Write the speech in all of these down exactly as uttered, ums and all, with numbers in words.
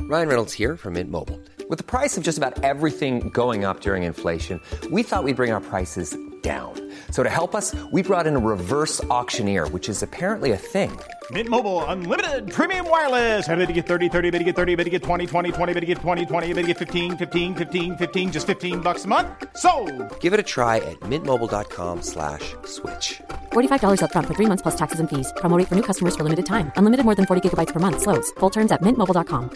Ryan Reynolds here from Mint Mobile. With the price of just about everything going up during inflation, we thought we'd bring our prices down. So to help us, we brought in a reverse auctioneer, which is apparently a thing. Mint Mobile Unlimited Premium Wireless. How to get thirty, thirty, how to get thirty, how to get twenty, twenty, twenty, how to get twenty, twenty, how to get fifteen, fifteen, fifteen, fifteen, just fifteen bucks a month? Sold! Give it a try at mintmobile.com slash switch. forty-five dollars up front for three months plus taxes and fees. Promo rate for new customers for limited time. Unlimited more than forty gigabytes per month. Slows full terms at mint mobile dot com.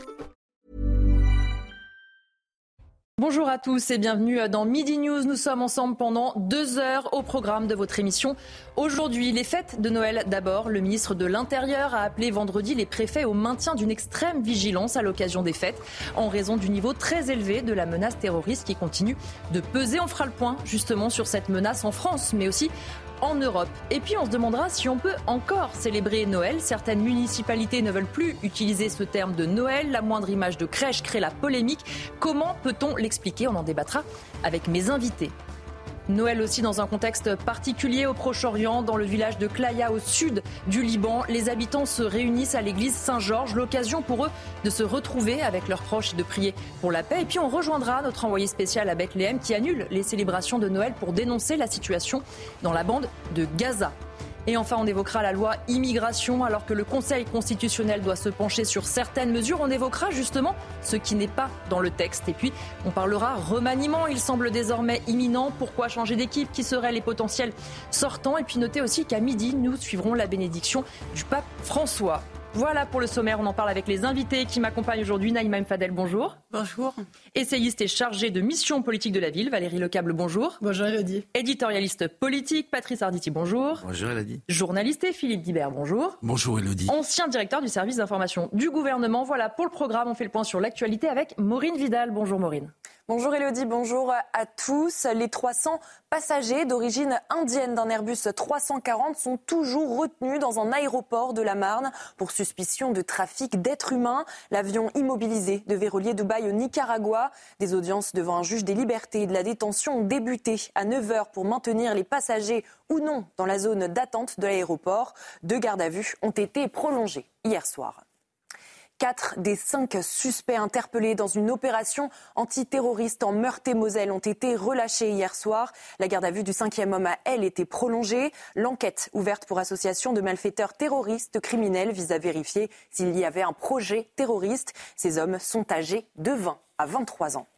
Bonjour à tous et bienvenue dans Midi News. Nous sommes ensemble pendant deux heures au programme de votre émission. Aujourd'hui, les fêtes de Noël d'abord. Le ministre de l'Intérieur a appelé vendredi les préfets au maintien d'une extrême vigilance à l'occasion des fêtes en raison du niveau très élevé de la menace terroriste qui continue de peser. On fera le point justement sur cette menace en France, mais aussi en Europe. Et puis on se demandera si on peut encore célébrer Noël. Certaines municipalités ne veulent plus utiliser ce terme de Noël. La moindre image de crèche crée la polémique. Comment peut-on l'expliquer ? On en débattra avec mes invités. Noël aussi dans un contexte particulier au Proche-Orient, dans le village de Klaya au sud du Liban. Les habitants se réunissent à l'église Saint-Georges, l'occasion pour eux de se retrouver avec leurs proches et de prier pour la paix. Et puis on rejoindra notre envoyé spécial à Bethléem qui annule les célébrations de Noël pour dénoncer la situation dans la bande de Gaza. Et enfin, on évoquera la loi immigration. Alors que le Conseil constitutionnel doit se pencher sur certaines mesures, on évoquera justement ce qui n'est pas dans le texte. Et puis, on parlera remaniement. Il semble désormais imminent. Pourquoi changer d'équipe ? Qui seraient les potentiels sortants ? Et puis, notez aussi qu'à midi, nous suivrons la bénédiction du pape François. Voilà pour le sommaire, on en parle avec les invités qui m'accompagnent aujourd'hui. Naïma M. Fadel, bonjour. Bonjour. Essayiste et chargée de mission politique de la ville, Valérie Lecable, bonjour. Bonjour Élodie. Éditorialiste politique, Patrice Arditi, bonjour. Bonjour Élodie. Journaliste et Philippe Guibert, bonjour. Bonjour Élodie. Ancien directeur du service d'information du gouvernement. Voilà pour le programme, on fait le point sur l'actualité avec Maureen Vidal. Bonjour Maureen. Bonjour Élodie, bonjour à tous. Les trois cents passagers d'origine indienne d'un Airbus trois cent quarante sont toujours retenus dans un aéroport de la Marne pour suspicion de trafic d'êtres humains. L'avion immobilisé devait relier Dubaï au Nicaragua. Des audiences devant un juge des libertés et de la détention ont débuté à neuf heures pour maintenir les passagers ou non dans la zone d'attente de l'aéroport. Deux gardes à vue ont été prolongées hier soir. Quatre des cinq suspects interpellés dans une opération antiterroriste en Meurthe-et-Moselle ont été relâchés hier soir. La garde à vue du cinquième homme a, elle, été prolongée. L'enquête ouverte pour association de malfaiteurs terroristes criminels vise à vérifier s'il y avait un projet terroriste. Ces hommes sont âgés de vingt à vingt-trois ans.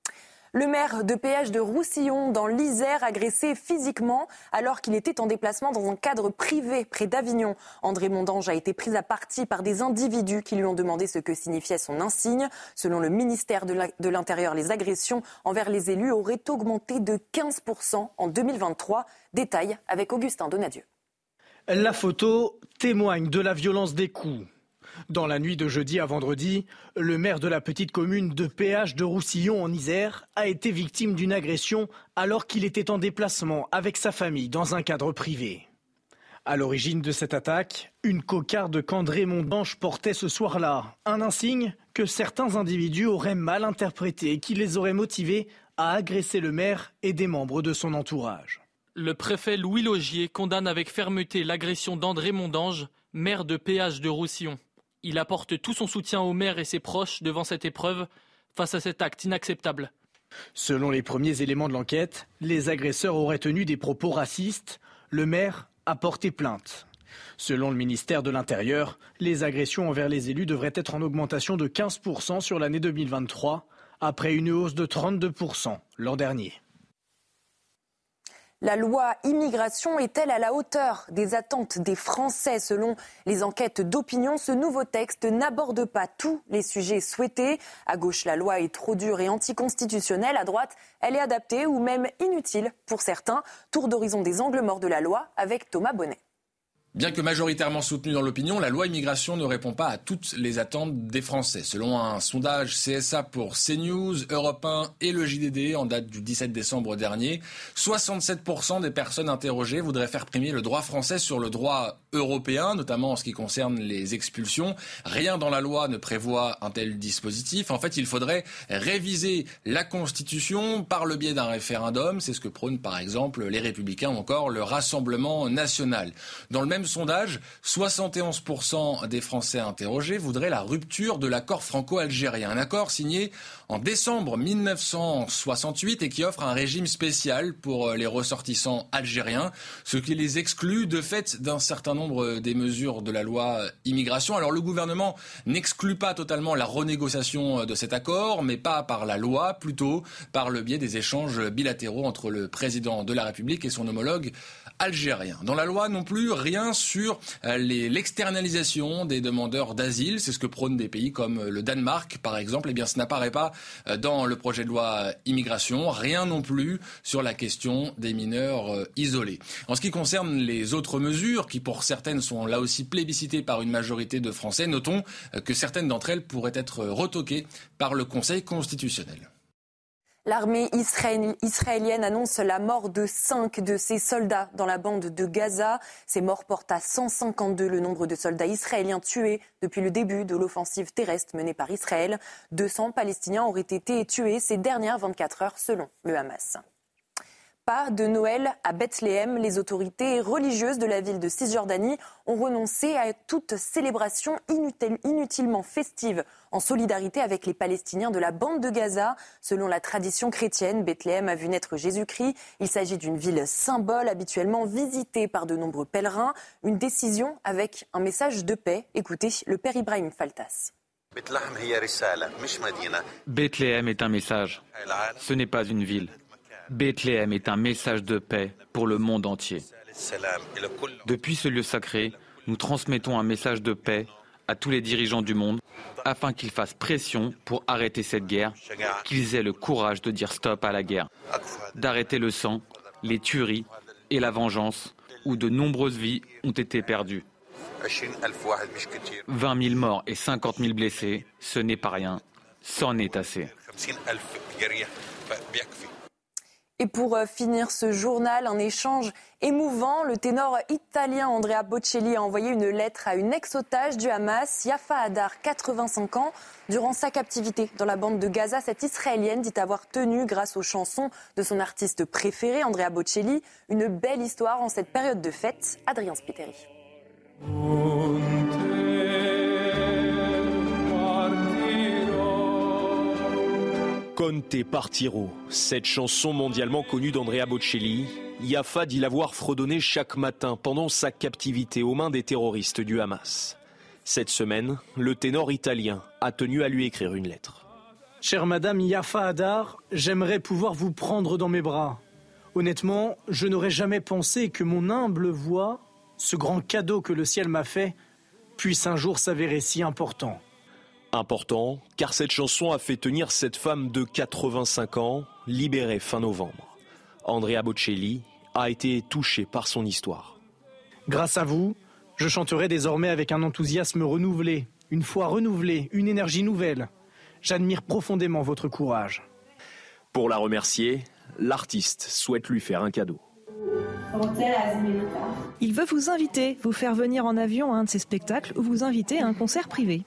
Le maire de Péage de Roussillon, dans l'Isère, agressé physiquement alors qu'il était en déplacement dans un cadre privé près d'Avignon. André Mondange a été pris à partie par des individus qui lui ont demandé ce que signifiait son insigne. Selon le ministère de l'Intérieur, les agressions envers les élus auraient augmenté de quinze pour cent en deux mille vingt-trois. Détail avec Augustin Donadieu. La photo témoigne de la violence des coups. Dans la nuit de jeudi à vendredi, le maire de la petite commune de Péage de Roussillon en Isère a été victime d'une agression alors qu'il était en déplacement avec sa famille dans un cadre privé. À l'origine de cette attaque, une cocarde qu'André Mondange portait ce soir-là, un insigne que certains individus auraient mal interprété et qui les aurait motivés à agresser le maire et des membres de son entourage. Le préfet Louis Laugier condamne avec fermeté l'agression d'André Mondange, maire de Péage de Roussillon. Il apporte tout son soutien au maire et ses proches devant cette épreuve, face à cet acte inacceptable. Selon les premiers éléments de l'enquête, les agresseurs auraient tenu des propos racistes. Le maire a porté plainte. Selon le ministère de l'Intérieur, les agressions envers les élus devraient être en augmentation de quinze pour cent sur l'année deux mille vingt-trois, après une hausse de trente-deux pour cent l'an dernier. La loi immigration est-elle à la hauteur des attentes des Français ? Selon les enquêtes d'opinion, ce nouveau texte n'aborde pas tous les sujets souhaités. À gauche, la loi est trop dure et anticonstitutionnelle. À droite, elle est adaptée ou même inutile pour certains. Tour d'horizon des angles morts de la loi avec Thomas Bonnet. Bien que majoritairement soutenue dans l'opinion, la loi immigration ne répond pas à toutes les attentes des Français. Selon un sondage C S A pour CNews, Europe un et le J D D en date du dix-sept décembre dernier, soixante-sept pour cent des personnes interrogées voudraient faire primer le droit français sur le droit européen, notamment en ce qui concerne les expulsions. Rien dans la loi ne prévoit un tel dispositif. En fait, il faudrait réviser la Constitution par le biais d'un référendum. C'est ce que prônent par exemple les Républicains ou encore le Rassemblement national. Dans le même même sondage, soixante et onze pour cent des Français interrogés voudraient la rupture de l'accord franco-algérien. Un accord signé en décembre mille neuf cent soixante-huit et qui offre un régime spécial pour les ressortissants algériens, ce qui les exclut de fait d'un certain nombre des mesures de la loi immigration. Alors le gouvernement n'exclut pas totalement la renégociation de cet accord, mais pas par la loi, plutôt par le biais des échanges bilatéraux entre le président de la République et son homologue algérien. Dans la loi non plus, rien sur les, l'externalisation des demandeurs d'asile. C'est ce que prônent des pays comme le Danemark, par exemple. Eh bien, ce n'apparaît pas dans le projet de loi immigration. Rien non plus sur la question des mineurs isolés. En ce qui concerne les autres mesures, qui pour certaines sont là aussi plébiscitées par une majorité de Français, notons que certaines d'entre elles pourraient être retoquées par le Conseil constitutionnel. L'armée israélienne annonce la mort de cinq de ses soldats dans la bande de Gaza. Ces morts portent à cent cinquante-deux le nombre de soldats israéliens tués depuis le début de l'offensive terrestre menée par Israël. deux cents Palestiniens auraient été tués ces dernières vingt-quatre heures selon le Hamas. Pas de Noël à Bethléem. Les autorités religieuses de la ville de Cisjordanie ont renoncé à toute célébration inutil, inutilement festive en solidarité avec les Palestiniens de la bande de Gaza. Selon la tradition chrétienne, Bethléem a vu naître Jésus-Christ. Il s'agit d'une ville symbole habituellement visitée par de nombreux pèlerins. Une décision avec un message de paix. Écoutez le père Ibrahim Faltas. Bethléem est un message. Ce n'est pas une ville. Bethléem est un message de paix pour le monde entier. Depuis ce lieu sacré, nous transmettons un message de paix à tous les dirigeants du monde afin qu'ils fassent pression pour arrêter cette guerre, qu'ils aient le courage de dire stop à la guerre, d'arrêter le sang, les tueries et la vengeance où de nombreuses vies ont été perdues. vingt mille morts et cinquante mille blessés, ce n'est pas rien, c'en est assez. Et pour finir ce journal, un échange émouvant. Le ténor italien Andrea Bocelli a envoyé une lettre à une ex-otage du Hamas, Yafa Hadar, quatre-vingt-cinq ans. Durant sa captivité dans la bande de Gaza, cette Israélienne dit avoir tenu, grâce aux chansons de son artiste préféré, Andrea Bocelli, une belle histoire en cette période de fête. Adrien Spiteri. Conte partiro, cette chanson mondialement connue d'Andrea Bocelli, Yafa dit l'avoir fredonnée chaque matin pendant sa captivité aux mains des terroristes du Hamas. Cette semaine, le ténor italien a tenu à lui écrire une lettre. Chère Madame Yafa Hadar, j'aimerais pouvoir vous prendre dans mes bras. Honnêtement, je n'aurais jamais pensé que mon humble voix, ce grand cadeau que le ciel m'a fait, puisse un jour s'avérer si important. Important, car cette chanson a fait tenir cette femme de quatre-vingt-cinq ans, libérée fin novembre. Andrea Bocelli a été touché par son histoire. Grâce à vous, je chanterai désormais avec un enthousiasme renouvelé, une foi renouvelée, une énergie nouvelle. J'admire profondément votre courage. Pour la remercier, l'artiste souhaite lui faire un cadeau. Il veut vous inviter, vous faire venir en avion à un de ses spectacles ou vous inviter à un concert privé.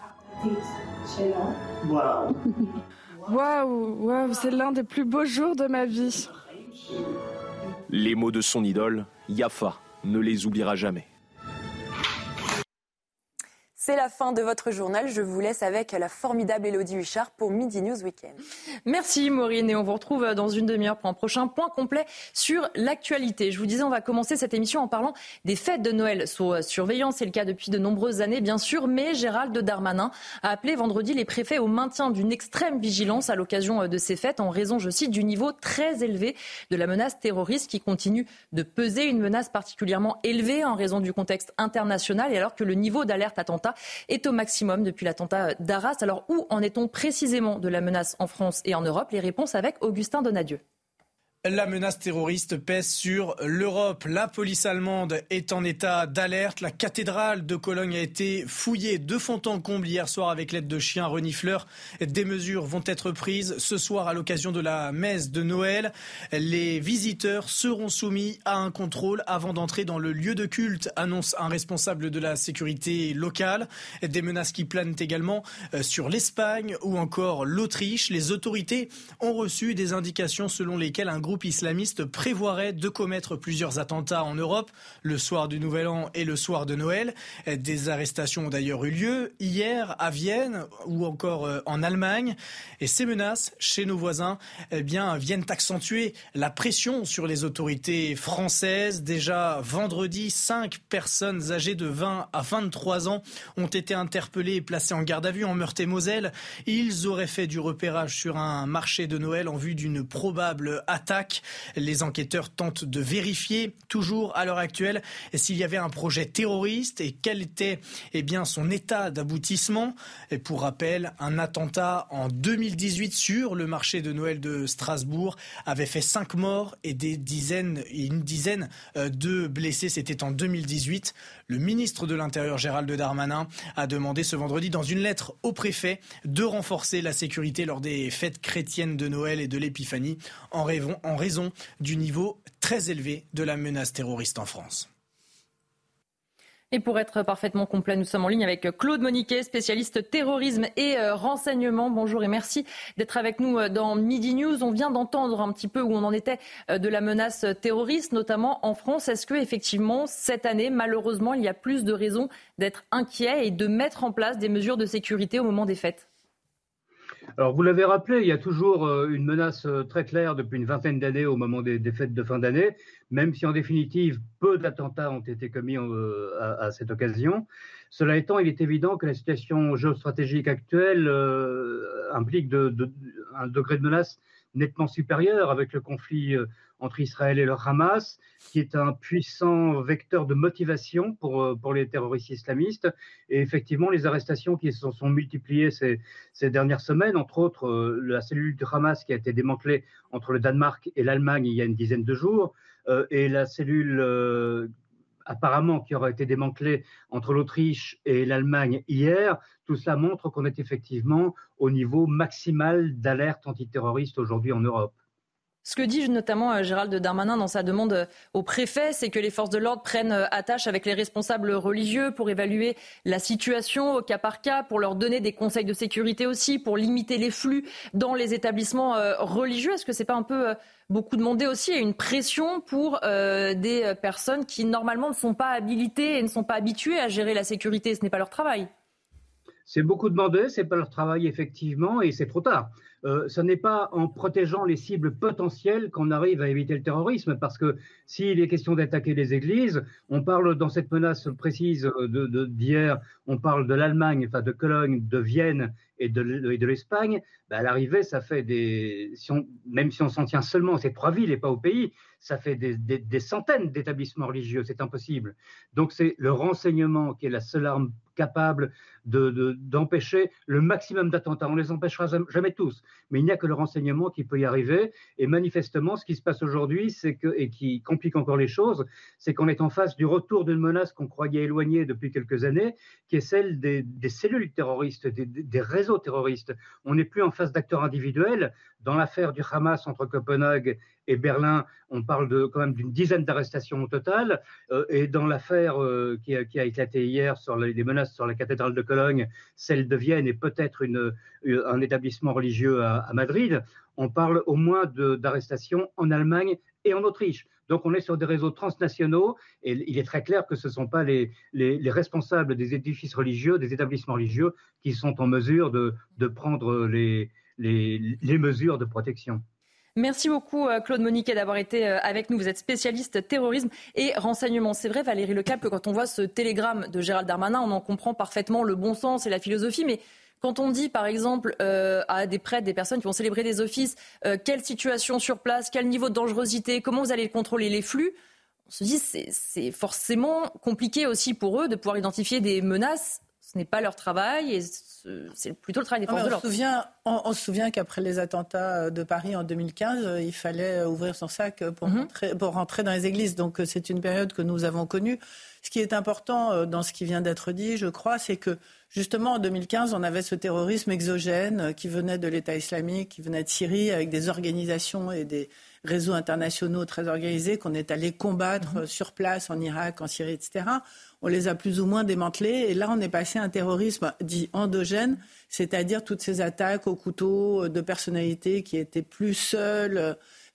Waouh, waouh, wow, c'est l'un des plus beaux jours de ma vie. Les mots de son idole, Yafa, ne les oubliera jamais. C'est la fin de votre journal. Je vous laisse avec la formidable Élodie Huchard pour Midi News Weekend. Merci Maureen et on vous retrouve dans une demi-heure pour un prochain point complet sur l'actualité. Je vous disais, on va commencer cette émission en parlant des fêtes de Noël sous surveillance. C'est le cas depuis de nombreuses années, bien sûr, mais Gérald Darmanin a appelé vendredi les préfets au maintien d'une extrême vigilance à l'occasion de ces fêtes en raison, je cite, du niveau très élevé de la menace terroriste qui continue de peser, une menace particulièrement élevée en raison du contexte international et alors que le niveau d'alerte attentat est au maximum depuis l'attentat d'Arras. Alors où en est-on précisément de la menace en France et en Europe? Les réponses avec Augustin Donadieu. La menace terroriste pèse sur l'Europe. La police allemande est en état d'alerte. La cathédrale de Cologne a été fouillée de fond en comble hier soir avec l'aide de chiens renifleurs. Des mesures vont être prises ce soir à l'occasion de la messe de Noël. Les visiteurs seront soumis à un contrôle avant d'entrer dans le lieu de culte, annonce un responsable de la sécurité locale. Des menaces qui planent également sur l'Espagne ou encore l'Autriche. Les autorités ont reçu des indications selon lesquelles un groupe groupe islamiste prévoirait de commettre plusieurs attentats en Europe, le soir du Nouvel An et le soir de Noël. Des arrestations ont d'ailleurs eu lieu hier à Vienne ou encore en Allemagne. Et ces menaces chez nos voisins eh bien, viennent accentuer la pression sur les autorités françaises. Déjà vendredi, cinq personnes âgées de vingt à vingt-trois ans ont été interpellées et placées en garde à vue en Meurthe-et-Moselle. Ils auraient fait du repérage sur un marché de Noël en vue d'une probable attaque. Les enquêteurs tentent de vérifier, toujours à l'heure actuelle, s'il y avait un projet terroriste et quel était eh bien, son état d'aboutissement. Et pour rappel, un attentat en deux mille dix-huit sur le marché de Noël de Strasbourg avait fait cinq morts et des dizaines et une dizaine de blessés. C'était en deux mille dix-huit. Le ministre de l'Intérieur, Gérald Darmanin, a demandé ce vendredi dans une lettre au préfet de renforcer la sécurité lors des fêtes chrétiennes de Noël et de l'Épiphanie en raison, en raison du niveau très élevé de la menace terroriste en France. Et pour être parfaitement complet, nous sommes en ligne avec Claude Moniquet, spécialiste terrorisme et euh, renseignement. Bonjour et merci d'être avec nous dans Midi News. On vient d'entendre un petit peu où on en était euh, de la menace terroriste, notamment en France. Est-ce que effectivement cette année, malheureusement, il y a plus de raisons d'être inquiet et de mettre en place des mesures de sécurité au moment des fêtes ? Alors, vous l'avez rappelé, il y a toujours une menace très claire depuis une vingtaine d'années au moment des, des fêtes de fin d'année, même si en définitive, peu d'attentats ont été commis euh, à, à cette occasion. Cela étant, il est évident que la situation géostratégique actuelle euh, implique de, de, un degré de menace nettement supérieur avec le conflit euh, entre Israël et le Hamas, qui est un puissant vecteur de motivation pour, pour les terroristes islamistes. Et effectivement, les arrestations qui se sont multipliées ces, ces dernières semaines, entre autres euh, la cellule du Hamas qui a été démantelée entre le Danemark et l'Allemagne il y a une dizaine de jours, euh, et la cellule euh, apparemment qui aurait été démantelée entre l'Autriche et l'Allemagne hier, tout cela montre qu'on est effectivement au niveau maximal d'alerte antiterroriste aujourd'hui en Europe. Ce que dit notamment Gérald Darmanin dans sa demande au préfet, c'est que les forces de l'ordre prennent attache avec les responsables religieux pour évaluer la situation au cas par cas, pour leur donner des conseils de sécurité aussi, pour limiter les flux dans les établissements religieux. Est-ce que c'est pas un peu beaucoup demandé aussi, et une pression pour euh, des personnes qui normalement ne sont pas habilitées et ne sont pas habituées à gérer la sécurité? Ce n'est pas leur travail. C'est beaucoup demandé, c'est pas leur travail effectivement, et c'est trop tard. Euh, ce n'est pas en protégeant les cibles potentielles qu'on arrive à éviter le terrorisme, parce que s'il est question d'attaquer les églises, on parle dans cette menace précise de, de, d'hier, on parle de l'Allemagne, enfin de Cologne, de Vienne et de, et de l'Espagne. Ben à l'arrivée, ça fait des, si on, même si on s'en tient seulement à ces trois villes et pas au pays, ça fait des, des, des centaines d'établissements religieux, c'est impossible. Donc c'est le renseignement qui est la seule arme capable de, de, d'empêcher le maximum d'attentats. On ne les empêchera jamais tous, mais il n'y a que le renseignement qui peut y arriver. Et manifestement, ce qui se passe aujourd'hui, c'est que, et qui complique encore les choses, c'est qu'on est en face du retour d'une menace qu'on croyait éloignée depuis quelques années, qui est celle des, des cellules terroristes, des, des réseaux terroristes. On n'est plus en face d'acteurs individuels. Dans l'affaire du Hamas entre Copenhague et Berlin, on parle de, quand même d'une dizaine d'arrestations au total. Euh, et dans l'affaire euh, qui, a, qui a éclaté hier sur les, les menaces sur la cathédrale de Cologne, celle de Vienne et peut-être une, une, un établissement religieux à, à Madrid, on parle au moins de, d'arrestations en Allemagne et en Autriche. Donc on est sur des réseaux transnationaux et il est très clair que ce ne sont pas les, les, les responsables des édifices religieux, des établissements religieux qui sont en mesure de, de prendre les, les, les mesures de protection. Merci beaucoup Claude Moniquet d'avoir été avec nous. Vous êtes spécialiste terrorisme et renseignement. C'est vrai Valérie Lecap que quand on voit ce télégramme de Gérald Darmanin, on en comprend parfaitement le bon sens et la philosophie, mais quand on dit, par exemple, euh, à des prêtres, des personnes qui vont célébrer des offices, euh, quelle situation sur place, quel niveau de dangerosité, comment vous allez contrôler les flux, on se dit c'est, c'est forcément compliqué aussi pour eux de pouvoir identifier des menaces. Ce n'est pas leur travail et c'est plutôt le travail des forces non, de l'ordre. On se souvient, on, on se souvient qu'après les attentats de Paris en deux mille quinze, il fallait ouvrir son sac pour, mm-hmm. rentrer, pour rentrer dans les églises. Donc c'est une période que nous avons connue. Ce qui est important dans ce qui vient d'être dit, je crois, c'est que justement en deux mille quinze, on avait ce terrorisme exogène qui venait de l'État islamique, qui venait de Syrie, avec des organisations et des réseaux internationaux très organisés qu'on est allé combattre mmh. sur place en Irak, en Syrie, et cetera. On les a plus ou moins démantelés. Et là, on est passé à un terrorisme dit endogène, c'est-à-dire toutes ces attaques au couteau de personnalités qui étaient plus seules,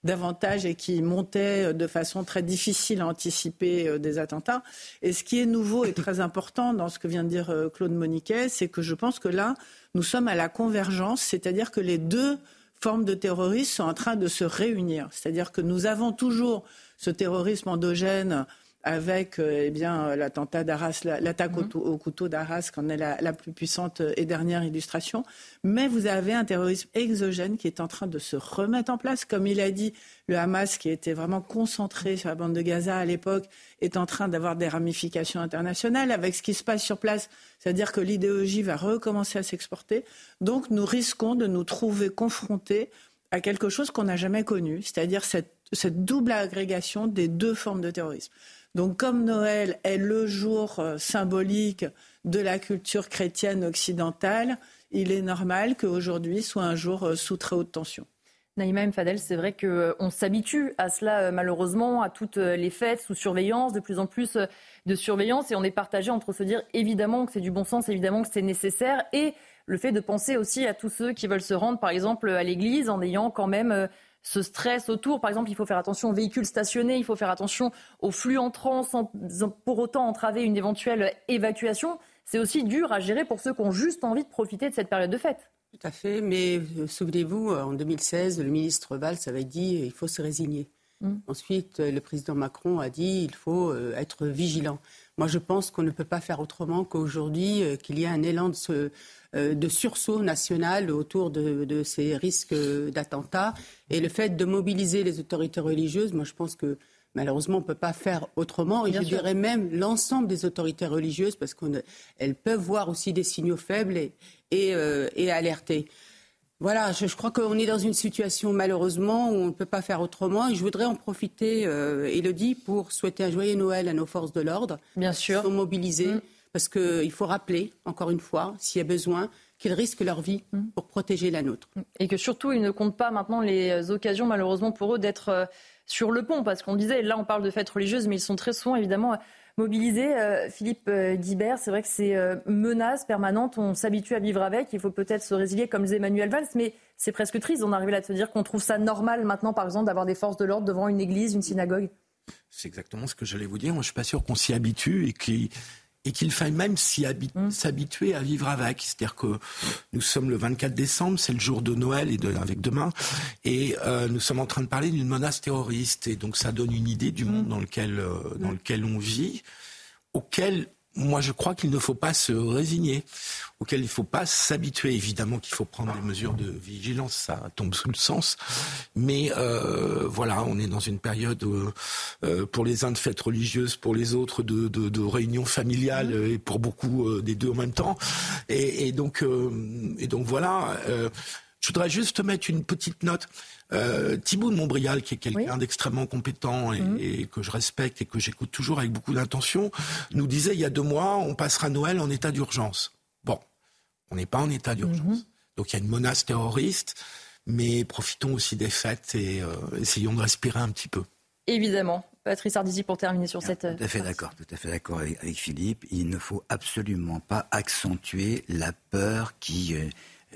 davantage et qui montaient de façon très difficile à anticiper des attentats. Et ce qui est nouveau et très important dans ce que vient de dire Claude Moniquet, c'est que je pense que là, nous sommes à la convergence, c'est-à-dire que les deux formes de terrorisme sont en train de se réunir. C'est-à-dire que nous avons toujours ce terrorisme endogène avec euh, eh bien, l'attentat d'Arras, l'attaque mmh. au, au couteau d'Arras, qui en est la, la plus puissante et dernière illustration. Mais vous avez un terrorisme exogène qui est en train de se remettre en place. Comme il a dit, le Hamas, qui était vraiment concentré sur la bande de Gaza à l'époque, est en train d'avoir des ramifications internationales avec ce qui se passe sur place. C'est-à-dire que l'idéologie va recommencer à s'exporter. Donc nous risquons de nous trouver confrontés à quelque chose qu'on n'a jamais connu, c'est-à-dire cette, cette double agrégation des deux formes de terrorisme. Donc comme Noël est le jour euh, symbolique de la culture chrétienne occidentale, il est normal qu'aujourd'hui soit un jour euh, sous très haute tension. Naïma M. Fadel, c'est vrai qu'on s'habitue à cela malheureusement, à toutes les fêtes sous surveillance, de plus en plus de surveillance, et on est partagé entre se dire évidemment que c'est du bon sens, évidemment que c'est nécessaire, et le fait de penser aussi à tous ceux qui veulent se rendre par exemple à l'église en ayant quand même ce stress autour. Par exemple, il faut faire attention aux véhicules stationnés, il faut faire attention aux flux entrants sans pour autant entraver une éventuelle évacuation. C'est aussi dur à gérer pour ceux qui ont juste envie de profiter de cette période de fête. Tout à fait, mais euh, souvenez-vous, en deux mille seize, le ministre Valls avait dit euh, il faut se résigner. Mmh. Ensuite, euh, le président Macron a dit il faut euh, être vigilant. Moi, je pense qu'on ne peut pas faire autrement qu'aujourd'hui euh, qu'il y ait un élan de, ce, euh, de sursaut national autour de, de ces risques d'attentats. Et le fait de mobiliser les autorités religieuses, moi, je pense que malheureusement, on ne peut pas faire autrement. Et Bien je sûr. dirais même l'ensemble des autorités religieuses, parce qu'elles peuvent voir aussi des signaux faibles et, et, euh, et alerter. Voilà, je, je crois qu'on est dans une situation, malheureusement, où on ne peut pas faire autrement. Et je voudrais en profiter, euh, Élodie, pour souhaiter un joyeux Noël à nos forces de l'ordre. Bien sûr. Qui sont mobilisées, mmh. parce qu'il faut rappeler, encore une fois, s'il y a besoin, qu'ils risquent leur vie mmh. pour protéger la nôtre. Et que surtout, ils ne comptent pas maintenant les occasions, malheureusement pour eux, d'être euh, sur le pont. Parce qu'on disait, là, on parle de fêtes religieuses, mais ils sont très souvent, évidemment, mobilisés. Euh, Philippe euh, Guibert, c'est vrai que c'est euh, menace permanente. On s'habitue à vivre avec. Il faut peut-être se résilier, comme disait Manuel Valls. Mais c'est presque triste d'en arriver là, de se dire qu'on trouve ça normal maintenant, par exemple, d'avoir des forces de l'ordre devant une église, une synagogue. C'est exactement ce que j'allais vous dire. Moi, je suis pas sûr qu'on s'y habitue et qu'il... et qu'il faille même s'y habi- mmh. s'habituer à vivre avec. C'est-à-dire que nous sommes le vingt-quatre décembre, c'est le jour de Noël et de, avec demain, et euh, nous sommes en train de parler d'une menace terroriste, et donc ça donne une idée du monde mmh. dans lequel, euh, dans mmh. lequel on vit, auquel moi je crois qu'il ne faut pas se résigner, auquel il ne faut pas s'habituer. Évidemment qu'il faut prendre des mesures de vigilance, ça tombe sous le sens, mais euh, voilà, on est dans une période euh, euh, pour les uns de fêtes religieuses, pour les autres de, de, de réunions familiales, et pour beaucoup euh, des deux en même temps, et, et donc euh, et donc voilà. Euh, je voudrais juste mettre une petite note. Euh, Thibault de Montbrial, qui est quelqu'un oui. d'extrêmement compétent et, mmh. et que je respecte et que j'écoute toujours avec beaucoup d'intention, nous disait il y a deux mois, on passera Noël en état d'urgence. Bon, on n'est pas en état d'urgence. Mmh. Donc il y a une menace terroriste, mais profitons aussi des fêtes et euh, essayons de respirer un petit peu. Évidemment. Patrice Arditi pour terminer sur cette... Tout à fait d'accord, tout à fait d'accord avec, avec Philippe. Il ne faut absolument pas accentuer la peur qui... Euh,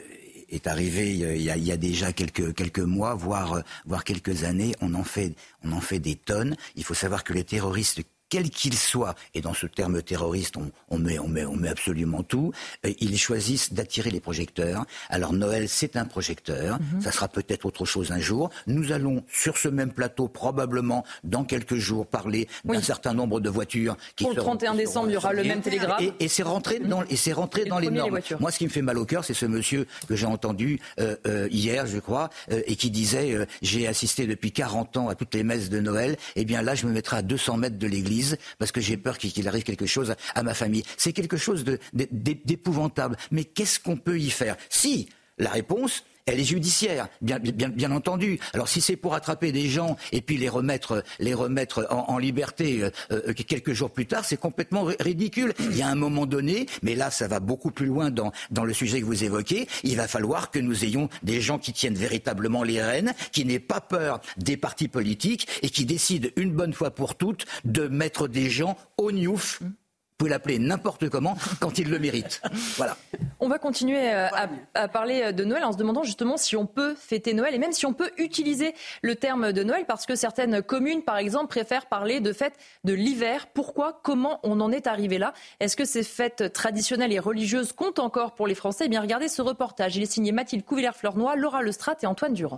est arrivé il y a, il y a déjà quelques quelques mois, voire voire quelques années. On en fait on en fait des tonnes. Il faut savoir que les terroristes, quels qu'ils soient, et dans ce terme terroriste, on, on, met, on, met, on met absolument tout, euh, ils choisissent d'attirer les projecteurs. Alors Noël, c'est un projecteur, mm-hmm. ça sera peut-être autre chose un jour. Nous allons, sur ce même plateau, probablement, dans quelques jours, parler oui. d'un certain nombre de voitures qui Pour seront... Pour le trente et un décembre, il y aura le même télégramme. Et, et c'est rentré dans, et c'est rentré et dans les normes. Les Moi, ce qui me fait mal au cœur, c'est ce monsieur que j'ai entendu euh, euh, hier, je crois, euh, et qui disait euh, « J'ai assisté depuis quarante ans à toutes les messes de Noël, et bien là, je me mettrai à deux cents mètres de l'église. » Parce que j'ai peur qu'il arrive quelque chose à, à ma famille. C'est quelque chose de, de, d'épouvantable. Mais qu'est-ce qu'on peut y faire ? Si, la réponse, elle est judiciaire, bien, bien, bien entendu. Alors si c'est pour attraper des gens et puis les remettre, les remettre en, en liberté euh, quelques jours plus tard, c'est complètement ridicule. Il y a un moment donné, mais là ça va beaucoup plus loin dans, dans le sujet que vous évoquez, il va falloir que nous ayons des gens qui tiennent véritablement les rênes, qui n'aient pas peur des partis politiques et qui décident une bonne fois pour toutes de mettre des gens au gnouf Vous pouvez l'appeler n'importe comment quand il le mérite. Voilà. On va continuer à, à parler de Noël en se demandant justement si on peut fêter Noël et même si on peut utiliser le terme de Noël parce que certaines communes, par exemple, préfèrent parler de fête de l'hiver. Pourquoi ? Comment on en est arrivé là ? Est-ce que ces fêtes traditionnelles et religieuses comptent encore pour les Français ? Eh bien, regardez ce reportage. Il est signé Mathilde Couvillère-Fleurnoy, Laura Lestrade et Antoine Durand.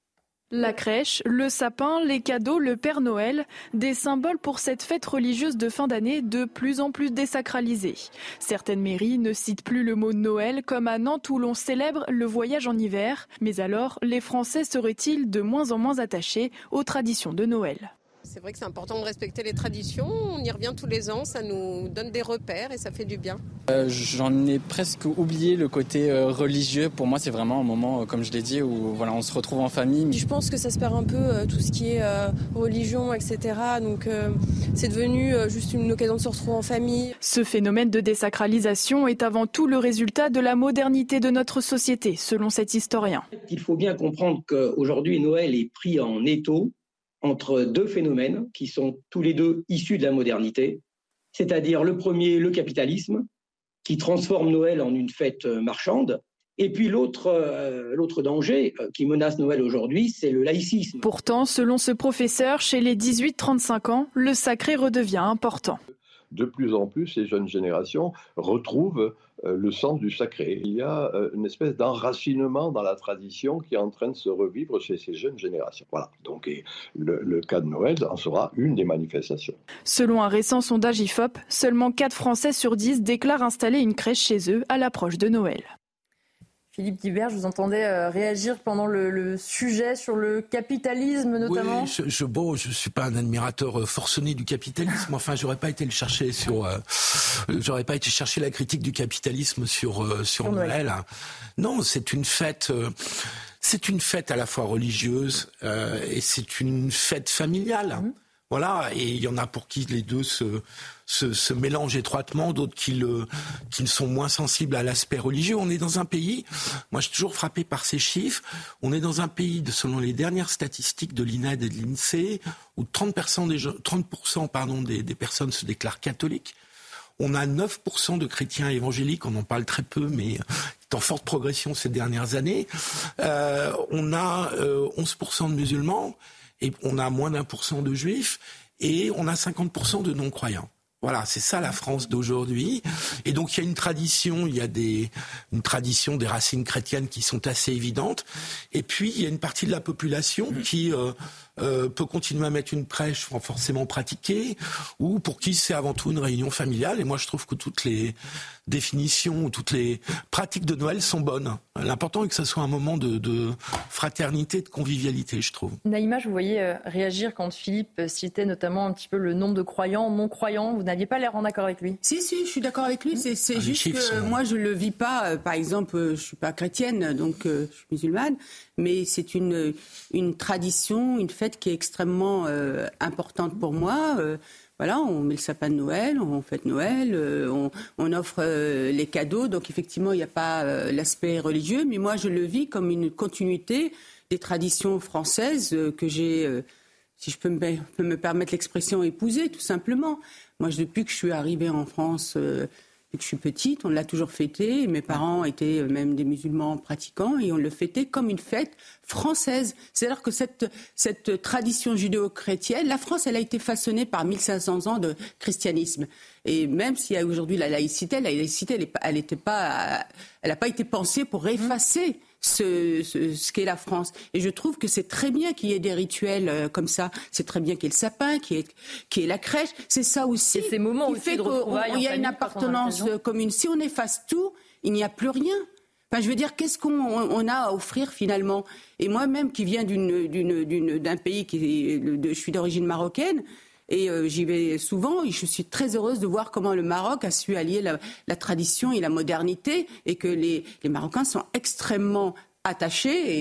La crèche, le sapin, les cadeaux, le Père Noël, des symboles pour cette fête religieuse de fin d'année de plus en plus désacralisée. Certaines mairies ne citent plus le mot Noël, comme à Nantes où l'on célèbre le voyage en hiver. Mais alors, les Français seraient-ils de moins en moins attachés aux traditions de Noël ? C'est vrai que c'est important de respecter les traditions, on y revient tous les ans, ça nous donne des repères et ça fait du bien. Euh, j'en ai presque oublié le côté euh, religieux. Pour moi, c'est vraiment un moment, euh, comme je l'ai dit, où voilà, on se retrouve en famille. Je pense que ça se perd un peu, euh, tout ce qui est euh, religion, et cetera. Donc euh, c'est devenu euh, juste une occasion de se retrouver en famille. Ce phénomène de désacralisation est avant tout le résultat de la modernité de notre société, selon cet historien. Il faut bien comprendre qu'aujourd'hui, Noël est pris en étau entre deux phénomènes qui sont tous les deux issus de la modernité, c'est-à-dire le premier, le capitalisme, qui transforme Noël en une fête marchande, et puis l'autre, euh, l'autre danger qui menace Noël aujourd'hui, c'est le laïcisme. Pourtant, selon ce professeur, chez les dix-huit trente-cinq ans, le sacré redevient important. De plus en plus, ces jeunes générations retrouvent euh, le sens du sacré. Il y a euh, une espèce d'enracinement dans la tradition qui est en train de se revivre chez ces jeunes générations. Voilà. Donc, et le, le cas de Noël en sera une des manifestations. Selon un récent sondage I F O P, seulement quatre Français sur dix déclarent installer une crèche chez eux à l'approche de Noël. Philippe Guibert, je vous entendais euh, réagir pendant le, le sujet sur le capitalisme notamment. Oui, je, je, bon, je suis pas un admirateur forcené du capitalisme. Enfin, j'aurais pas été le chercher sur, euh, j'aurais pas été chercher la critique du capitalisme sur euh, sur Noël. Noël. Non, c'est une fête. Euh, c'est une fête à la fois religieuse euh, et c'est une fête familiale. Mmh. Voilà, et il y en a pour qui les deux se, se, se mélangent étroitement, d'autres qui, le, qui sont moins sensibles à l'aspect religieux. On est dans un pays, moi je suis toujours frappé par ces chiffres, on est dans un pays, de, selon les dernières statistiques de l'I N E D et de l'INSEE, où trente pour cent des, trente pour cent, pardon, des, des personnes se déclarent catholiques. On a neuf pour cent de chrétiens évangéliques, on en parle très peu, mais c'est en forte progression ces dernières années. Euh, on a euh, onze pour cent de musulmans. Et on a moins d'un pour cent de juifs et on a cinquante pour cent de non-croyants. Voilà, c'est ça la France d'aujourd'hui. Et donc il y a une tradition, il y a des, une tradition des racines chrétiennes qui sont assez évidentes. Et puis il y a une partie de la population qui euh, euh, peut continuer à mettre une prêche sans forcément pratiquer, ou pour qui c'est avant tout une réunion familiale. Et moi je trouve que toutes les définitions, toutes les pratiques de Noël sont bonnes. L'important est que ce soit un moment de, de fraternité, de convivialité, je trouve. Naïma, je vous voyais euh, réagir quand Philippe citait notamment un petit peu le nombre de croyants, non-croyants. Vous n'aviez pas l'air en accord avec lui. Si, si, je suis d'accord avec lui. C'est, c'est ah, juste que sont... moi, je ne le vis pas. Euh, par exemple, euh, je ne suis pas chrétienne, donc euh, je suis musulmane. Mais c'est une, une tradition, une fête qui est extrêmement euh, importante pour moi. Euh, Voilà, on met le sapin de Noël, on fête Noël, euh, on, on offre euh, les cadeaux. Donc effectivement, il n'y a pas euh, l'aspect religieux. Mais moi, je le vis comme une continuité des traditions françaises euh, que j'ai, euh, si je peux me, peux me permettre l'expression, épousées, tout simplement. Moi, depuis que je suis arrivée en France, euh, depuis que je suis petite, on l'a toujours fêté. Mes parents étaient même des musulmans pratiquants et on le fêtait comme une fête française. C'est-à-dire que cette, cette tradition judéo-chrétienne, la France, elle a été façonnée par mille cinq cents ans de christianisme. Et même s'il y a aujourd'hui la laïcité, la laïcité, elle n'a pas, elle pas été pensée pour effacer ce, ce, ce qu'est la France. Et je trouve que c'est très bien qu'il y ait des rituels euh, comme ça. C'est très bien qu'il y ait le sapin, qu'il y ait, qu'il y ait la crèche. C'est ça aussi et ces moments qui aussi fait qu'il y a une appartenance commune. Si on efface tout, il n'y a plus rien. Enfin, je veux dire, qu'est-ce qu'on on a à offrir finalement ? Et moi-même, qui viens d'une, d'une, d'une, d'un pays qui est, de, je suis d'origine marocaine, et euh, j'y vais souvent, et je suis très heureuse de voir comment le Maroc a su allier la, la tradition et la modernité, et que les, les Marocains sont extrêmement attachés, et je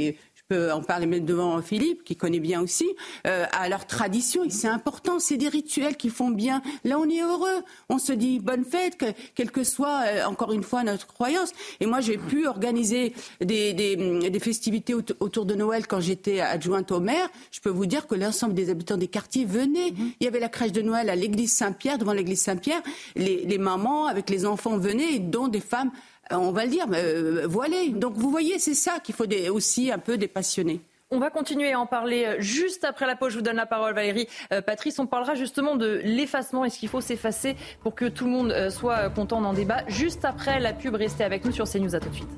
peux en parler même devant Philippe, qui connaît bien aussi, euh, à leur tradition. Et c'est important, c'est des rituels qui font bien. Là, on est heureux. On se dit bonne fête, que, quelle que soit, euh, encore une fois, notre croyance. Et moi, j'ai pu organiser des, des, des festivités autour de Noël quand j'étais adjointe au maire. Je peux vous dire que l'ensemble des habitants des quartiers venaient. Mmh. Il y avait la crèche de Noël à l'église Saint-Pierre, devant l'église Saint-Pierre. Les, les mamans avec les enfants venaient, dont des femmes, on va le dire, euh, voilées. Donc vous voyez, c'est ça qu'il faut des, aussi un peu des passionnés. On va continuer à en parler juste après la pause. Je vous donne la parole, Valérie. Euh, Patrice, on parlera justement de l'effacement. Est-ce qu'il faut s'effacer pour que tout le monde euh, soit content dans le débat? Juste après la pub, restez avec nous sur CNews. À tout de suite.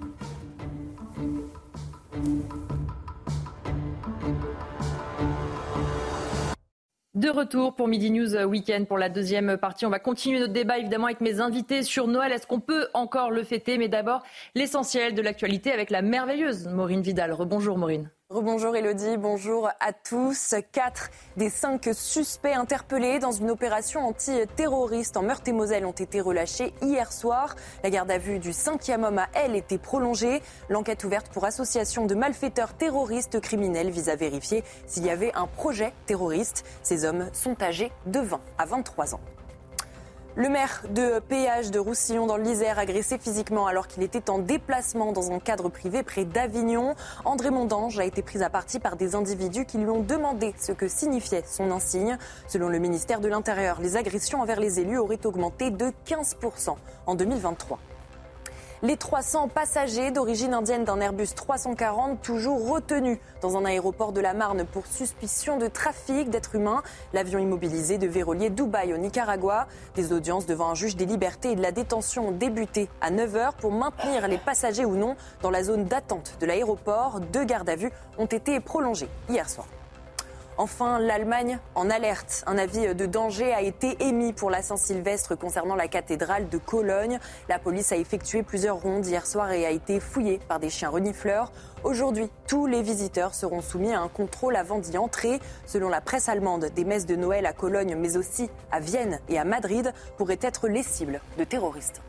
De retour pour Midi News Weekend pour la deuxième partie. On va continuer notre débat évidemment avec mes invités sur Noël. Est-ce qu'on peut encore le fêter? Mais d'abord, l'essentiel de l'actualité avec la merveilleuse Maureen Vidal. Rebonjour Maureen. Rebonjour Élodie, bonjour à tous. Quatre des cinq suspects interpellés dans une opération antiterroriste en Meurthe-et-Moselle ont été relâchés hier soir. La garde à vue du cinquième homme a, elle, été prolongée. L'enquête ouverte pour association de malfaiteurs terroristes criminels vise à vérifier s'il y avait un projet terroriste. Ces hommes sont âgés de vingt à vingt-trois ans. Le maire de Péage de Roussillon dans l'Isère, agressé physiquement alors qu'il était en déplacement dans un cadre privé près d'Avignon. André Mondange a été pris à partie par des individus qui lui ont demandé ce que signifiait son insigne. Selon le ministère de l'Intérieur, les agressions envers les élus auraient augmenté de quinze pour cent en deux mille vingt-trois. Les trois cents passagers d'origine indienne d'un Airbus trois cent quarante toujours retenus dans un aéroport de la Marne pour suspicion de trafic d'êtres humains. L'avion immobilisé devait relier Dubaï au Nicaragua. Des audiences devant un juge des libertés et de la détention ont débuté à neuf heures pour maintenir les passagers ou non dans la zone d'attente de l'aéroport. Deux gardes à vue ont été prolongées hier soir. Enfin, l'Allemagne en alerte. Un avis de danger a été émis pour la Saint-Sylvestre concernant la cathédrale de Cologne. La police a effectué plusieurs rondes hier soir et a été fouillée par des chiens renifleurs. Aujourd'hui, tous les visiteurs seront soumis à un contrôle avant d'y entrer. Selon la presse allemande, des messes de Noël à Cologne, mais aussi à Vienne et à Madrid, pourraient être les cibles de terroristes.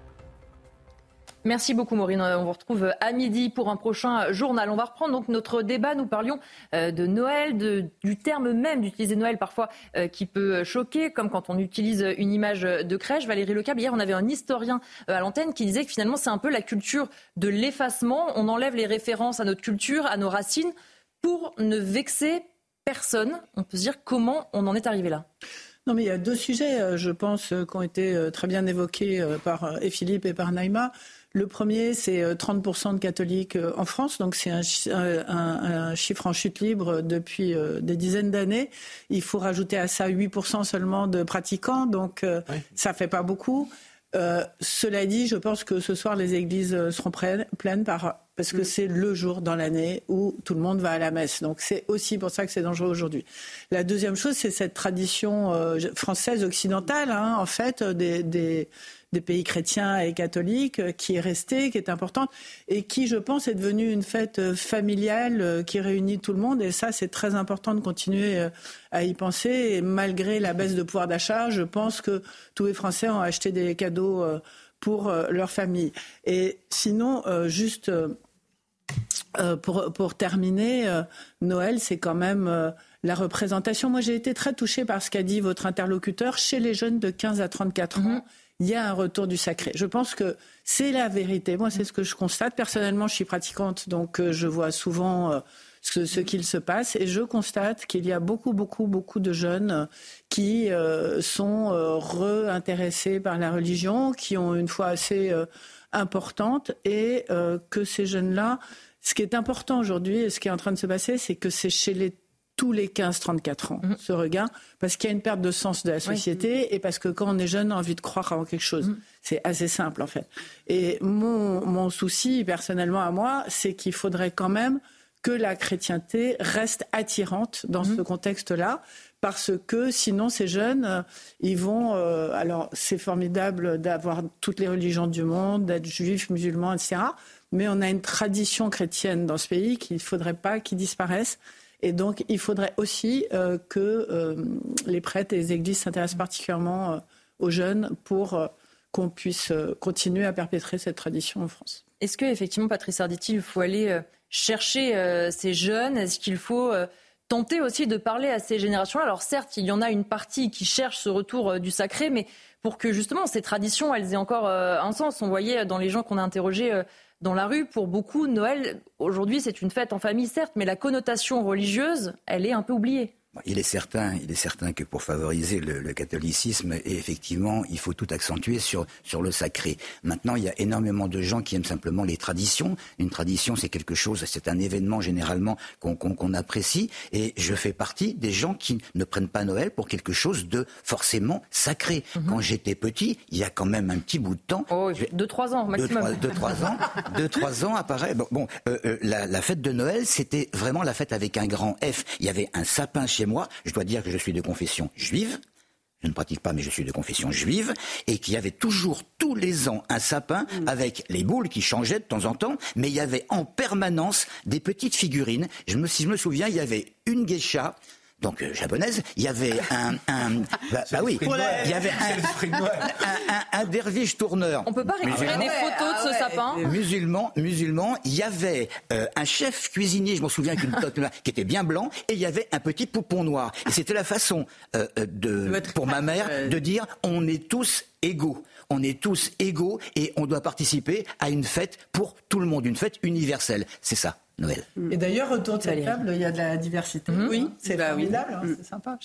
Merci beaucoup Maureen. On vous retrouve à midi pour un prochain journal. On va reprendre donc notre débat. Nous parlions de Noël, de, du terme même d'utiliser Noël parfois euh, qui peut choquer, comme quand on utilise une image de crèche. Valérie Lecable, hier on avait un historien à l'antenne qui disait que finalement c'est un peu la culture de l'effacement. On enlève les références à notre culture, à nos racines pour ne vexer personne. On peut se dire comment on en est arrivé là. Non, mais il y a deux sujets, je pense, qui ont été très bien évoqués par Philippe et par Naïma. Le premier, c'est trente pour cent de catholiques en France, donc c'est un, un, un chiffre en chute libre depuis des dizaines d'années. Il faut rajouter à ça huit pour cent seulement de pratiquants, donc oui. Ça fait pas beaucoup. Euh, cela dit, je pense que ce soir, les églises seront pleines par, parce que c'est le jour dans l'année où tout le monde va à la messe. Donc c'est aussi pour ça que c'est dangereux aujourd'hui. La deuxième chose, c'est cette tradition euh, française occidentale, hein, en fait, des... des des pays chrétiens et catholiques, qui est restée, qui est importante, et qui, je pense, est devenue une fête familiale qui réunit tout le monde. Et ça, c'est très important de continuer à y penser. Et malgré la baisse de pouvoir d'achat, je pense que tous les Français ont acheté des cadeaux pour leur famille. Et sinon, juste pour, pour terminer, Noël, c'est quand même la représentation. Moi, j'ai été très touchée par ce qu'a dit votre interlocuteur. Chez les jeunes de quinze à trente-quatre ans, mmh. il y a un retour du sacré. Je pense que c'est la vérité. Moi, c'est ce que je constate. Personnellement, je suis pratiquante, donc euh, je vois souvent euh, ce, ce qu'il se passe. Et je constate qu'il y a beaucoup, beaucoup, beaucoup de jeunes euh, qui euh, sont euh, re-intéressés par la religion, qui ont une foi assez euh, importante, et euh, que ces jeunes-là, ce qui est important aujourd'hui, et ce qui est en train de se passer, c'est que c'est chez les tous les quinze trente-quatre ans, mmh. ce regain, parce qu'il y a une perte de sens de la société, oui. et parce que quand on est jeune, on a envie de croire en quelque chose. Mmh. C'est assez simple, en fait. Et mon, mon souci, personnellement à moi, c'est qu'il faudrait quand même que la chrétienté reste attirante dans mmh. ce contexte-là, parce que sinon, ces jeunes, euh, ils vont... Euh, alors, c'est formidable d'avoir toutes les religions du monde, d'être juifs, musulmans, et cetera, mais on a une tradition chrétienne dans ce pays qu'il ne faudrait pas qu'ils disparaissent. Et donc, il faudrait aussi euh, que euh, les prêtres et les églises s'intéressent particulièrement euh, aux jeunes pour euh, qu'on puisse euh, continuer à perpétrer cette tradition en France. Est-ce que effectivement, Patrice Arditi, il faut aller euh, chercher euh, ces jeunes? Est-ce qu'il faut euh, tenter aussi de parler à ces générations-là? Alors certes, il y en a une partie qui cherche ce retour euh, du sacré, mais pour que justement ces traditions, elles aient encore euh, un sens. On voyait dans les gens qu'on a interrogés euh, dans la rue, pour beaucoup, Noël, aujourd'hui, c'est une fête en famille, certes, mais la connotation religieuse, elle est un peu oubliée. Il est certain, il est certain que pour favoriser le, le catholicisme, et effectivement, il faut tout accentuer sur sur le sacré. Maintenant, il y a énormément de gens qui aiment simplement les traditions. Une tradition, c'est quelque chose, c'est un événement généralement qu'on, qu'on, qu'on apprécie. Et je fais partie des gens qui ne prennent pas Noël pour quelque chose de forcément sacré. Mm-hmm. Quand j'étais petit, il y a quand même un petit bout de temps. Oh, deux, trois ans maximum. Deux, trois ans. Deux, trois ans apparaît. Bon, bon euh, euh, la, la fête de Noël, c'était vraiment la fête avec un grand F. Il y avait un sapin chez moi, je dois dire que je suis de confession juive, je ne pratique pas mais je suis de confession juive, et qu'il y avait toujours tous les ans un sapin avec les boules qui changeaient de temps en temps, mais il y avait en permanence des petites figurines. Je me, si je me souviens, il y avait une geisha, donc euh, japonaise, il y avait un, un bah, bah oui, il y avait un, un, un, un derviche tourneur. On peut pas récupérer des photos de ce sapin. Musulman, musulman, il y avait euh, un chef cuisinier, je m'en souviens, qu'une toque qui était bien blanc, et il y avait un petit poupon noir. Et c'était la façon euh, de, pour ma mère de dire on est tous égaux. On est tous égaux et on doit participer à une fête pour tout le monde, une fête universelle. C'est ça, Noël. Et d'ailleurs, autour de cette table, il y a de la diversité. Mmh. Oui, c'est bah, formidable, oui. hein, c'est sympa.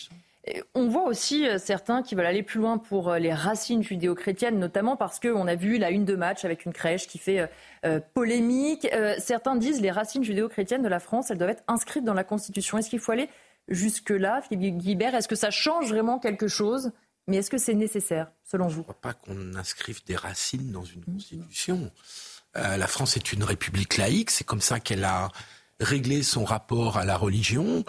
On voit aussi certains qui veulent aller plus loin pour les racines judéo-chrétiennes, notamment parce qu'on a vu la une de Match avec une crèche qui fait euh, polémique. Euh, certains disent les racines judéo-chrétiennes de la France, elles doivent être inscrites dans la Constitution. Est-ce qu'il faut aller jusque-là, Philippe Guibert? Est-ce que ça change vraiment quelque chose? Mais est-ce que c'est nécessaire, selon vous? Je ne crois pas qu'on inscrive des racines dans une constitution. Euh, la France est une république laïque, c'est comme ça qu'elle a réglé son rapport à la religion,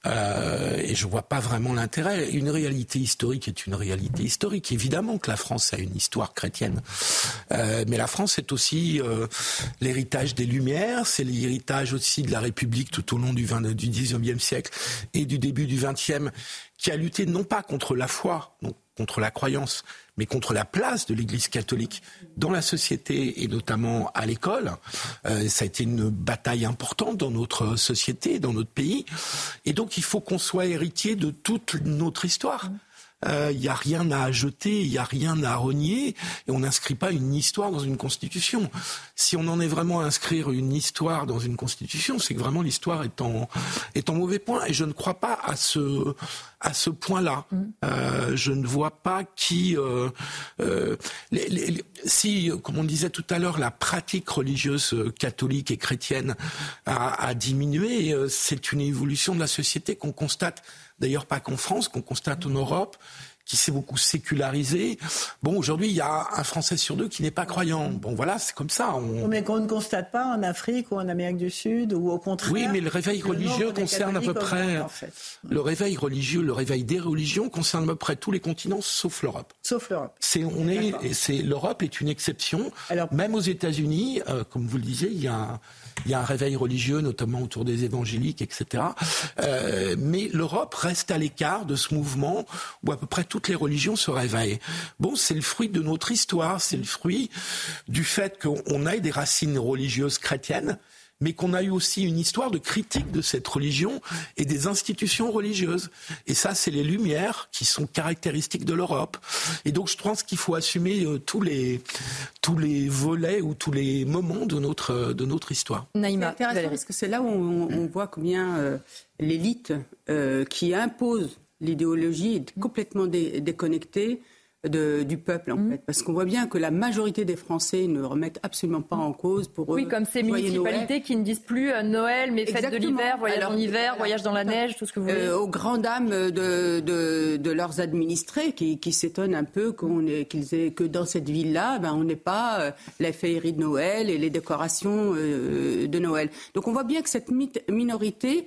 euh, et je ne vois pas vraiment l'intérêt. Une réalité historique est une réalité historique. Évidemment que la France a une histoire chrétienne, euh, mais la France est aussi euh, l'héritage des Lumières, c'est l'héritage aussi de la République tout au long du, vingt, du dix-neuvième siècle et du début du vingtième, qui a lutté non pas contre la foi, non contre la croyance, mais contre la place de l'Église catholique dans la société et notamment à l'école. Euh, ça a été une bataille importante dans notre société, dans notre pays. Et donc il faut qu'on soit héritier de toute notre histoire. Il euh, n'y a rien à jeter, il n'y a rien à renier, et on n'inscrit pas une histoire dans une constitution. Si on en est vraiment à inscrire une histoire dans une constitution, c'est que vraiment l'histoire est en, est en mauvais point, et je ne crois pas à ce, à ce point-là. Mmh. Euh, je ne vois pas qui... Euh, euh, les, les, les, si, comme on disait tout à l'heure, la pratique religieuse catholique et chrétienne a, a diminué, c'est une évolution de la société qu'on constate, d'ailleurs pas qu'en France, qu'on constate en Europe, qui s'est beaucoup sécularisé. Bon, aujourd'hui, il y a un Français sur deux qui n'est pas croyant. Bon, voilà, c'est comme ça. On... Mais qu'on ne constate pas en Afrique ou en Amérique du Sud, ou au contraire... Oui, mais le réveil religieux concerne à peu près... En fait. Le réveil religieux, le réveil des religions concerne à peu près tous les continents, sauf l'Europe. Sauf l'Europe. C'est, on est, c'est, L'Europe est une exception. Alors, même aux États-Unis, euh, comme vous le disiez, il y a un... Il y a un réveil religieux, notamment autour des évangéliques, et cetera. Euh, mais l'Europe reste à l'écart de ce mouvement où à peu près toutes les religions se réveillent. Bon, c'est le fruit de notre histoire, c'est le fruit du fait qu'on ait des racines religieuses chrétiennes, mais qu'on a eu aussi une histoire de critique de cette religion et des institutions religieuses. Et ça, c'est les Lumières qui sont caractéristiques de l'Europe. Et donc, je pense qu'il faut assumer euh, tous les tous les volets ou tous les moments de notre de notre histoire. Naïma, c'est intéressant parce que c'est là où on, on voit combien euh, l'élite euh, qui impose l'idéologie est complètement dé- déconnectée De, du peuple, en mmh. fait. Parce qu'on voit bien que la majorité des Français ne remettent absolument pas en cause pour oui, eux. Oui, comme ces municipalités Noël. Qui ne disent plus euh, Noël, mais fête de l'hiver, voyage Alors, en hiver, voilà. voyage dans la neige, tout ce que vous voulez. Euh, aux grandes dames de, de, de leurs administrés qui, qui s'étonnent un peu qu'on ait, qu'ils aient, que dans cette ville-là, ben, on n'ait pas euh, la féerie de Noël et les décorations euh, de Noël. Donc on voit bien que cette minorité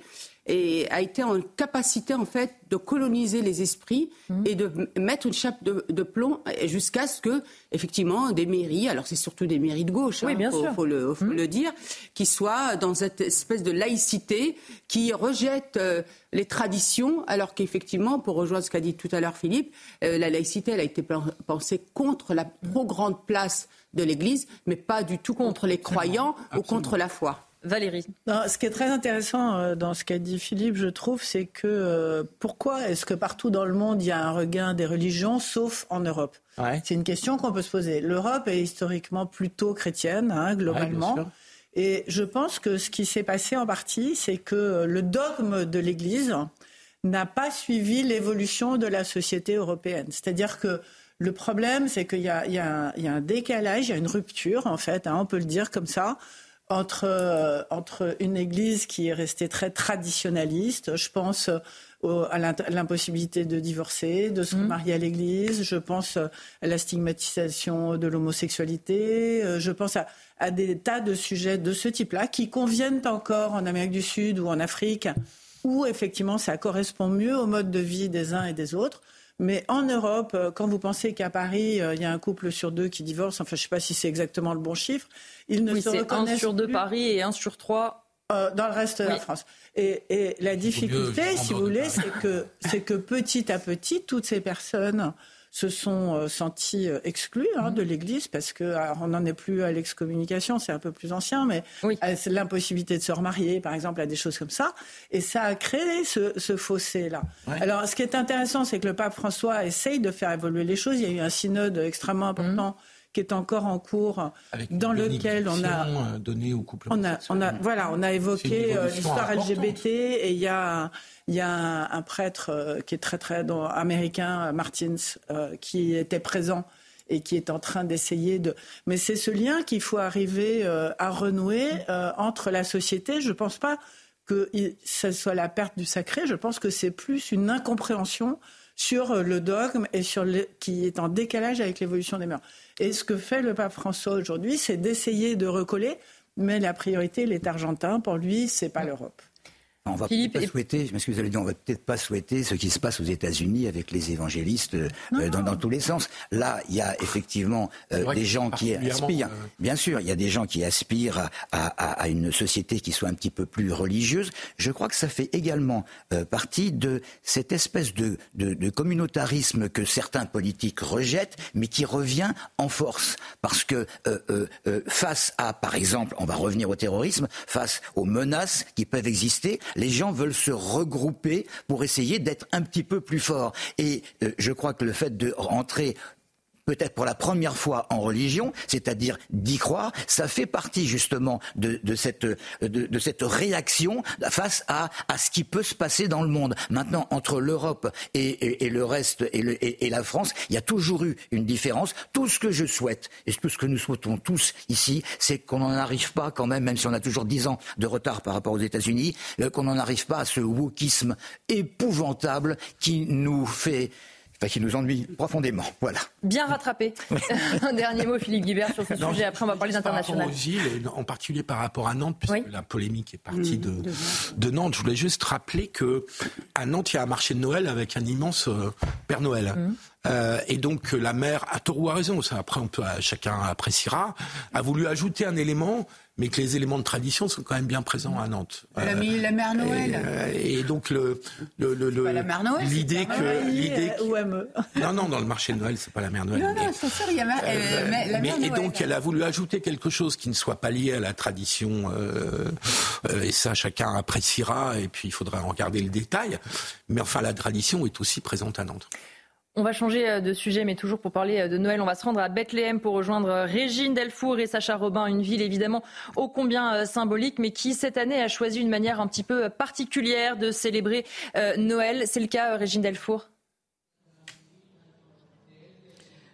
et a été en capacité en fait de coloniser les esprits mmh. et de mettre une chape de, de plomb jusqu'à ce que effectivement des mairies, alors c'est surtout des mairies de gauche, oui, hein, bien faut, sûr. faut, le, faut mmh. le dire, qui soient dans cette espèce de laïcité qui rejette euh, les traditions, alors qu'effectivement, pour rejoindre ce qu'a dit tout à l'heure Philippe, euh, la laïcité elle a été pensée contre la trop grande place de l'Église, mais pas du tout contre les croyants Absolument. ou contre la foi. Valérie. Non, ce qui est très intéressant dans ce qu'a dit Philippe, je trouve, c'est que euh, pourquoi est-ce que partout dans le monde il y a un regain des religions, sauf en Europe ? Ouais. C'est une question qu'on peut se poser. L'Europe est historiquement plutôt chrétienne, hein, globalement. Ouais, et je pense que ce qui s'est passé en partie, c'est que le dogme de l'Église n'a pas suivi l'évolution de la société européenne. C'est-à-dire que le problème, c'est qu'il y a, il y a, un, il y a un décalage, il y a une rupture, en fait, hein, on peut le dire comme ça, entre, euh, entre une Église qui est restée très traditionnaliste, je pense au, à l'impossibilité de divorcer, de se remarier à l'Église, je pense à la stigmatisation de l'homosexualité, je pense à, à des tas de sujets de ce type-là qui conviennent encore en Amérique du Sud ou en Afrique, où effectivement ça correspond mieux au mode de vie des uns et des autres. Mais en Europe, quand vous pensez qu'à Paris, il y a un couple sur deux qui divorce, enfin je ne sais pas si c'est exactement le bon chiffre, ils ne oui, se reconnaissent c'est un sur deux plus. Paris et un sur trois euh, dans le reste oui. de la France. Et, et la difficulté, si vous voulez, c'est que, c'est que petit à petit, toutes ces personnes se sont euh, sentis euh, exclus hein, mmh. de l'Église parce que alors, on n'en est plus à l'excommunication, c'est un peu plus ancien, mais oui. à l'impossibilité de se remarier, par exemple, à des choses comme ça. Et ça a créé ce, ce fossé-là. Ouais. Alors, ce qui est intéressant, c'est que le pape François essaye de faire évoluer les choses. Il y a eu un synode extrêmement important mmh. qui est encore en cours, avec dans lequel on a donné au couple. On a, on a, voilà, on a évoqué l'histoire L G B T et il y a. Il y a un, un prêtre euh, qui est très, très dans, américain, Martins, euh, qui était présent et qui est en train d'essayer de... Mais c'est ce lien qu'il faut arriver euh, à renouer euh, entre la société. Je ne pense pas que ce soit la perte du sacré. Je pense que c'est plus une incompréhension sur le dogme et sur le, qui est en décalage avec l'évolution des mœurs. Et ce que fait le pape François aujourd'hui, c'est d'essayer de recoller, mais la priorité, il est argentin. Pour lui, ce n'est pas l'Europe. On va peut-être pas souhaiter, je m'excuse, on va peut-être pas souhaiter ce qui se passe aux États-Unis avec les évangélistes euh, dans, dans tous les sens. Là, il y a effectivement euh, des gens qui aspirent. Euh... Bien sûr, il y a des gens qui aspirent à, à, à une société qui soit un petit peu plus religieuse. Je crois que ça fait également euh, partie de cette espèce de, de, de communautarisme que certains politiques rejettent, mais qui revient en force, parce que euh, euh, euh, face à, par exemple, on va revenir au terrorisme, face aux menaces qui peuvent exister. Les gens veulent se regrouper pour essayer d'être un petit peu plus forts. Et euh, je crois que le fait de rentrer peut-être pour la première fois en religion, c'est-à-dire d'y croire, ça fait partie justement de, de, cette, de, de cette réaction face à, à ce qui peut se passer dans le monde. Maintenant, entre l'Europe et, et, et le reste et, le, et, et la France, il y a toujours eu une différence. Tout ce que je souhaite, et tout ce que nous souhaitons tous ici, c'est qu'on n'en arrive pas quand même, même si on a toujours dix ans de retard par rapport aux États-Unis, qu'on n'en arrive pas à ce wokisme épouvantable qui nous fait... Enfin, qui nous ennuie profondément. Voilà. Bien rattrapé. Un dernier mot, Philippe Guibert, sur ce non, sujet. Après, on va parler d'international. Par rapport aux îles, en particulier par rapport à Nantes, puisque oui. la polémique est partie mmh, de, de Nantes. Je voulais juste rappeler qu'à Nantes, il y a un marché de Noël avec un immense euh, Père Noël. Mmh. Euh, et donc la maire, à tort ou à raison, ça après on peut, chacun appréciera, a voulu ajouter un élément, mais que les éléments de tradition sont quand même bien présents à Nantes. Elle a mis la mère Noël. Et, et donc le, le, le, le pas la mère Noël, l'idée que Noël, l'idée euh, ou M E. Non non, dans le marché de Noël, c'est pas la mère Noël. Non non, c'est sûr, il y a ma, euh, la mais, mère et Noël. donc elle a voulu ajouter quelque chose qui ne soit pas lié à la tradition, euh, euh, et ça chacun appréciera. Et puis il faudra en regarder le détail. Mais enfin, la tradition est aussi présente à Nantes. On va changer de sujet, mais toujours pour parler de Noël. On va se rendre à Bethléem pour rejoindre Régine Delfour et Sacha Robin, une ville évidemment ô combien symbolique, mais qui cette année a choisi une manière un petit peu particulière de célébrer Noël. C'est le cas, Régine Delfour ?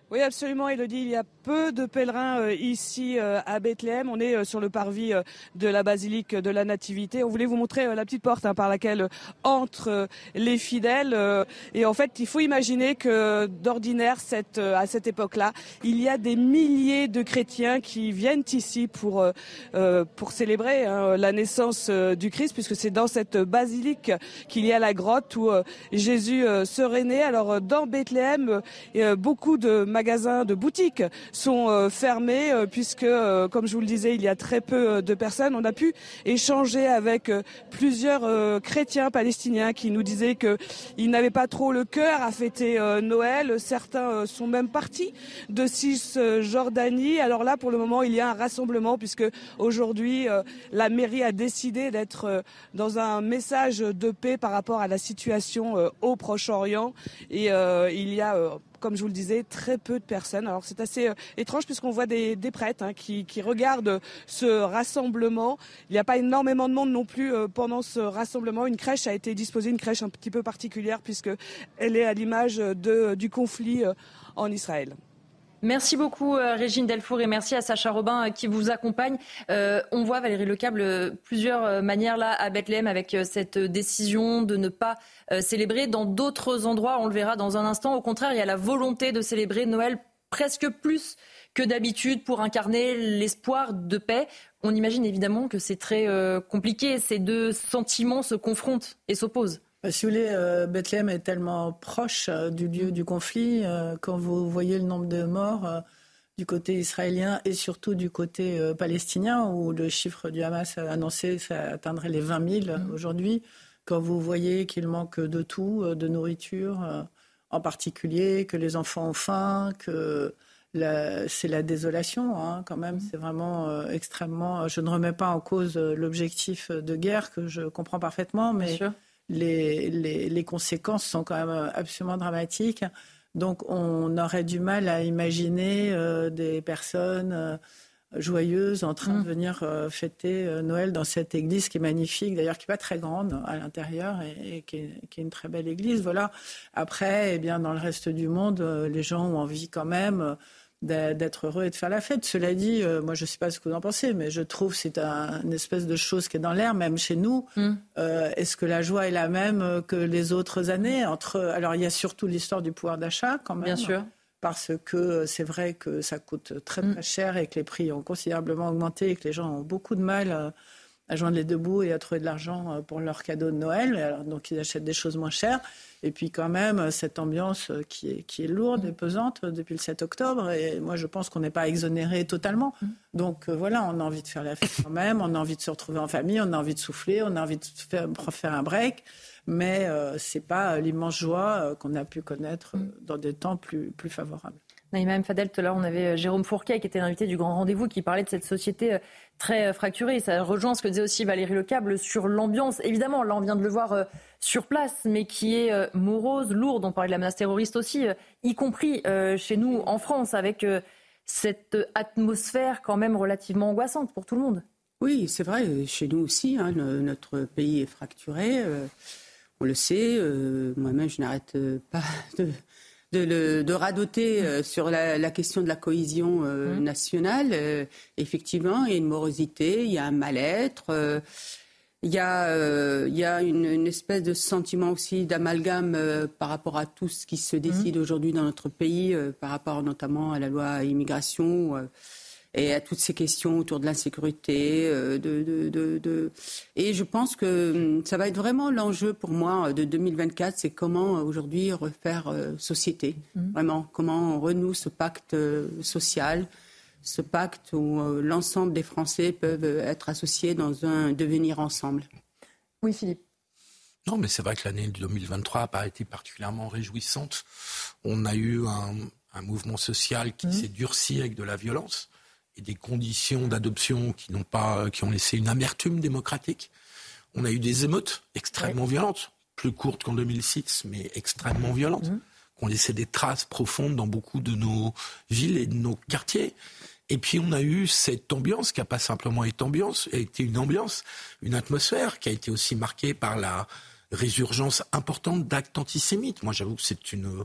Oui, absolument, Élodie. Il y a peu de pèlerins euh, ici euh, à Bethléem. On est euh, sur le parvis euh, de la basilique de la Nativité. On voulait vous montrer euh, la petite porte hein, par laquelle euh, entrent euh, les fidèles. Euh, et en fait, il faut imaginer que d'ordinaire, cette, euh, à cette époque-là, il y a des milliers de chrétiens qui viennent ici pour, euh, euh, pour célébrer hein, la naissance euh, du Christ, puisque c'est dans cette basilique qu'il y a la grotte où euh, Jésus euh, serait né. Alors, euh, dans Bethléem, euh, beaucoup de magasins, de boutiques sont euh, fermés euh, puisque, euh, comme je vous le disais, il y a très peu euh, de personnes. On a pu échanger avec euh, plusieurs euh, chrétiens palestiniens qui nous disaient qu'ils n'avaient pas trop le cœur à fêter euh, Noël. Certains euh, sont même partis de Cisjordanie. Alors là, pour le moment, il y a un rassemblement puisque aujourd'hui, euh, la mairie a décidé d'être euh, dans un message de paix par rapport à la situation euh, au Proche-Orient. Et euh, il y a... Euh, comme je vous le disais, très peu de personnes. Alors c'est assez euh, étrange puisqu'on voit des, des prêtres hein, qui, qui regardent ce rassemblement. Il n'y a pas énormément de monde non plus euh, pendant ce rassemblement. Une crèche a été disposée, une crèche un petit peu particulière puisqu'elle est à l'image de, du conflit euh, en Israël. Merci beaucoup euh, Régine Delfour et merci à Sacha Robin euh, qui vous accompagne. Euh, on voit Valérie Lecable euh, plusieurs euh, manières là à Bethléem avec euh, cette décision de ne pas euh, célébrer. Dans d'autres endroits, on le verra dans un instant, au contraire, il y a la volonté de célébrer Noël presque plus que d'habitude pour incarner l'espoir de paix. On imagine évidemment que c'est très euh, compliqué, ces deux sentiments se confrontent et s'opposent. Si vous voulez, euh, Bethléem est tellement proche euh, du lieu du conflit. Euh, quand vous voyez le nombre de morts euh, du côté israélien et surtout du côté euh, palestinien, où le chiffre du Hamas a annoncé ça atteindrait les vingt mille mmh. aujourd'hui, quand vous voyez qu'il manque de tout, euh, de nourriture euh, en particulier, que les enfants ont faim, que la, c'est la désolation hein, quand même. Mmh. C'est vraiment euh, extrêmement... Je ne remets pas en cause euh, l'objectif de guerre que je comprends parfaitement, mais... Bien sûr. Les, les, les conséquences sont quand même absolument dramatiques. Donc on aurait du mal à imaginer euh, des personnes euh, joyeuses en train mmh. de venir euh, fêter euh, Noël dans cette église qui est magnifique, d'ailleurs qui n'est pas très grande à l'intérieur et, et qui, est, qui est une très belle église. Voilà. Après, eh bien, dans le reste du monde, euh, les gens ont envie quand même... Euh, d'être heureux et de faire la fête. Cela dit, euh, moi je ne sais pas ce que vous en pensez, mais je trouve que c'est un, une espèce de chose qui est dans l'air, même chez nous. Mm. Euh, est-ce que la joie est la même que les autres années entre... Alors il y a surtout l'histoire du pouvoir d'achat quand même. Bien sûr. Parce que c'est vrai que ça coûte très très mm. cher et que les prix ont considérablement augmenté et que les gens ont beaucoup de mal à, à joindre les deux bouts et à trouver de l'argent pour leurs cadeaux de Noël. Alors, donc ils achètent des choses moins chères. Et puis quand même, cette ambiance qui est, qui est lourde et pesante depuis le sept octobre. Et moi, je pense qu'on n'est pas exonéré totalement. Donc voilà, on a envie de faire la fête quand même, on a envie de se retrouver en famille, on a envie de souffler, on a envie de faire, faire un break. Mais euh, ce n'est pas l'immense joie euh, qu'on a pu connaître euh, dans des temps plus, plus favorables. Naïma M. Fadel, tout à l'heure, on avait Jérôme Fourquet qui était l'invité du Grand Rendez-vous qui parlait de cette société très fracturée. Ça rejoint ce que disait aussi Valérie Lecable sur l'ambiance. Évidemment, là, on vient de le voir sur place, mais qui est morose, lourde. On parlait de la menace terroriste aussi, y compris chez nous en France, avec cette atmosphère quand même relativement angoissante pour tout le monde. Oui, c'est vrai. Chez nous aussi, hein, le, notre pays est fracturé. Euh, on le sait. Euh, moi-même, je n'arrête pas de... De, le, de radoter euh, sur la, la question de la cohésion euh, mmh. nationale. Euh, effectivement, il y a une morosité, il y a un mal-être, euh, il y a, euh, il y a une, une espèce de sentiment aussi d'amalgame euh, par rapport à tout ce qui se décide mmh. aujourd'hui dans notre pays, euh, par rapport notamment à la loi immigration euh, et à toutes ces questions autour de l'insécurité. Euh, de, de, de, de... Et je pense que ça va être vraiment l'enjeu pour moi de deux mille vingt-quatre, c'est comment aujourd'hui refaire euh, société. Mmh. Vraiment, comment on renoue ce pacte euh, social, ce pacte où euh, l'ensemble des Français peuvent être associés dans un devenir ensemble. Oui, Philippe. Non, mais c'est vrai que l'année deux mille vingt-trois n'a pas été particulièrement réjouissante. On a eu un, un mouvement social qui mmh. s'est durci avec de la violence. Et des conditions d'adoption qui n'ont pas, qui ont laissé une amertume démocratique. On a eu des émeutes extrêmement ouais. violentes, plus courtes qu'en deux mille six, mais extrêmement violentes, mmh. qui ont laissé des traces profondes dans beaucoup de nos villes et de nos quartiers. Et puis on a eu cette ambiance qui n'a pas simplement été ambiance, a été une ambiance, une atmosphère qui a été aussi marquée par la résurgence importante d'actes antisémites. Moi, j'avoue que c'est une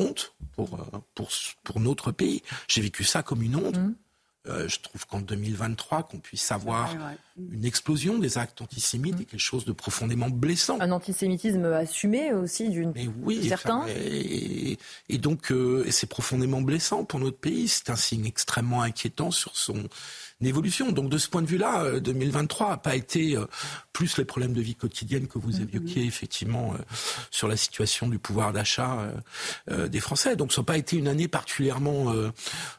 honte pour, pour, pour notre pays. J'ai vécu ça comme une honte. Mmh. Euh, je trouve qu'en deux mille vingt-trois, qu'on puisse avoir ouais, ouais. une explosion des actes antisémites mmh. est quelque chose de profondément blessant. Un antisémitisme assumé aussi d'une oui, certains. Et, et donc, euh, et c'est profondément blessant pour notre pays. C'est un signe extrêmement inquiétant sur son évolution. Donc, de ce point de vue-là, euh, deux mille vingt-trois n'a pas été euh, plus les problèmes de vie quotidienne que vous évoquiez, mmh. effectivement, euh, sur la situation du pouvoir d'achat euh, euh, des Français. Donc, ça n'a pas été une année particulièrement euh,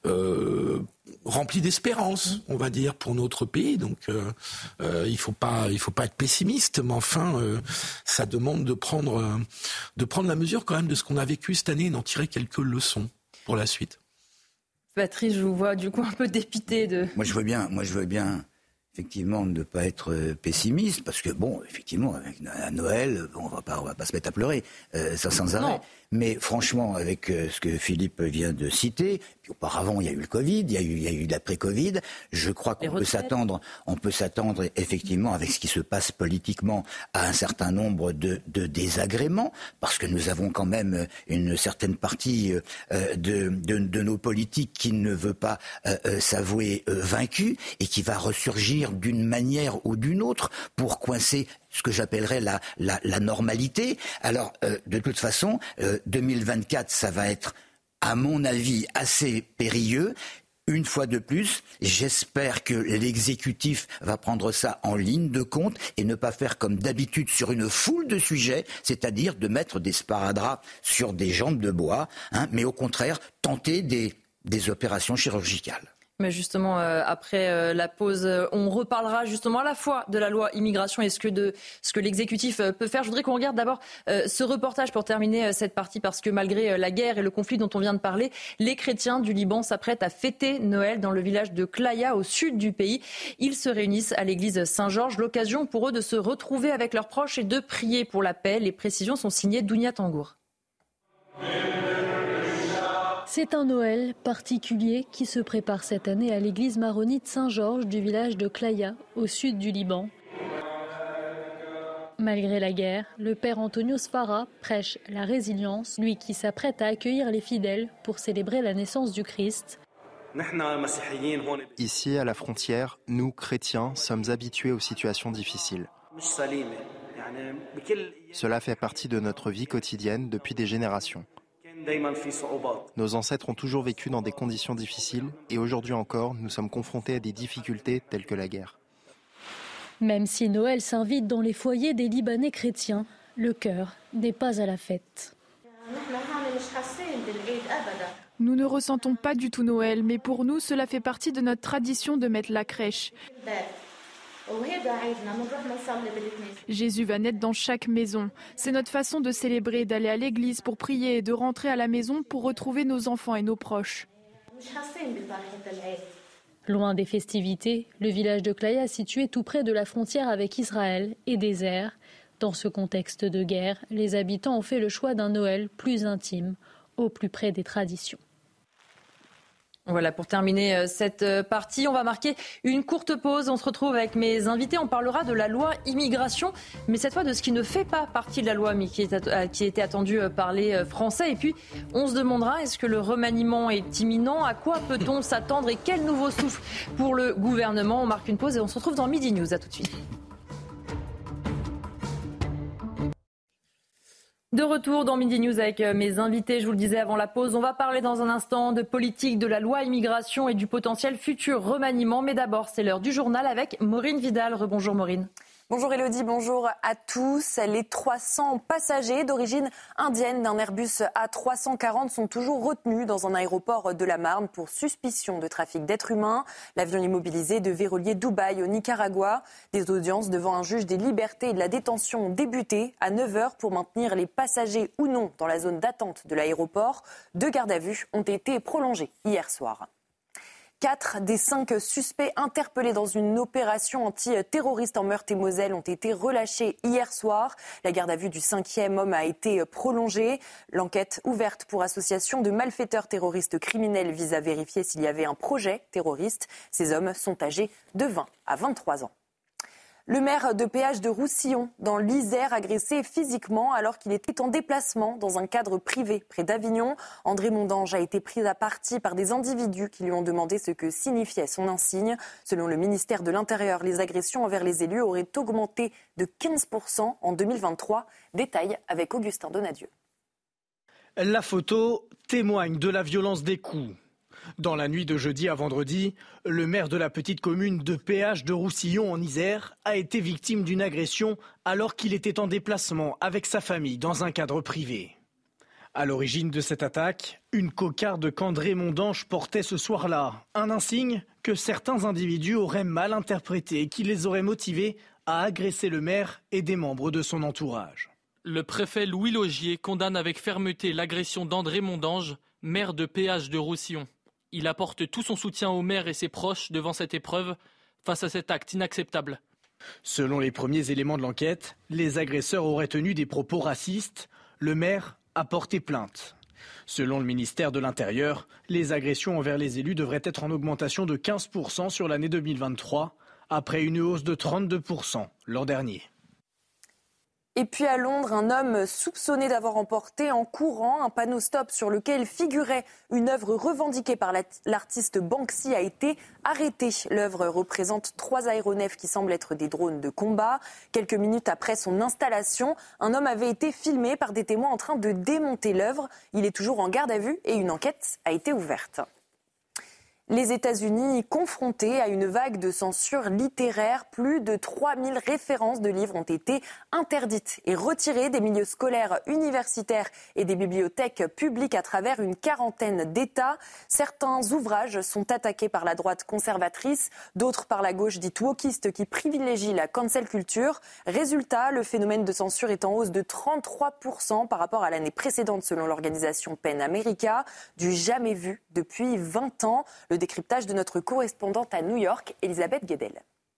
euh, rempli d'espérance, on va dire, pour notre pays. Donc, euh, euh, il faut pas, il faut pas être pessimiste, mais enfin, euh, ça demande de prendre, euh, de prendre la mesure quand même de ce qu'on a vécu cette année et d'en tirer quelques leçons pour la suite. Patrice, je vous vois du coup un peu dépité de. Moi, je veux bien, moi, je veux bien. Effectivement, ne pas être pessimiste, parce que bon, effectivement, avec à Noël, on va pas, on va pas se mettre à pleurer euh, sans, sans arrêt. Non. Mais franchement, avec euh, ce que Philippe vient de citer, puis auparavant il y a eu le Covid, il y a eu, il y a eu l'après-Covid. Je crois qu'on peut s'attendre, on peut s'attendre effectivement avec ce qui se passe politiquement à un certain nombre de, de désagréments, parce que nous avons quand même une certaine partie euh, de, de, de nos politiques qui ne veut pas euh, euh, s'avouer euh, vaincue et qui va ressurgir d'une manière ou d'une autre pour coincer ce que j'appellerais la, la, la normalité. Alors, euh, de toute façon, euh, deux mille vingt-quatre, ça va être, à mon avis, assez périlleux. Une fois de plus, j'espère que l'exécutif va prendre ça en ligne de compte et ne pas faire comme d'habitude sur une foule de sujets, c'est-à-dire de mettre des sparadraps sur des jambes de bois, hein, mais au contraire, tenter des, des opérations chirurgicales. Mais justement, euh, après euh, la pause, euh, on reparlera justement à la fois de la loi immigration et ce que, de, ce que l'exécutif euh, peut faire. Je voudrais qu'on regarde d'abord euh, ce reportage pour terminer euh, cette partie, parce que malgré euh, la guerre et le conflit dont on vient de parler, les chrétiens du Liban s'apprêtent à fêter Noël dans le village de Klaya, au sud du pays. Ils se réunissent à l'église Saint-Georges, l'occasion pour eux de se retrouver avec leurs proches et de prier pour la paix. Les précisions sont signées Dounia Tangour. C'est un Noël particulier qui se prépare cette année à l'église maronite Saint-Georges du village de Klaya, au sud du Liban. Malgré la guerre, le père Antonio Sfara prêche la résilience, lui qui s'apprête à accueillir les fidèles pour célébrer la naissance du Christ. Ici, à la frontière, nous, chrétiens, sommes habitués aux situations difficiles. Cela fait partie de notre vie quotidienne depuis des générations. Nos ancêtres ont toujours vécu dans des conditions difficiles et aujourd'hui encore, nous sommes confrontés à des difficultés telles que la guerre. Même si Noël s'invite dans les foyers des Libanais chrétiens, le cœur n'est pas à la fête. Nous ne ressentons pas du tout Noël, mais pour nous, cela fait partie de notre tradition de mettre la crèche. Jésus va naître dans chaque maison. C'est notre façon de célébrer, d'aller à l'église pour prier et de rentrer à la maison pour retrouver nos enfants et nos proches. Loin des festivités, le village de Klaya, situé tout près de la frontière avec Israël, est désert. Dans ce contexte de guerre, les habitants ont fait le choix d'un Noël plus intime, au plus près des traditions. Voilà, pour terminer cette partie, on va marquer une courte pause. On se retrouve avec mes invités. On parlera de la loi immigration, mais cette fois de ce qui ne fait pas partie de la loi, mais qui, est, qui était attendu par les Français. Et puis, on se demandera, est-ce que le remaniement est imminent? À quoi peut-on s'attendre? Et quel nouveau souffle pour le gouvernement? On marque une pause et on se retrouve dans Midi News. À tout de suite. De retour dans Midi News avec mes invités, je vous le disais avant la pause, on va parler dans un instant de politique, de la loi immigration et du potentiel futur remaniement. Mais d'abord, c'est l'heure du journal avec Maureen Vidal. Rebonjour Maureen. Bonjour Elodie, bonjour à tous. Les trois cents passagers d'origine indienne d'un Airbus A trois cent quarante sont toujours retenus dans un aéroport de la Marne pour suspicion de trafic d'êtres humains. L'avion immobilisé devait relier Dubaï au Nicaragua. Des audiences devant un juge des libertés et de la détention ont débuté à neuf heures pour maintenir les passagers ou non dans la zone d'attente de l'aéroport. Deux gardes à vue ont été prolongées hier soir. Quatre des cinq suspects interpellés dans une opération antiterroriste en Meurthe-et-Moselle ont été relâchés hier soir. La garde à vue du cinquième homme a été prolongée. L'enquête ouverte pour association de malfaiteurs terroristes criminels vise à vérifier s'il y avait un projet terroriste. Ces hommes sont âgés de vingt à vingt-trois ans. Le maire de Péage de Roussillon, dans l'Isère, agressé physiquement alors qu'il était en déplacement dans un cadre privé près d'Avignon. André Mondange a été pris à partie par des individus qui lui ont demandé ce que signifiait son insigne. Selon le ministère de l'Intérieur, les agressions envers les élus auraient augmenté de quinze pour cent en deux mille vingt-trois. Détail avec Augustin Donadieu. La photo témoigne de la violence des coups. Dans la nuit de jeudi à vendredi, le maire de la petite commune de Péage de Roussillon en Isère a été victime d'une agression alors qu'il était en déplacement avec sa famille dans un cadre privé. À l'origine de cette attaque, une cocarde qu'André Mondange portait ce soir-là. Un insigne que certains individus auraient mal interprété et qui les aurait motivés à agresser le maire et des membres de son entourage. Le préfet Louis Laugier condamne avec fermeté l'agression d'André Mondange, maire de Péage de Roussillon. Il apporte tout son soutien au maire et ses proches devant cette épreuve, face à cet acte inacceptable. Selon les premiers éléments de l'enquête, les agresseurs auraient tenu des propos racistes. Le maire a porté plainte. Selon le ministère de l'Intérieur, les agressions envers les élus devraient être en augmentation de quinze pour cent sur l'année deux mille vingt-trois, après une hausse de trente-deux pour cent l'an dernier. Et puis à Londres, un homme soupçonné d'avoir emporté en courant un panneau stop sur lequel figurait une œuvre revendiquée par l'artiste Banksy a été arrêté. L'œuvre représente trois aéronefs qui semblent être des drones de combat. Quelques minutes après son installation, un homme avait été filmé par des témoins en train de démonter l'œuvre. Il est toujours en garde à vue et une enquête a été ouverte. Les États-Unis confrontés à une vague de censure littéraire, plus de trois mille références de livres ont été interdites et retirées des milieux scolaires, universitaires et des bibliothèques publiques à travers une quarantaine d'États. Certains ouvrages sont attaqués par la droite conservatrice, d'autres par la gauche dite wokiste qui privilégie la cancel culture. Résultat, le phénomène de censure est en hausse de trente-trois pour cent par rapport à l'année précédente selon l'organisation PEN America, du jamais vu depuis vingt ans. Le décryptage de notre correspondante à New York, Elisabeth Guedel.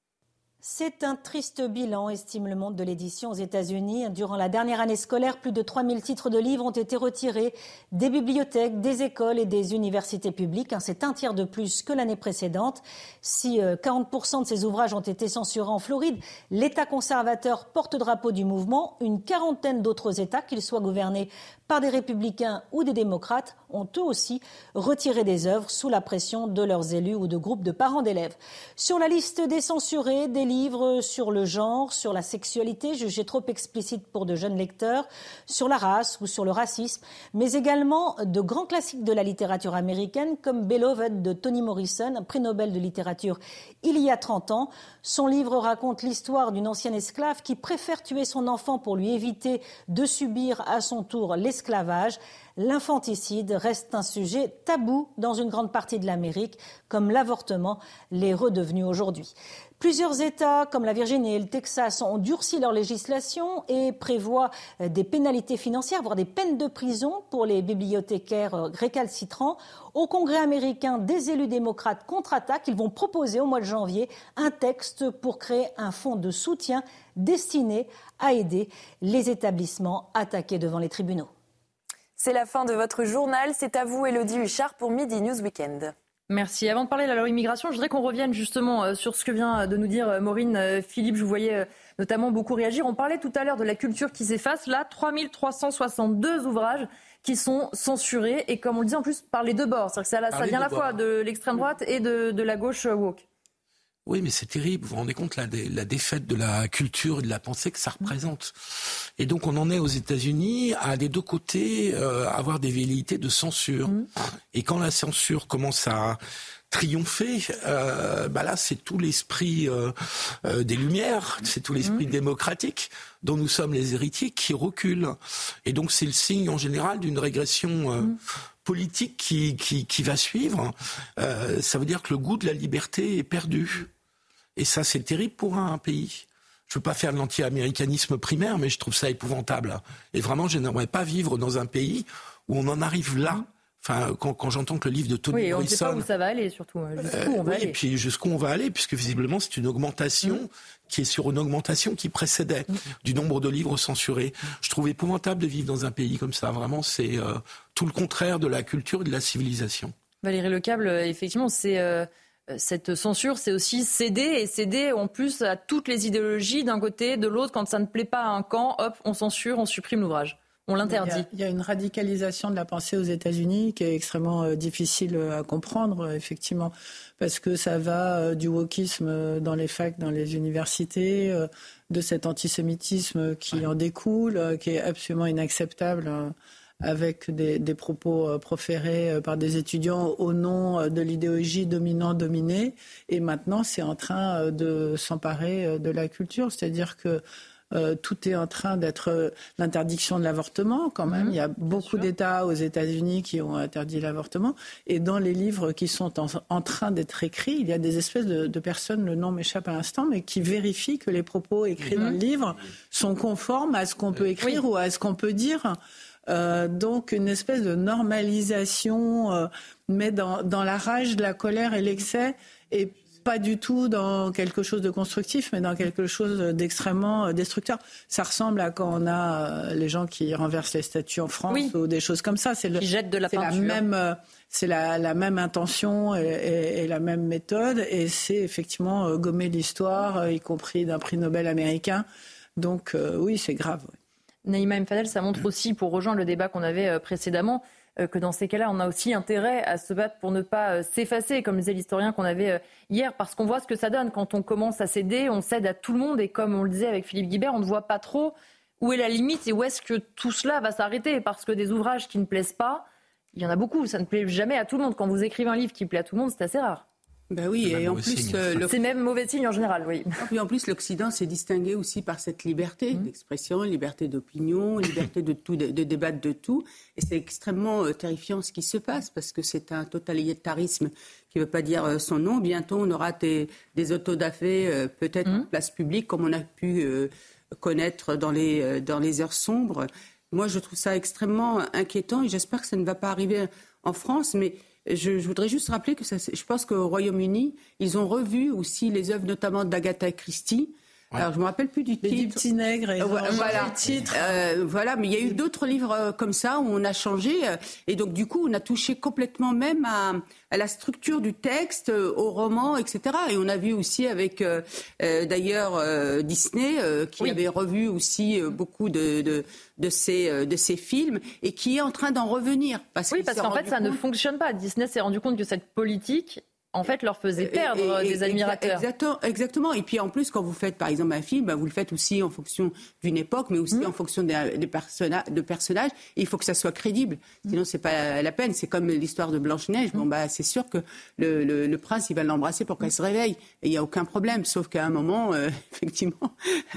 C'est un triste bilan, estime le monde de l'édition aux États-Unis. Durant la dernière année scolaire, plus de trois mille titres de livres ont été retirés des bibliothèques, des écoles et des universités publiques. C'est un tiers de plus que l'année précédente. Si quarante pour cent de ces ouvrages ont été censurés en Floride, l'État conservateur porte-drapeau du mouvement. Une quarantaine d'autres États, qu'ils soient gouvernés par des républicains ou des démocrates, ont eux aussi retiré des œuvres sous la pression de leurs élus ou de groupes de parents d'élèves. Sur la liste des censurés, des livres sur le genre, sur la sexualité, jugés trop explicites pour de jeunes lecteurs, sur la race ou sur le racisme, mais également de grands classiques de la littérature américaine comme Beloved de Toni Morrison, un prix Nobel de littérature il y a trente ans. Son livre raconte l'histoire d'une ancienne esclave qui préfère tuer son enfant pour lui éviter de subir à son tour l'esclavage. L'infanticide reste un sujet tabou dans une grande partie de l'Amérique, comme l'avortement l'est redevenu aujourd'hui. Plusieurs États, comme la Virginie et le Texas, ont durci leur législation et prévoient des pénalités financières, voire des peines de prison pour les bibliothécaires récalcitrants. Au Congrès américain, des élus démocrates contre-attaquent. Ils vont proposer au mois de janvier un texte pour créer un fonds de soutien destiné à aider les établissements attaqués devant les tribunaux. C'est la fin de votre journal. C'est à vous, Élodie Huchard, pour Midi News Weekend. Merci. Avant de parler de la loi immigration, je voudrais qu'on revienne justement sur ce que vient de nous dire Maureen Philippe. Je vous voyais notamment beaucoup réagir. On parlait tout à l'heure de la culture qui s'efface. Là, trois mille trois cent soixante-deux ouvrages qui sont censurés et comme on le dit en plus par les deux bords. C'est-à-dire que ça, ça vient à la fois de l'extrême droite et de, de la gauche woke. Oui, mais c'est terrible. Vous vous rendez compte la, la défaite de la culture et de la pensée que ça représente. Et donc, on en est aux États-Unis à des deux côtés euh, avoir des velléités de censure. Mmh. Et quand la censure commence à triompher, euh, bah là, c'est tout l'esprit euh, euh, des Lumières, c'est tout l'esprit mmh. démocratique dont nous sommes les héritiers qui recule. Et donc, c'est le signe en général d'une régression euh, mmh. politique qui, qui, qui va suivre. Euh, ça veut dire que le goût de la liberté est perdu. Et ça, c'est terrible pour un pays. Je ne veux pas faire de l'anti-américanisme primaire, mais je trouve ça épouvantable. Et vraiment, je n'aimerais pas vivre dans un pays où on en arrive là. Enfin, quand, quand j'entends que le livre de Toni oui, Morrison... Oui, on ne sait pas où ça va aller, surtout. Jusqu'où euh, on va oui, aller. Et puis jusqu'où on va aller, puisque visiblement, c'est une augmentation mmh. qui est sur une augmentation qui précédait mmh. du nombre de livres censurés. Je trouve épouvantable de vivre dans un pays comme ça. Vraiment, c'est euh, tout le contraire de la culture et de la civilisation. Valérie Lecable, effectivement, c'est... Euh... cette censure, c'est aussi céder, et céder en plus à toutes les idéologies d'un côté, de l'autre. Quand ça ne plaît pas à un camp, hop, on censure, on supprime l'ouvrage. On l'interdit. Il y, a, il y a une radicalisation de la pensée aux États-Unis qui est extrêmement euh, difficile à comprendre, euh, effectivement, parce que ça va euh, du wokisme euh, dans les facs, dans les universités, euh, de cet antisémitisme qui ouais. en découle, euh, qui est absolument inacceptable, euh, avec des, des propos euh, proférés euh, par des étudiants au nom euh, de l'idéologie dominant-dominée. Et maintenant, c'est en train euh, de s'emparer euh, de la culture, c'est-à-dire que Euh, tout est en train d'être euh, l'interdiction de l'avortement quand même. Mmh, il y a beaucoup d'États aux États-Unis qui ont interdit l'avortement. Et dans les livres qui sont en, en train d'être écrits, il y a des espèces de, de personnes, le nom m'échappe à l'instant, mais qui vérifient que les propos écrits mmh. dans le livre sont conformes à ce qu'on peut écrire oui. ou à ce qu'on peut dire. Euh, donc une espèce de normalisation, euh, mais dans, dans la rage, la colère et l'excès. Et pas du tout dans quelque chose de constructif, mais dans quelque chose d'extrêmement destructeur. Ça ressemble à quand on a les gens qui renversent les statues en France oui. ou des choses comme ça. C'est le, qui jettent de la c'est peinture. La même, c'est la, la même intention et, et, et la même méthode. Et c'est effectivement euh, gommer l'histoire, euh, y compris d'un prix Nobel américain. Donc euh, oui, c'est grave. Oui. Naïma M. Fadel, ça montre aussi, pour rejoindre le débat qu'on avait euh, précédemment, que dans ces cas-là, on a aussi intérêt à se battre pour ne pas s'effacer, comme disait l'historien qu'on avait hier, parce qu'on voit ce que ça donne. Quand on commence à céder, on cède à tout le monde, et comme on le disait avec Philippe Guibert, on ne voit pas trop où est la limite et où est-ce que tout cela va s'arrêter, parce que des ouvrages qui ne plaisent pas, il y en a beaucoup, ça ne plaît jamais à tout le monde. Quand vous écrivez un livre qui plaît à tout le monde, c'est assez rare. Ben oui, et en plus, euh, le... c'est même mauvais signe en général, oui. Et en plus, l'Occident s'est distingué aussi par cette liberté mmh. d'expression, liberté d'opinion, liberté de tout, de, de débattre de tout. Et c'est extrêmement euh, terrifiant ce qui se passe, parce que c'est un totalitarisme qui ne veut pas dire euh, son nom. Bientôt, on aura des, des autodafés, euh, peut-être mmh. en place publique, comme on a pu euh, connaître dans les, euh, dans les heures sombres. Moi, je trouve ça extrêmement inquiétant, et j'espère que ça ne va pas arriver en France, mais Je, je voudrais juste rappeler que ça, je pense qu'au Royaume-Uni, ils ont revu aussi les œuvres notamment d'Agatha Christie. Ouais. Alors, je ne me rappelle plus du titre. Les petits nègres et euh, voilà, voilà. titre. Euh, voilà, mais il y a eu d'autres livres comme ça où on a changé. Et donc, du coup, on a touché complètement même à, à la structure du texte, au roman, et cetera. Et on a vu aussi avec, euh, d'ailleurs, euh, Disney, euh, qui oui. avait revu aussi euh, beaucoup de... de de ces, euh, de ces films, et qui est en train d'en revenir. Parce oui, parce qu'en fait, ça compte... ne fonctionne pas. Disney s'est rendu compte que cette politique, en fait, leur faisait perdre et, et, des admirateurs. Exactement, exactement. Et puis, en plus, quand vous faites, par exemple, un film, bah, vous le faites aussi en fonction d'une époque, mais aussi mmh. en fonction des, des personna- de personnages. Et il faut que ça soit crédible. Sinon, mmh. c'est pas la peine. C'est comme l'histoire de Blanche-Neige. Mmh. Bon, bah, c'est sûr que le, le, le prince, il va l'embrasser pour qu'elle mmh. se réveille. Et il n'y a aucun problème. Sauf qu'à un moment, euh, effectivement,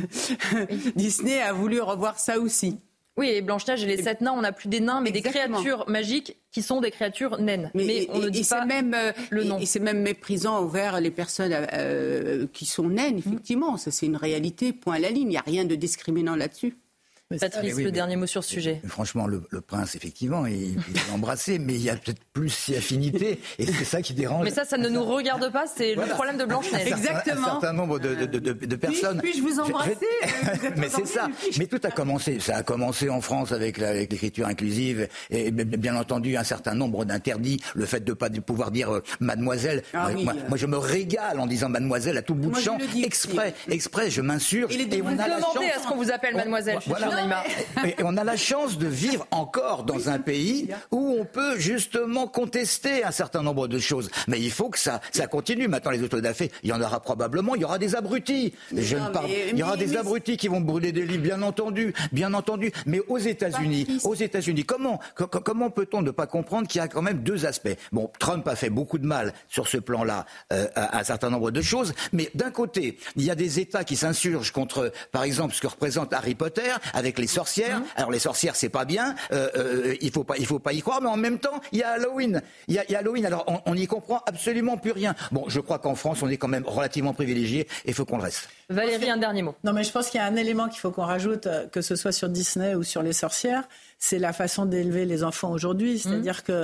Disney a voulu revoir ça aussi. Oui, et Blanche-Neige et les sept nains, on n'a plus des nains, mais Exactement. Des créatures magiques qui sont des créatures naines. Mais, mais on et, ne dit et pas même, le nom. Et, et c'est même méprisant envers les personnes euh, qui sont naines, effectivement. Ça, c'est une réalité, point à la ligne. Il n'y a rien de discriminant là-dessus. Mais Patrice, oui, le dernier mot sur ce sujet. Franchement, le, le prince, effectivement, il, il est embrassé, mais il y a peut-être plus si affinité, et c'est ça qui dérange. Mais ça, ça ne nous regarde pas, c'est voilà. le problème de Blanche-Neige. Exactement. Un certain nombre de, de, de, de personnes. Puis, puis-je vous embrasser je, je, Mais c'est ça. Mais tout a commencé. Ça a commencé en France avec, la, avec l'écriture inclusive, et bien entendu, un certain nombre d'interdits. Le fait de ne pas pouvoir dire euh, mademoiselle. Ah, moi, oui, moi, euh... moi, je me régale en disant mademoiselle à tout bout moi, de champ. Exprès, exprès, je m'insurge. Et, et on a la chance... à ce qu'on vous appelle mademoiselle. On, voilà. Et on a la chance de vivre encore dans oui, un pays où on peut justement contester un certain nombre de choses. Mais il faut que ça, ça continue. Maintenant, les autodafés, il y en aura probablement. Il y aura des abrutis. Je non, ne parle, mais, il y aura mais, des mais, abrutis qui vont brûler des livres, bien entendu, bien entendu. Mais aux États-Unis, aux États-Unis, comment, comment peut-on ne pas comprendre qu'il y a quand même deux aspects? Bon, Trump a fait beaucoup de mal sur ce plan-là euh, à un certain nombre de choses. Mais d'un côté, il y a des États qui s'insurgent contre, par exemple, ce que représente Harry Potter avec les sorcières. Mmh. Alors les sorcières, c'est pas bien, euh, euh, il faut pas, il faut pas y croire, mais en même temps, il y a Halloween. Il y a, il y a Halloween, alors on n'y comprend absolument plus rien. Bon, je crois qu'en France, on est quand même relativement privilégié, et il faut qu'on le reste. Valérie, un dernier mot. Non, mais je pense qu'il y a un élément qu'il faut qu'on rajoute, que ce soit sur Disney ou sur les sorcières, c'est la façon d'élever les enfants aujourd'hui. C'est-à-dire mmh. que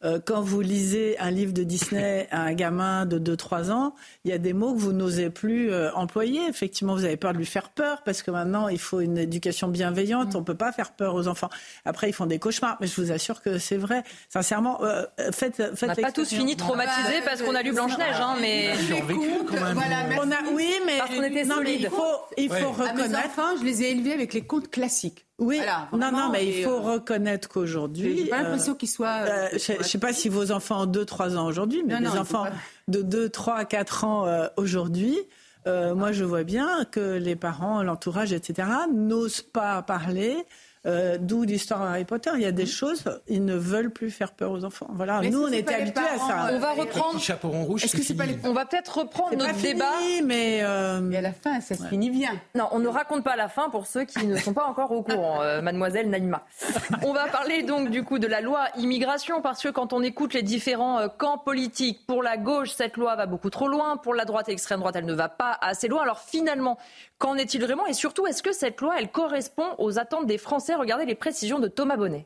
Euh, quand vous lisez un livre de Disney à un gamin de deux trois ans, il y a des mots que vous n'osez plus euh, employer. Effectivement, vous avez peur de lui faire peur parce que maintenant, il faut une éducation bienveillante. On ne peut pas faire peur aux enfants. Après, ils font des cauchemars. Mais je vous assure que c'est vrai. Sincèrement, euh, faites, faites on n'a pas tous fini traumatisés parce qu'on a lu Blanche-Neige. Hein, mais... Voilà, on a, oui, mais parce qu'on était non, mais il faut, il faut ouais. reconnaître. À mes enfants, je les ai élevés avec les contes classiques. Oui, voilà, non, non, mais il faut euh, reconnaître qu'aujourd'hui... J'ai pas l'impression euh, qu'ils soient... Euh, je ne sais pas si vos enfants ont deux trois ans aujourd'hui, mais les enfants de deux, trois, quatre ans euh, aujourd'hui, euh, moi je vois bien que les parents, l'entourage, et cetera, n'osent pas parler... Euh, d'où l'histoire Harry Potter. Il y a des choses, ils ne veulent plus faire peur aux enfants. Voilà, mais nous on était habitués à ça. On va reprendre. Chaperon rouge. Est-ce que c'est pas les... On va peut-être reprendre c'est notre pas débat. Fini, mais, euh... et à la fin, ça se ouais. finit bien. Non, on ne raconte pas la fin pour ceux qui ne sont pas encore au courant, euh, Mademoiselle Naïma. On va parler donc du coup de la loi immigration parce que quand on écoute les différents euh, camps politiques, pour la gauche cette loi va beaucoup trop loin, pour la droite et l'extrême droite elle ne va pas assez loin. Alors finalement, qu'en est-il vraiment et surtout est-ce que cette loi elle correspond aux attentes des Français? Regardez les précisions de Thomas Bonnet.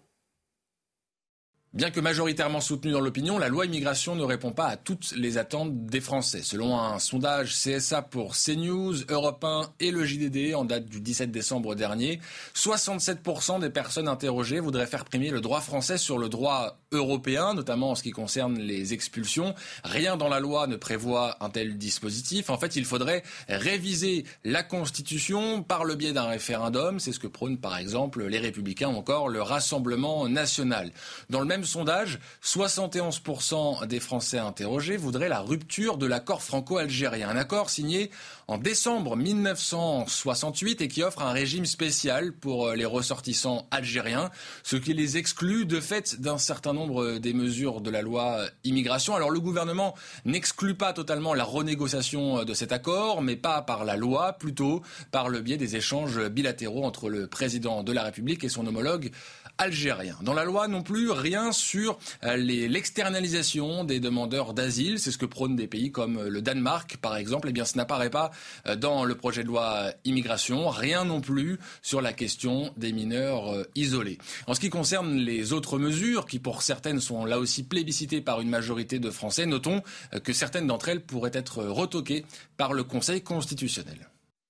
Bien que majoritairement soutenue dans l'opinion, la loi immigration ne répond pas à toutes les attentes des Français. Selon un sondage C S A pour CNews, Europe un et le J D D en date du dix-sept décembre dernier, soixante-sept pour cent des personnes interrogées voudraient faire primer le droit français sur le droit européen, notamment en ce qui concerne les expulsions. Rien dans la loi ne prévoit un tel dispositif. En fait, il faudrait réviser la Constitution par le biais d'un référendum. C'est ce que prônent par exemple les Républicains ou encore le Rassemblement national. Dans le même sondage, soixante et onze pour cent des Français interrogés voudraient la rupture de l'accord franco-algérien. Un accord signé en décembre mille neuf cent soixante-huit et qui offre un régime spécial pour les ressortissants algériens, ce qui les exclut de fait d'un certain nombre des mesures de la loi immigration. Alors le gouvernement n'exclut pas totalement la renégociation de cet accord, mais pas par la loi, plutôt par le biais des échanges bilatéraux entre le président de la République et son homologue algérien. Dans la loi non plus, rien sur les, l'externalisation des demandeurs d'asile. C'est ce que prônent des pays comme le Danemark, par exemple. Eh bien, ce n'apparaît pas dans le projet de loi immigration. Rien non plus sur la question des mineurs isolés. En ce qui concerne les autres mesures, qui pour certaines sont là aussi plébiscitées par une majorité de Français, notons que certaines d'entre elles pourraient être retoquées par le Conseil constitutionnel.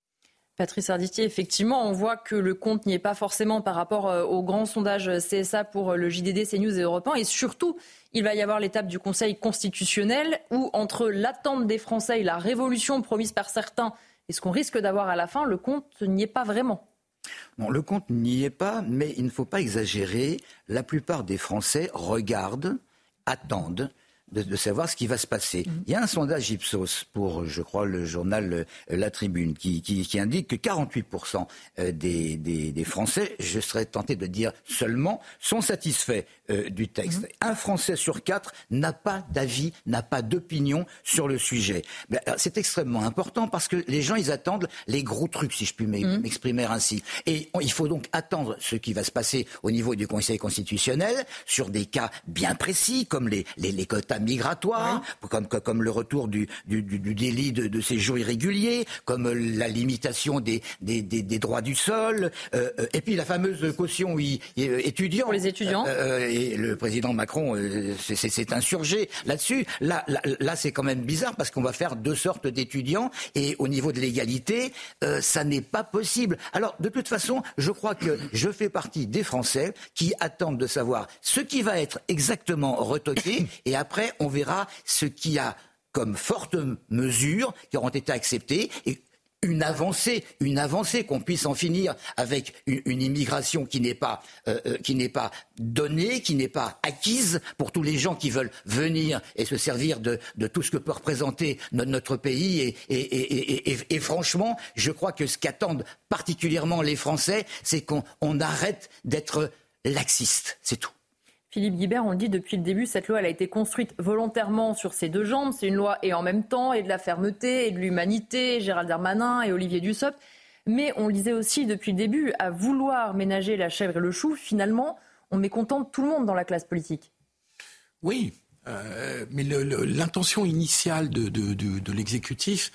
Patrice Arditi, effectivement, on voit que le compte n'y est pas forcément par rapport au grand sondage C S A pour le J D D, CNews et Europe un. Et surtout, il va y avoir l'étape du Conseil constitutionnel où, entre l'attente des Français et la révolution promise par certains et ce qu'on risque d'avoir à la fin, le compte n'y est pas vraiment. Non, le compte n'y est pas, mais il ne faut pas exagérer. La plupart des Français regardent, attendent. De, de savoir ce qui va se passer. Mmh. Il y a un sondage Ipsos pour, je crois, le journal euh, La Tribune qui, qui, qui indique que quarante-huit pour cent euh, des, des, des Français, je serais tenté de dire seulement, sont satisfaits euh, du texte. Mmh. Un Français sur quatre n'a pas d'avis, n'a pas d'opinion sur le sujet. Ben, c'est extrêmement important parce que les gens, ils attendent les gros trucs, si je puis m'exprimer mmh. ainsi. Et on, il faut donc attendre ce qui va se passer au niveau du Conseil constitutionnel sur des cas bien précis, comme les, les, les quotas migratoire, oui. comme, comme, comme le retour du, du, du, du délit de, de séjour irrégulier, comme la limitation des, des, des, des droits du sol, euh, et puis la fameuse caution y, y, étudiant. Pour les étudiants. Euh, et le président Macron euh, s'est insurgé là-dessus. Là, là, là, c'est quand même bizarre parce qu'on va faire deux sortes d'étudiants et au niveau de l'égalité, euh, ça n'est pas possible. Alors, de toute façon, je crois que je fais partie des Français qui attendent de savoir ce qui va être exactement retoqué et après, on verra ce qu'il y a comme fortes mesures qui auront été acceptées et une avancée, une avancée qu'on puisse en finir avec une, une immigration qui n'est pas, euh, qui n'est pas donnée, qui n'est pas acquise pour tous les gens qui veulent venir et se servir de, de tout ce que peut représenter notre, notre pays. Et, et, et, et, et, et franchement, je crois que ce qu'attendent particulièrement les Français, c'est qu'on on arrête d'être laxiste. C'est tout. Philippe Guibert, on le dit depuis le début, cette loi elle a été construite volontairement sur ses deux jambes. C'est une loi et en même temps, et de la fermeté, et de l'humanité, Gérald Darmanin et Olivier Dussopt. Mais on le disait aussi depuis le début, à vouloir ménager la chèvre et le chou, finalement, on mécontente tout le monde dans la classe politique. Oui, euh, mais le, le, l'intention initiale de, de, de, de l'exécutif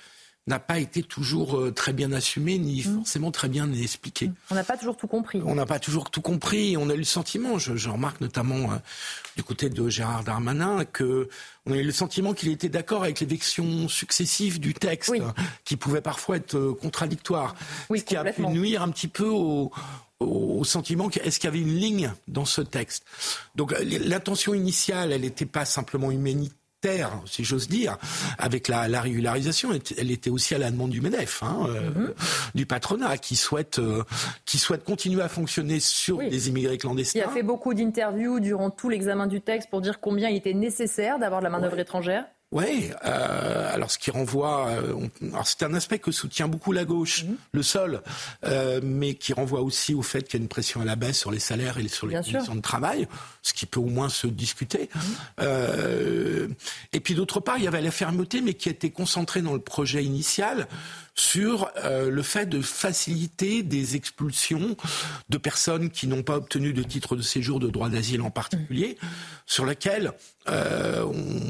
n'a pas été toujours euh, très bien assumé, ni mmh. forcément très bien expliqué. On n'a pas toujours tout compris. On n'a pas toujours tout compris. On a eu le sentiment, je, je remarque notamment euh, du côté de Gérard Darmanin, que on a eu le sentiment qu'il était d'accord avec les versions successives du texte, oui. qui pouvaient parfois être euh, contradictoires. Oui, ce qui a pu nuire un petit peu au, au, au sentiment qu'est-ce qu'il y avait une ligne dans ce texte. Donc l'intention initiale, elle n'était pas simplement humanitaire, si j'ose dire, avec la, la régularisation, elle était aussi à la demande du MEDEF, hein, euh, mm-hmm. du patronat, qui souhaite, euh, qui souhaite continuer à fonctionner sur oui. les immigrés clandestins. Il a fait beaucoup d'interviews durant tout l'examen du texte pour dire combien il était nécessaire d'avoir de la main-d'œuvre ouais. étrangère. Oui, euh, alors ce qui renvoie, euh, on, alors c'est un aspect que soutient beaucoup la gauche, mmh. le seul, euh, mais qui renvoie aussi au fait qu'il y a une pression à la baisse sur les salaires et sur les Bien conditions sûr. de travail, ce qui peut au moins se discuter. Mmh. Euh, et puis d'autre part, il y avait la fermeté, mais qui était concentrée dans le projet initial sur euh, le fait de faciliter des expulsions de personnes qui n'ont pas obtenu de titre de séjour, de droit d'asile en particulier, mmh. sur lequel euh,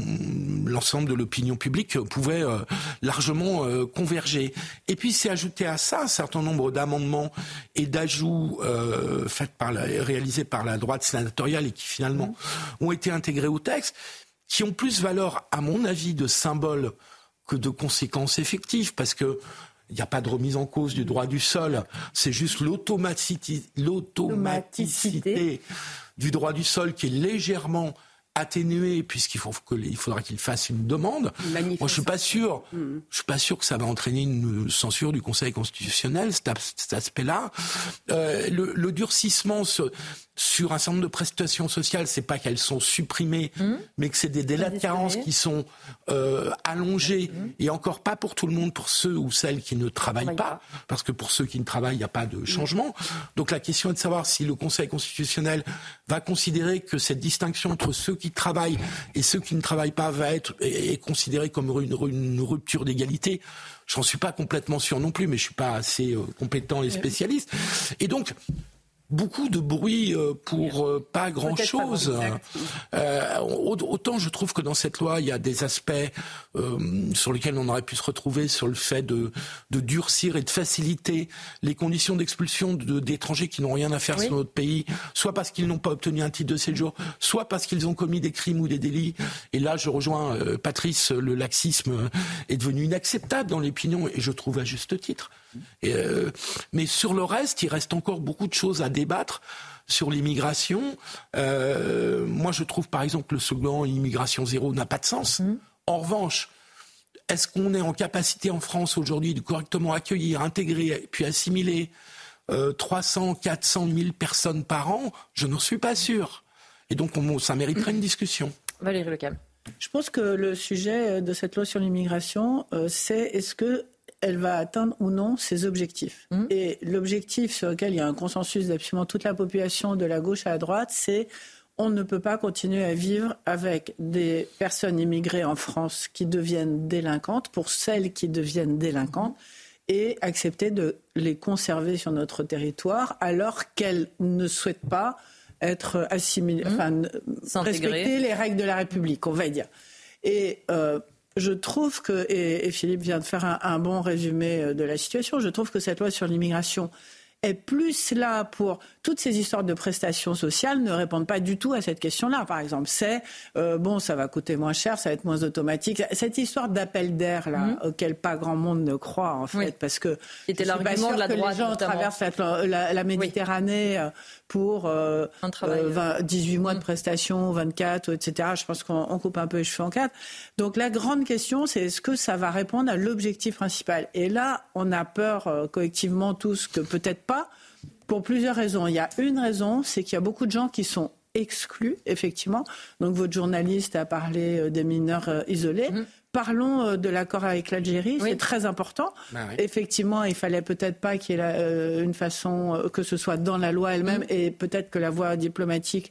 on, l'ensemble de l'opinion publique pouvait euh, largement euh, converger. Et puis c'est ajouté à ça un certain nombre d'amendements et d'ajouts euh, faits par la, réalisés par la droite sénatoriale et qui finalement mmh. ont été intégrés au texte, qui ont plus valeur, à mon avis, de symbole que de conséquences effectives, parce que il n'y a pas de remise en cause du droit du sol, c'est juste l'automaticité, l'automaticité du droit du sol qui est légèrement atténuée, puisqu'il faut que, il faudra qu'il fasse une demande. Moi, je suis pas sûr, mmh. je suis pas sûr que ça va entraîner une censure du Conseil constitutionnel, cet, cet aspect-là. Euh, le, le durcissement sur, sur un certain nombre de prestations sociales, c'est pas qu'elles sont supprimées, mmh. mais que c'est des délais de carence qui sont euh, allongés, mmh. et encore pas pour tout le monde, pour ceux ou celles qui ne travaillent pas, pas, parce que pour ceux qui ne travaillent, il n'y a pas de changement. Mmh. Donc la question est de savoir si le Conseil constitutionnel va considérer que cette distinction entre ceux qui travaillent et ceux qui ne travaillent pas va être est, est considérée comme une, une rupture d'égalité. J'en suis pas complètement sûr non plus, mais je suis pas assez euh, compétent et spécialiste. Et donc, beaucoup de bruit euh, pour euh, pas grand-chose. Euh, autant je trouve que dans cette loi, il y a des aspects euh, sur lesquels on aurait pu se retrouver sur le fait de, de durcir et de faciliter les conditions d'expulsion de, d'étrangers qui n'ont rien à faire oui. sur notre pays, soit parce qu'ils n'ont pas obtenu un titre de séjour, soit parce qu'ils ont commis des crimes ou des délits. Et là, je rejoins euh, Patrice, le laxisme est devenu inacceptable dans l'opinion, et je trouve à juste titre. Et euh, mais sur le reste, il reste encore beaucoup de choses à débattre sur l'immigration. Euh, moi, je trouve par exemple que le slogan « immigration zéro » n'a pas de sens. Mmh. En revanche, est-ce qu'on est en capacité en France aujourd'hui de correctement accueillir, intégrer puis assimiler euh, trois cents, quatre cent mille personnes par an? Je n'en suis pas sûr. Et donc, on, ça mériterait une discussion. Valérie Lecam. Je pense que le sujet de cette loi sur l'immigration, euh, c'est est-ce que elle va atteindre ou non ses objectifs. Mmh. Et l'objectif sur lequel il y a un consensus d'absolument toute la population, de la gauche à la droite, c'est on ne peut pas continuer à vivre avec des personnes immigrées en France qui deviennent délinquantes, pour celles qui deviennent délinquantes, et accepter de les conserver sur notre territoire alors qu'elles ne souhaitent pas être assimilées, mmh. enfin, respecter les règles de la République, on va dire. Et euh, je trouve que, et, et Philippe vient de faire un, un bon résumé de la situation, je trouve que cette loi sur l'immigration est plus là pour... Toutes ces histoires de prestations sociales ne répondent pas du tout à cette question-là. Par exemple, c'est, euh, bon, ça va coûter moins cher, ça va être moins automatique. Cette histoire d'appel d'air, là, mmh. auquel pas grand monde ne croit, en fait, oui. parce que c'était l'argument de la que droite, les gens notamment. traversent la, la, la Méditerranée oui. pour euh, euh, vingt, dix-huit mois mmh. de prestations, vingt-quatre, et cetera. Je pense qu'on coupe un peu les cheveux en quatre. Donc la grande question, c'est est-ce que ça va répondre à l'objectif principal? Et là, on a peur euh, collectivement tous que peut-être pas, pour plusieurs raisons. Il y a une raison, c'est qu'il y a beaucoup de gens qui sont exclus, effectivement. Donc votre journaliste a parlé des mineurs euh, isolés. Mmh. Parlons euh, de l'accord avec l'Algérie, oui. c'est très important. Bah oui. Effectivement, il fallait peut-être pas qu'il y ait la, euh, une façon euh, que ce soit dans la loi elle-même, mmh. et peut-être que la voie diplomatique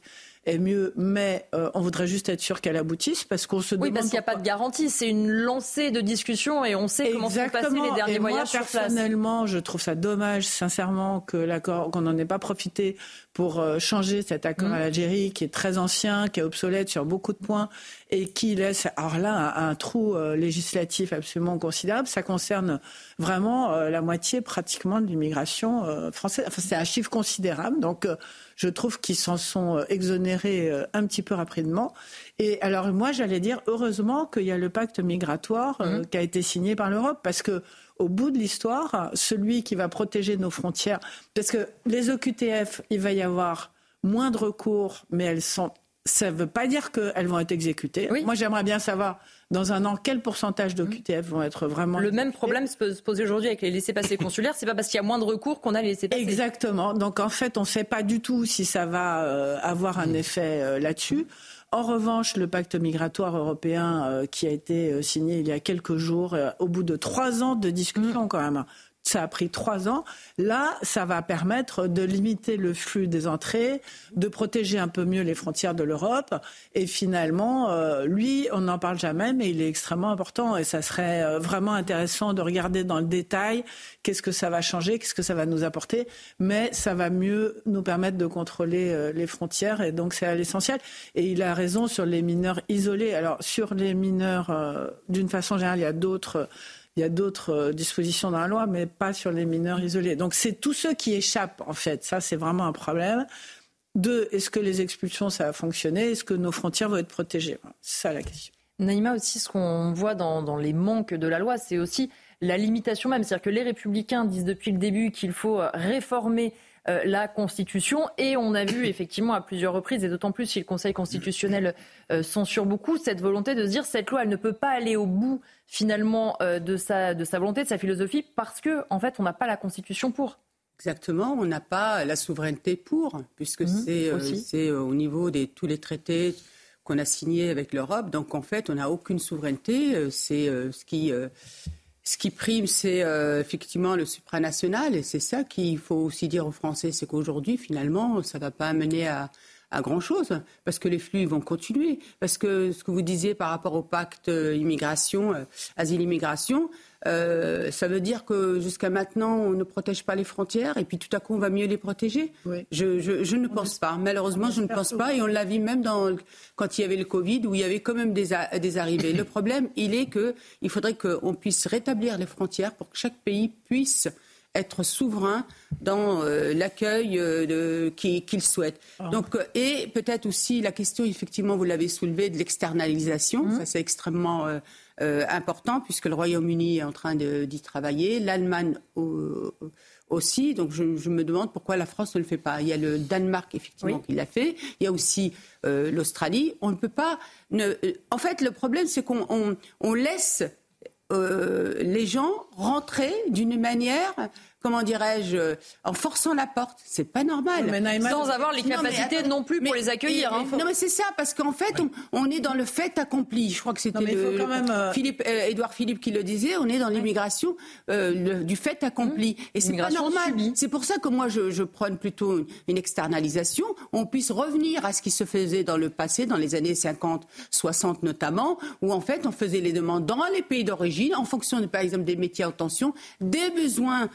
est mieux, mais euh, on voudrait juste être sûr qu'elle aboutisse parce qu'on se oui, demande... Oui, parce qu'il n'y a pourquoi... pas de garantie, c'est une lancée de discussion et on sait comment se sont passés les derniers et moi, voyages sur place. Personnellement, je trouve ça dommage, sincèrement, que l'accord, qu'on n'en ait pas profité pour euh, changer cet accord mmh. à l'Algérie qui est très ancien, qui est obsolète sur beaucoup de points et qui laisse, alors là, un, un trou euh, législatif absolument considérable. Ça concerne vraiment euh, la moitié pratiquement de l'immigration euh, française. Enfin, c'est un chiffre considérable, donc euh, je trouve qu'ils s'en sont euh, exonérés euh, un petit peu rapidement. Et alors moi, j'allais dire, heureusement qu'il y a le pacte migratoire euh, mmh. qui a été signé par l'Europe, parce que au bout de l'histoire, celui qui va protéger nos frontières, parce que les O Q T F, il va y avoir moins de recours, mais elles sont, ça ne veut pas dire qu'elles vont être exécutées. Oui. Moi, j'aimerais bien savoir, dans un an, quel pourcentage d'O Q T F vont être vraiment Le exécutés. Même problème se peut se poser aujourd'hui avec les laissez-passer consulaires. C'est pas parce qu'il y a moins de recours qu'on a les laissez-passer. Exactement. Donc, en fait, on ne sait pas du tout si ça va euh, avoir un effet euh, là-dessus. En revanche, le pacte migratoire européen euh, qui a été euh, signé il y a quelques jours, euh, au bout de trois ans de discussion mmh. quand même, ça a pris trois ans. Là, ça va permettre de limiter le flux des entrées, de protéger un peu mieux les frontières de l'Europe. Et finalement, euh, lui, on n'en parle jamais, mais il est extrêmement important. Et ça serait euh, vraiment intéressant de regarder dans le détail qu'est-ce que ça va changer, qu'est-ce que ça va nous apporter. Mais ça va mieux nous permettre de contrôler euh, les frontières. Et donc, c'est à l'essentiel. Et il a raison sur les mineurs isolés. Alors, sur les mineurs, euh, d'une façon générale, il y a d'autres... Il y a d'autres dispositions dans la loi, mais pas sur les mineurs isolés. Donc c'est tous ceux qui échappent, en fait. Ça, c'est vraiment un problème. Deux, est-ce que les expulsions, ça va fonctionner ? Est-ce que nos frontières vont être protégées ? C'est ça la question. Naïma, aussi, ce qu'on voit dans, dans les manques de la loi, c'est aussi la limitation même. C'est-à-dire que les Républicains disent depuis le début qu'il faut réformer Euh, la Constitution, et on a vu effectivement à plusieurs reprises, et d'autant plus si le Conseil constitutionnel euh, censure beaucoup, cette volonté de se dire cette loi, elle ne peut pas aller au bout finalement euh, de, sa, de sa volonté, de sa philosophie, parce que en fait on n'a pas la Constitution pour. Exactement, on n'a pas la souveraineté pour, puisque mmh, c'est, euh, c'est euh, au niveau de tous les traités qu'on a signés avec l'Europe, donc en fait on n'a aucune souveraineté, euh, c'est euh, ce qui... Euh, Ce qui prime, c'est euh, effectivement le supranational, et c'est ça qu'il faut aussi dire aux Français, c'est qu'aujourd'hui, finalement, ça ne va pas amener à, à grand-chose, parce que les flux vont continuer. Parce que ce que vous disiez par rapport au pacte euh, immigration, euh, asile-immigration, euh, ça veut dire que jusqu'à maintenant, on ne protège pas les frontières, et puis tout à coup, on va mieux les protéger. Oui. Je, je, je ne on pense pas. Malheureusement, je ne pense tout. pas, et on l'a vu même dans, quand il y avait le Covid, où il y avait quand même des, a, des arrivées. Le problème, il est qu'il faudrait qu'on puisse rétablir les frontières pour que chaque pays puisse être souverain dans euh, l'accueil euh, de, qu'il, qu'il souhaite. Oh. Donc, euh, et peut-être aussi la question, effectivement, vous l'avez soulevé, de l'externalisation. Mmh. Ça, c'est extrêmement euh, euh, important, puisque le Royaume-Uni est en train de, d'y travailler, l'Allemagne euh, aussi. Donc, je, je me demande pourquoi la France ne le fait pas. Il y a le Danemark, effectivement, oui. qui l'a fait. Il y a aussi euh, l'Australie. On ne peut pas... Ne... En fait, le problème, c'est qu'on on, on laisse... Euh, les gens rentrer d'une manière, comment dirais-je, en forçant la porte. C'est pas normal. Non, Naïma, sans avoir les capacités non, attends, non plus pour mais, les accueillir. Mais, hein. Non mais c'est ça, parce qu'en fait, on, on est dans le fait accompli. Je crois que c'était non, le, quand même, euh... Philippe, euh, Édouard Philippe qui le disait, on est dans l'immigration euh, le, du fait accompli. Mmh. Et c'est pas normal. Subie. C'est pour ça que moi, je, je prône plutôt une, une externalisation. On puisse revenir à ce qui se faisait dans le passé, dans les années cinquante, soixante notamment, où en fait, on faisait les demandes dans les pays d'origine, en fonction, de, par exemple, des métiers en tension, des besoins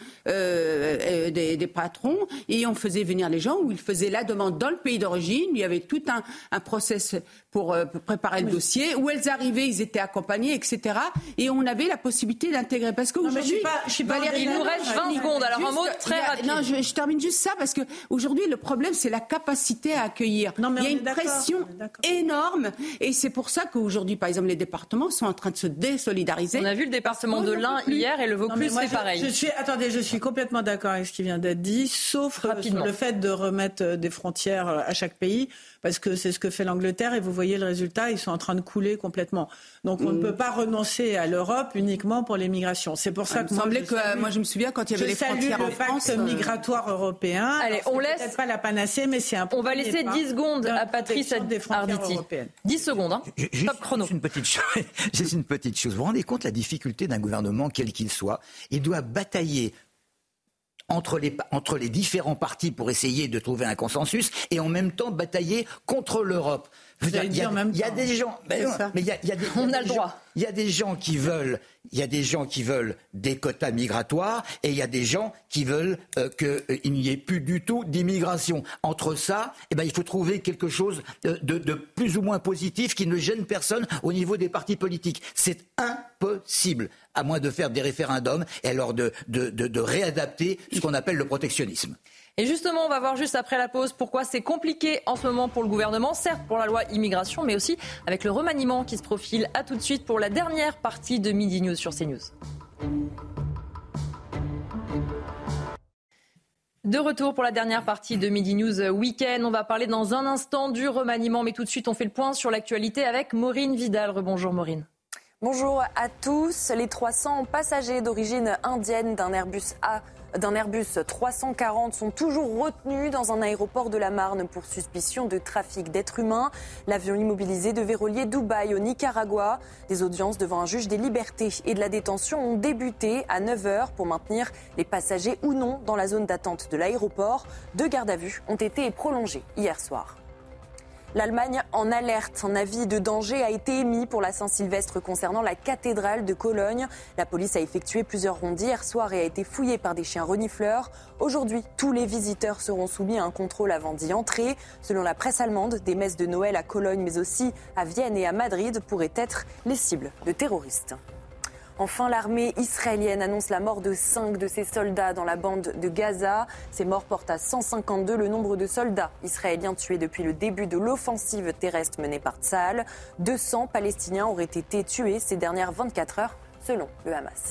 euh, des, des patrons, et on faisait venir les gens où ils faisaient la demande dans le pays d'origine. Il y avait tout un, un process pour, euh, pour préparer oui. le dossier. Où elles arrivaient, ils étaient accompagnés, et cetera. Et on avait la possibilité d'intégrer. Parce qu'aujourd'hui, Valérie, il nous reste vingt secondes. Alors juste, un mot très a, rapide. Non, je, je termine juste ça parce que aujourd'hui, le problème, c'est la capacité à accueillir. Non, mais il y a une pression énorme, et c'est pour ça qu'aujourd'hui, par exemple, les départements sont en train de se désolidariser. On a vu le département de l'Ain hier et le Vaucluse, c'est je, pareil. Je suis, attendez, je suis complètement d'accord avec ce qui vient d'être dit, sauf sur le fait de remettre des frontières à chaque pays, parce que c'est ce que fait l'Angleterre, et vous voyez le résultat, ils sont en train de couler complètement. Donc on mmh. ne peut pas renoncer à l'Europe uniquement pour les migrations. C'est pour ça ah, que, moi, que salue, moi je me souviens quand il y avait les frontières en France. Le pacte migratoire européen. Allez, Alors, on laisse. Peut-être pas la panacée, mais c'est un. On va laisser dix secondes à Patrice Arditi. dix secondes, hein. Juste, Top chrono. Juste une petite chose. Juste une petite chose. Vous vous rendez compte la difficulté d'un gouvernement, quel qu'il soit, il doit batailler entre les, entre les différents partis pour essayer de trouver un consensus et en même temps batailler contre l'Europe. Il y a, y a, y a des gens, ben non, mais il y a, y a des, on y a a le gens, droit. Il y a des gens qui veulent, il y a des gens qui veulent des quotas migratoires et il y a des gens qui veulent euh, qu'il euh, n'y ait plus du tout d'immigration. Entre ça, eh ben il faut trouver quelque chose de, de, de plus ou moins positif qui ne gêne personne au niveau des partis politiques. C'est impossible, à moins de faire des référendums et alors de, de, de, de réadapter ce qu'on appelle le protectionnisme. Et justement, on va voir juste après la pause pourquoi c'est compliqué en ce moment pour le gouvernement, certes pour la loi immigration, mais aussi avec le remaniement qui se profile. À tout de suite pour la dernière partie de Midi News sur CNews. De retour pour la dernière partie de Midi News Week-end. On va parler dans un instant du remaniement, mais tout de suite on fait le point sur l'actualité avec Maureen Vidal. Rebonjour Maureen. Bonjour à tous. Les trois cents passagers d'origine indienne d'un Airbus A d'un Airbus trois cent quarante sont toujours retenus dans un aéroport de la Marne pour suspicion de trafic d'êtres humains. L'avion immobilisé devait relier Dubaï au Nicaragua. Des audiences devant un juge des libertés et de la détention ont débuté à neuf heures pour maintenir les passagers ou non dans la zone d'attente de l'aéroport. Deux gardes à vue ont été prolongées hier soir. L'Allemagne en alerte. Un avis de danger a été émis pour la Saint-Sylvestre concernant la cathédrale de Cologne. La police a effectué plusieurs rondes hier soir et a été fouillée par des chiens renifleurs. Aujourd'hui, tous les visiteurs seront soumis à un contrôle avant d'y entrer. Selon la presse allemande, des messes de Noël à Cologne, mais aussi à Vienne et à Madrid pourraient être les cibles de terroristes. Enfin, l'armée israélienne annonce la mort de cinq de ses soldats dans la bande de Gaza. Ces morts portent à cent cinquante-deux le nombre de soldats israéliens tués depuis le début de l'offensive terrestre menée par Tsahal. deux cents Palestiniens auraient été tués ces dernières vingt-quatre heures, selon le Hamas.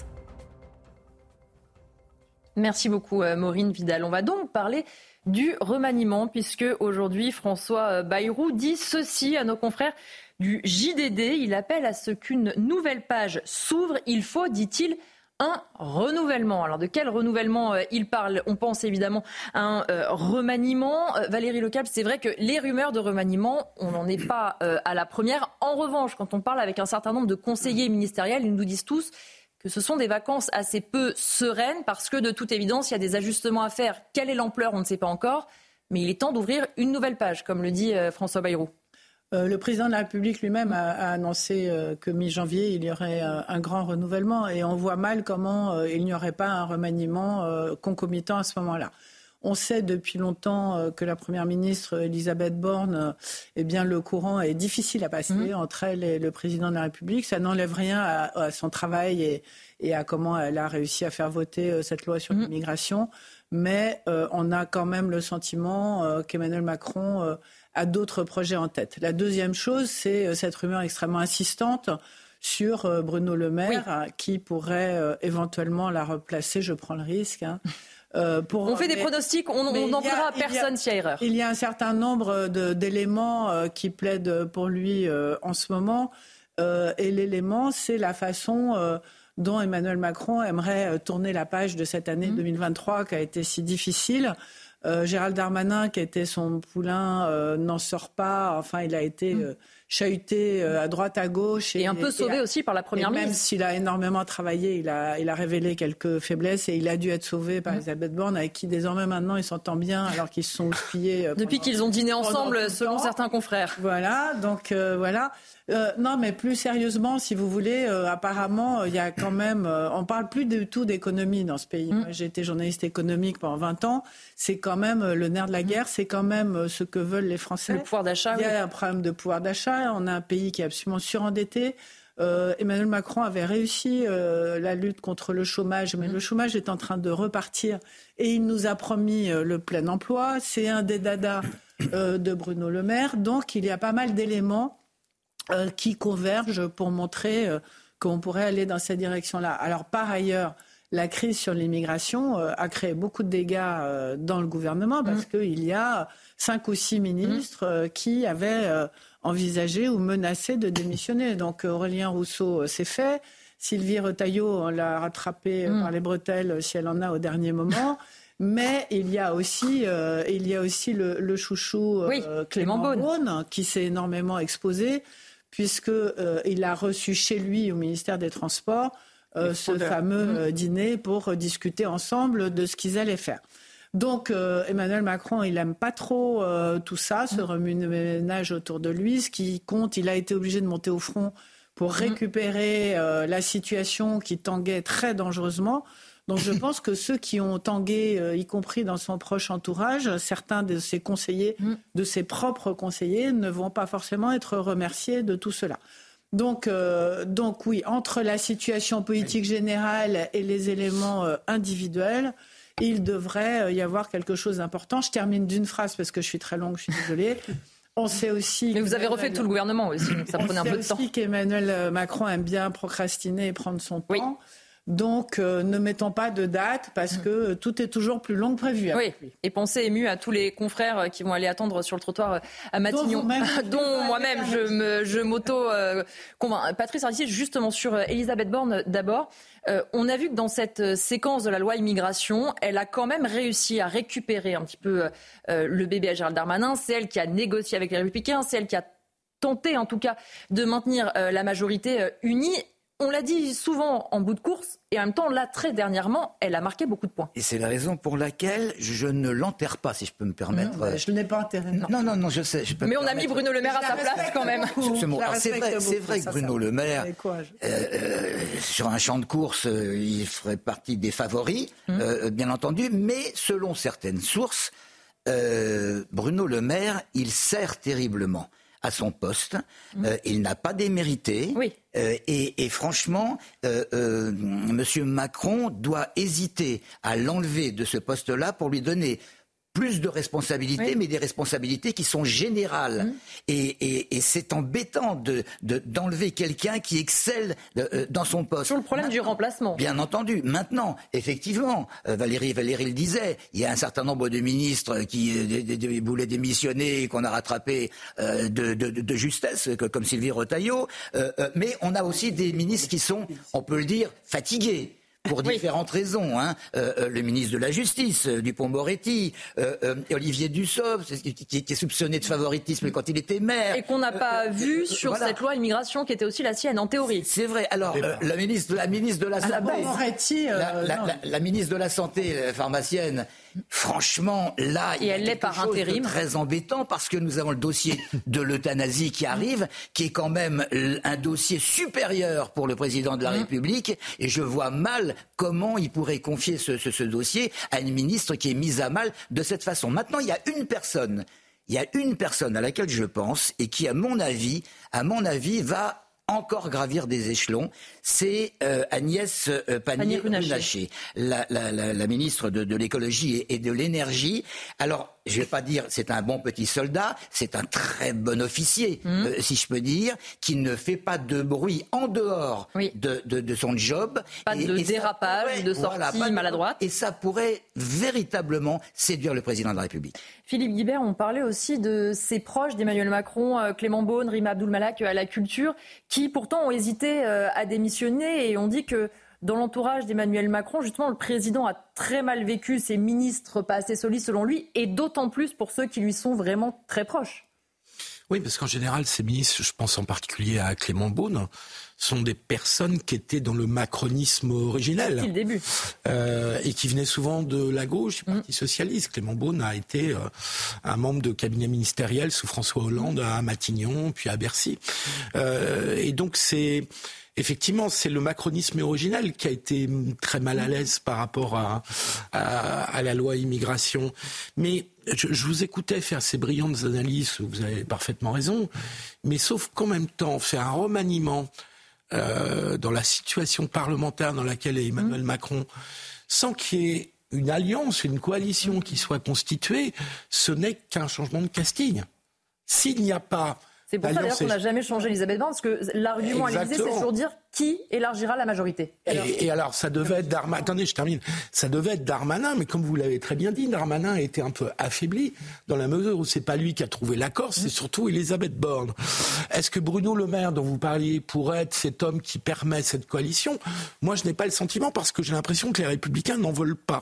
Merci beaucoup Maureen Vidal. On va donc parler du remaniement puisque aujourd'hui François Bayrou dit ceci à nos confrères du J D D. Il appelle à ce qu'une nouvelle page s'ouvre. Il faut, dit-il, un renouvellement. Alors de quel renouvellement euh, il parle? On pense évidemment à un euh, remaniement. Euh, Valérie Lecable, c'est vrai que les rumeurs de remaniement, on n'en est pas euh, à la première. En revanche, quand on parle avec un certain nombre de conseillers ministériels, ils nous disent tous que ce sont des vacances assez peu sereines parce que de toute évidence, il y a des ajustements à faire. Quelle est l'ampleur? On ne sait pas encore. Mais il est temps d'ouvrir une nouvelle page, comme le dit euh, François Bayrou. Euh, le président de la République lui-même a, a annoncé euh, que mi-janvier, il y aurait euh, un grand renouvellement et on voit mal comment euh, il n'y aurait pas un remaniement euh, concomitant à ce moment-là. On sait depuis longtemps euh, que la Première ministre Elisabeth Borne, euh, eh bien, le courant est difficile à passer mmh. entre elle et le président de la République. Ça n'enlève rien à, à son travail et, et à comment elle a réussi à faire voter euh, cette loi sur mmh. l'immigration. Mais euh, on a quand même le sentiment euh, qu'Emmanuel Macron euh, a d'autres projets en tête. La deuxième chose, c'est euh, cette rumeur extrêmement insistante sur euh, Bruno Le Maire, oui. qui pourrait euh, éventuellement la replacer, je prends le risque. Hein, euh, pour, on fait mais, des pronostics, on n'en voudra à personne s'il y a erreur. Il y a un certain nombre de, d'éléments euh, qui plaident pour lui euh, en ce moment. Euh, et l'élément, c'est la façon... Euh, dont Emmanuel Macron aimerait tourner la page de cette année mmh. deux mille vingt-trois qui a été si difficile. Euh, Gérald Darmanin, qui a été son poulain, euh, n'en sort pas. Enfin, il a été euh, chahuté euh, à droite, à gauche. Et, et un peu sauvé et, aussi par la Première ministre. Même s'il a énormément travaillé, il a, il a révélé quelques faiblesses et il a dû être sauvé par mmh. Elisabeth Borne, avec qui désormais maintenant il s'entend bien alors qu'ils se sont houspillés. Euh, Depuis qu'ils ont dîné ensemble, selon certains confrères. Voilà, donc euh, voilà. Euh, non, mais plus sérieusement, si vous voulez, euh, apparemment, il y a quand même... Euh, on parle plus du tout d'économie dans ce pays. Mmh. Moi, j'ai été journaliste économique pendant vingt ans. C'est quand même euh, le nerf de la guerre. C'est quand même euh, ce que veulent les Français. Le pouvoir d'achat. Il y a oui. un problème de pouvoir d'achat. On a un pays qui est absolument surendetté. Euh, Emmanuel Macron avait réussi euh, la lutte contre le chômage, mais mmh. le chômage est en train de repartir. Et il nous a promis euh, le plein emploi. C'est un des dadas euh, de Bruno Le Maire. Donc, il y a pas mal d'éléments Euh, qui convergent pour montrer euh, qu'on pourrait aller dans cette direction-là. Alors, par ailleurs, la crise sur l'immigration euh, a créé beaucoup de dégâts euh, dans le gouvernement parce mmh. qu'il y a cinq ou six ministres euh, qui avaient euh, envisagé ou menacé de démissionner. Donc, Aurélien Rousseau, euh, c'est fait. Sylvie Retailleau, on l'a rattrapée mmh. par les bretelles si elle en a au dernier moment. Mais il y a aussi, euh, il y a aussi le, le chouchou euh, oui, Clément Beaune, Beaune qui s'est énormément exposé puisqu'il euh, a reçu chez lui au ministère des Transports euh, ce fameux mmh. dîner pour discuter ensemble de ce qu'ils allaient faire. Donc euh, Emmanuel Macron, il n'aime pas trop euh, tout ça, ce remue-ménage autour de lui. Ce qui compte, il a été obligé de monter au front pour récupérer euh, la situation qui tanguait très dangereusement. Donc je pense que ceux qui ont tangué, euh, y compris dans son proche entourage, certains de ses conseillers, de ses propres conseillers, ne vont pas forcément être remerciés de tout cela. Donc, euh, donc oui, entre la situation politique générale et les éléments euh, individuels, il devrait y avoir quelque chose d'important. Je termine d'une phrase parce que je suis très longue, je suis désolée. On sait aussi. Mais vous avez refait tout le gouvernement aussi, donc ça prenait un peu de temps. On sait aussi qu'Emmanuel Macron aime bien procrastiner et prendre son temps. Oui. Donc, euh, ne mettons pas de date parce que tout est toujours plus long que prévu. Oui, et pensez ému à tous les confrères qui vont aller attendre sur le trottoir à Matignon, dont, dont moi-même je, me, je m'auto-convainc. Euh, Patrice Arditi, justement sur Elisabeth Borne d'abord. Euh, on a vu que dans cette séquence de la loi immigration, elle a quand même réussi à récupérer un petit peu euh, le bébé à Gérald Darmanin. C'est elle qui a négocié avec les Républicains, c'est elle qui a tenté en tout cas de maintenir euh, la majorité euh, unie. On l'a dit souvent en bout de course, et en même temps, là, très dernièrement, elle a marqué beaucoup de points. Et c'est la raison pour laquelle je ne l'enterre pas, si je peux me permettre. Non, je ne l'ai pas enterré. Non, non, non, non, je sais. Je peux Mais on a mis Bruno Le Maire à sa place, quand même. C'est vrai, c'est vrai que Bruno Le Maire, euh, euh, sur un champ de course, euh, il ferait partie des favoris, mmh. euh, bien entendu, mais selon certaines sources, euh, Bruno Le Maire, il sert terriblement à son poste. Mmh. Euh, il n'a pas démérité. Oui. Euh, et, et franchement, euh, euh, M. Macron doit hésiter à l'enlever de ce poste-là pour lui donner plus de responsabilités, oui. mais des responsabilités qui sont générales. Mmh. Et, et, et c'est embêtant de, de, d'enlever quelqu'un qui excelle de, dans son poste. Sur le problème maintenant, du remplacement. Bien entendu. Maintenant, effectivement, euh, Valérie, Valérie le disait, il y a un certain nombre de ministres qui euh, de, de, de, voulaient démissionner et qu'on a rattrapé euh, de, de, de justesse, comme Sylvie Retailleau. Euh, euh, mais on a aussi des ministres qui sont, on peut le dire, fatigués. Pour différentes oui. raisons, hein. euh, le ministre de la Justice, euh, Dupond-Moretti, euh, euh, Olivier Dussopt, qui, qui, qui est soupçonné de favoritisme quand il était maire. Et qu'on n'a pas euh, vu euh, sur voilà. cette loi immigration qui était aussi la sienne, en théorie. C'est vrai. Alors, euh, la, ministre, la ministre de la Santé... Moretti, euh, la, la, la, la ministre de la Santé, la pharmacienne... Franchement, là, il y a quelque chose de très embêtant parce que nous avons le dossier de l'euthanasie qui arrive, qui est quand même un dossier supérieur pour le président de la République. Et je vois mal comment il pourrait confier ce, ce, ce dossier à une ministre qui est mise à mal de cette façon. Maintenant, il y a une personne, il y a une personne à laquelle je pense et qui, à mon avis, à mon avis, va encore gravir des échelons, c'est euh, Agnès euh, Pannier-Runacher, la, la, la, la ministre de, de l'écologie et, et de l'énergie. Alors, je ne vais pas dire c'est un bon petit soldat, c'est un très bon officier, mmh. euh, si je peux dire, qui ne fait pas de bruit en dehors oui. de, de, de son job. Pas et, de et dérapage, pourrait, de sortie voilà, maladroite. Et ça pourrait véritablement séduire le président de la République. Philippe Guibert, on parlait aussi de ses proches d'Emmanuel Macron, euh, Clément Beaune, Rima Abdul-Malak euh, à la culture, qui pourtant ont hésité euh, à démissionner et on dit que dans l'entourage d'Emmanuel Macron, justement, le président a très mal vécu ses ministres pas assez solides selon lui, et d'autant plus pour ceux qui lui sont vraiment très proches. Oui, parce qu'en général, ces ministres, je pense en particulier à Clément Beaune, sont des personnes qui étaient dans le macronisme originel. Depuis le début. Euh, et qui venaient souvent de la gauche, du Parti mmh. socialiste. Clément Beaune a été euh, un membre de cabinet ministériel sous François Hollande à Matignon, puis à Bercy. Euh, et donc c'est... Effectivement, c'est le macronisme original qui a été très mal à l'aise par rapport à, à, à la loi immigration. Mais je, je vous écoutais faire ces brillantes analyses, vous avez parfaitement raison, mais sauf qu'en même temps, faire un remaniement euh, dans la situation parlementaire dans laquelle est Emmanuel mmh. Macron, sans qu'il y ait une alliance, une coalition qui soit constituée, ce n'est qu'un changement de casting. S'il n'y a pas... C'est pour ça d'ailleurs qu'on n'a jamais changé Elisabeth Borne, parce que l'argument à l'Élysée, c'est toujours dire qui élargira la majorité. Alors... Et, et alors, ça devait être Darmanin. Attendez, je termine. Ça devait être Darmanin, mais comme vous l'avez très bien dit, Darmanin a été un peu affaibli dans la mesure où c'est pas lui qui a trouvé l'accord, c'est surtout Elisabeth Borne. Est-ce que Bruno Le Maire, dont vous parliez, pourrait être cet homme qui permet cette coalition ? Moi, je n'ai pas le sentiment parce que j'ai l'impression que les Républicains n'en veulent pas.